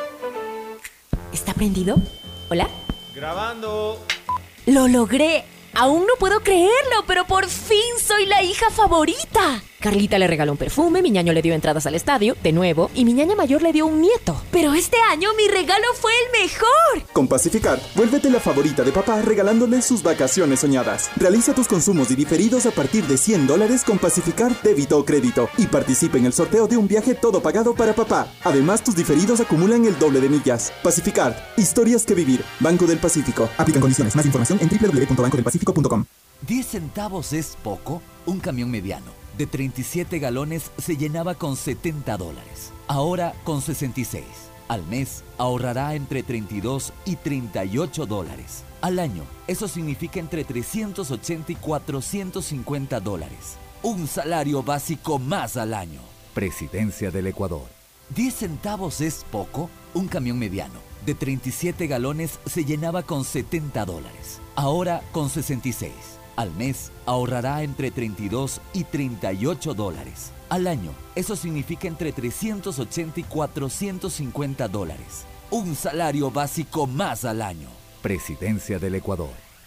¿Está prendido? ¿Hola? Grabando. ¡Lo logré! Aún no puedo creerlo, pero por fin soy la hija favorita. Carlita le regaló un perfume, mi ñaño le dio entradas al estadio, de nuevo, y mi ñaña mayor le dio un nieto. Pero este año mi regalo fue el mejor. Con Pacificar, vuélvete la favorita de papá regalándole sus vacaciones soñadas. Realiza tus consumos y diferidos a partir de cien dólares con Pacificar débito o crédito y participa en el sorteo de un viaje todo pagado para papá. Además, tus diferidos acumulan el doble de millas. Pacificar, historias que vivir. Banco del Pacífico. Aplican condiciones. Más información en doble u doble u doble u punto banco del pacífico punto com. ¿diez centavos es poco? Un camión mediano de treinta y siete galones se llenaba con setenta dólares. Ahora con sesenta y seis. Al mes ahorrará entre treinta y dos y treinta y ocho dólares. Al año, eso significa entre trescientos ochenta y cuatrocientos cincuenta dólares. Un salario básico más al año. Presidencia del Ecuador. ¿diez centavos es poco? Un camión mediano de treinta y siete galones se llenaba con setenta dólares. Ahora con sesenta y seis. Al mes ahorrará entre treinta y dos y treinta y ocho dólares. Al año, eso significa entre trescientos ochenta y cuatrocientos cincuenta dólares. Un salario básico más al año. Presidencia del Ecuador.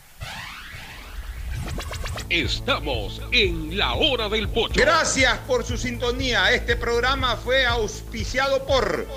Estamos en la hora del pocho. Gracias por su sintonía. Este programa fue auspiciado por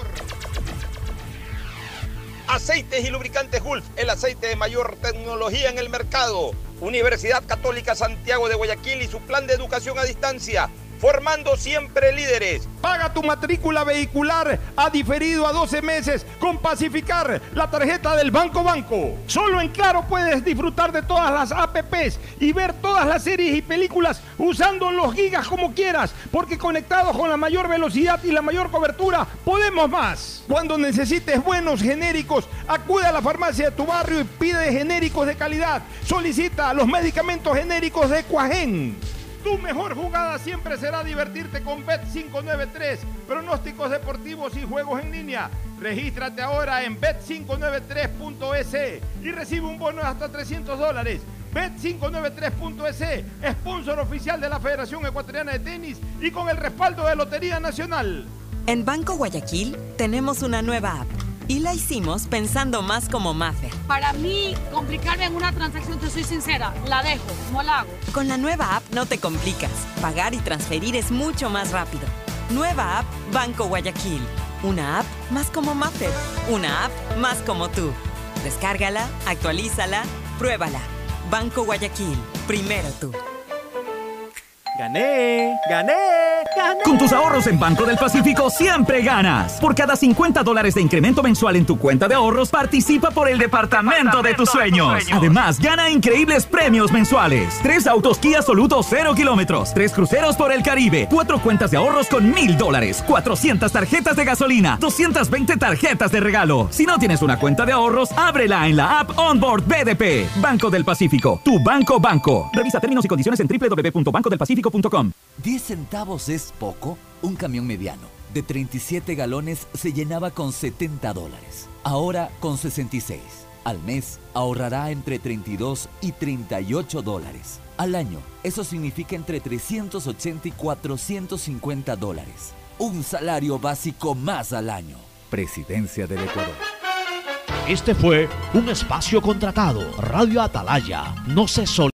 Aceites y Lubricantes Gulf, el aceite de mayor tecnología en el mercado. Universidad Católica Santiago de Guayaquil y su plan de educación a distancia, formando siempre líderes. Paga tu matrícula vehicular a diferido a doce meses con Pacificar, la tarjeta del Banco Banco. Solo en Claro puedes disfrutar de todas las A P Pes y ver todas las series y películas usando los gigas como quieras, porque conectados con la mayor velocidad y la mayor cobertura, podemos más. Cuando necesites buenos genéricos, acude a la farmacia de tu barrio y pide genéricos de calidad. Solicita los medicamentos genéricos de Cuajén. Tu mejor jugada siempre será divertirte con bet cinco nueve tres, pronósticos deportivos y juegos en línea. Regístrate ahora en bet cinco nueve tres punto es y recibe un bono de hasta trescientos dólares. bet cinco nueve tres punto es, sponsor oficial de la Federación Ecuatoriana de Tenis y con el respaldo de Lotería Nacional. En Banco Guayaquil tenemos una nueva app y la hicimos pensando más como Maffer. Para mí, complicarme en una transacción, te soy sincera, la dejo, no la hago. Con la nueva app no te complicas. Pagar y transferir es mucho más rápido. Nueva app Banco Guayaquil. Una app más como Maffer. Una app más como tú. Descárgala, actualízala, pruébala. Banco Guayaquil. Primero tú. ¡Gané! ¡Gané! ganas. Con tus ahorros en Banco del Pacífico siempre ganas. Por cada cincuenta dólares de incremento mensual en tu cuenta de ahorros, participa por el departamento de tus sueños. Además, gana increíbles premios mensuales. Tres autos Kia Soluto cero kilómetros, tres cruceros por el Caribe, cuatro cuentas de ahorros con mil dólares, cuatrocientas tarjetas de gasolina, doscientas veinte tarjetas de regalo. Si no tienes una cuenta de ahorros, ábrela en la app Onboard B D P. Banco del Pacífico, tu banco banco. Revisa términos y condiciones en doble u doble u doble u punto banco del pacífico punto com. ¿diez centavos es poco? Un camión mediano de treinta y siete galones se llenaba con setenta dólares. Ahora con sesenta y seis. Al mes ahorrará entre treinta y dos y treinta y ocho dólares. Al año, eso significa entre trescientos ochenta y cuatrocientos cincuenta dólares. Un salario básico más al año. Presidencia del Ecuador. Este fue un espacio contratado. Radio Atalaya no se sol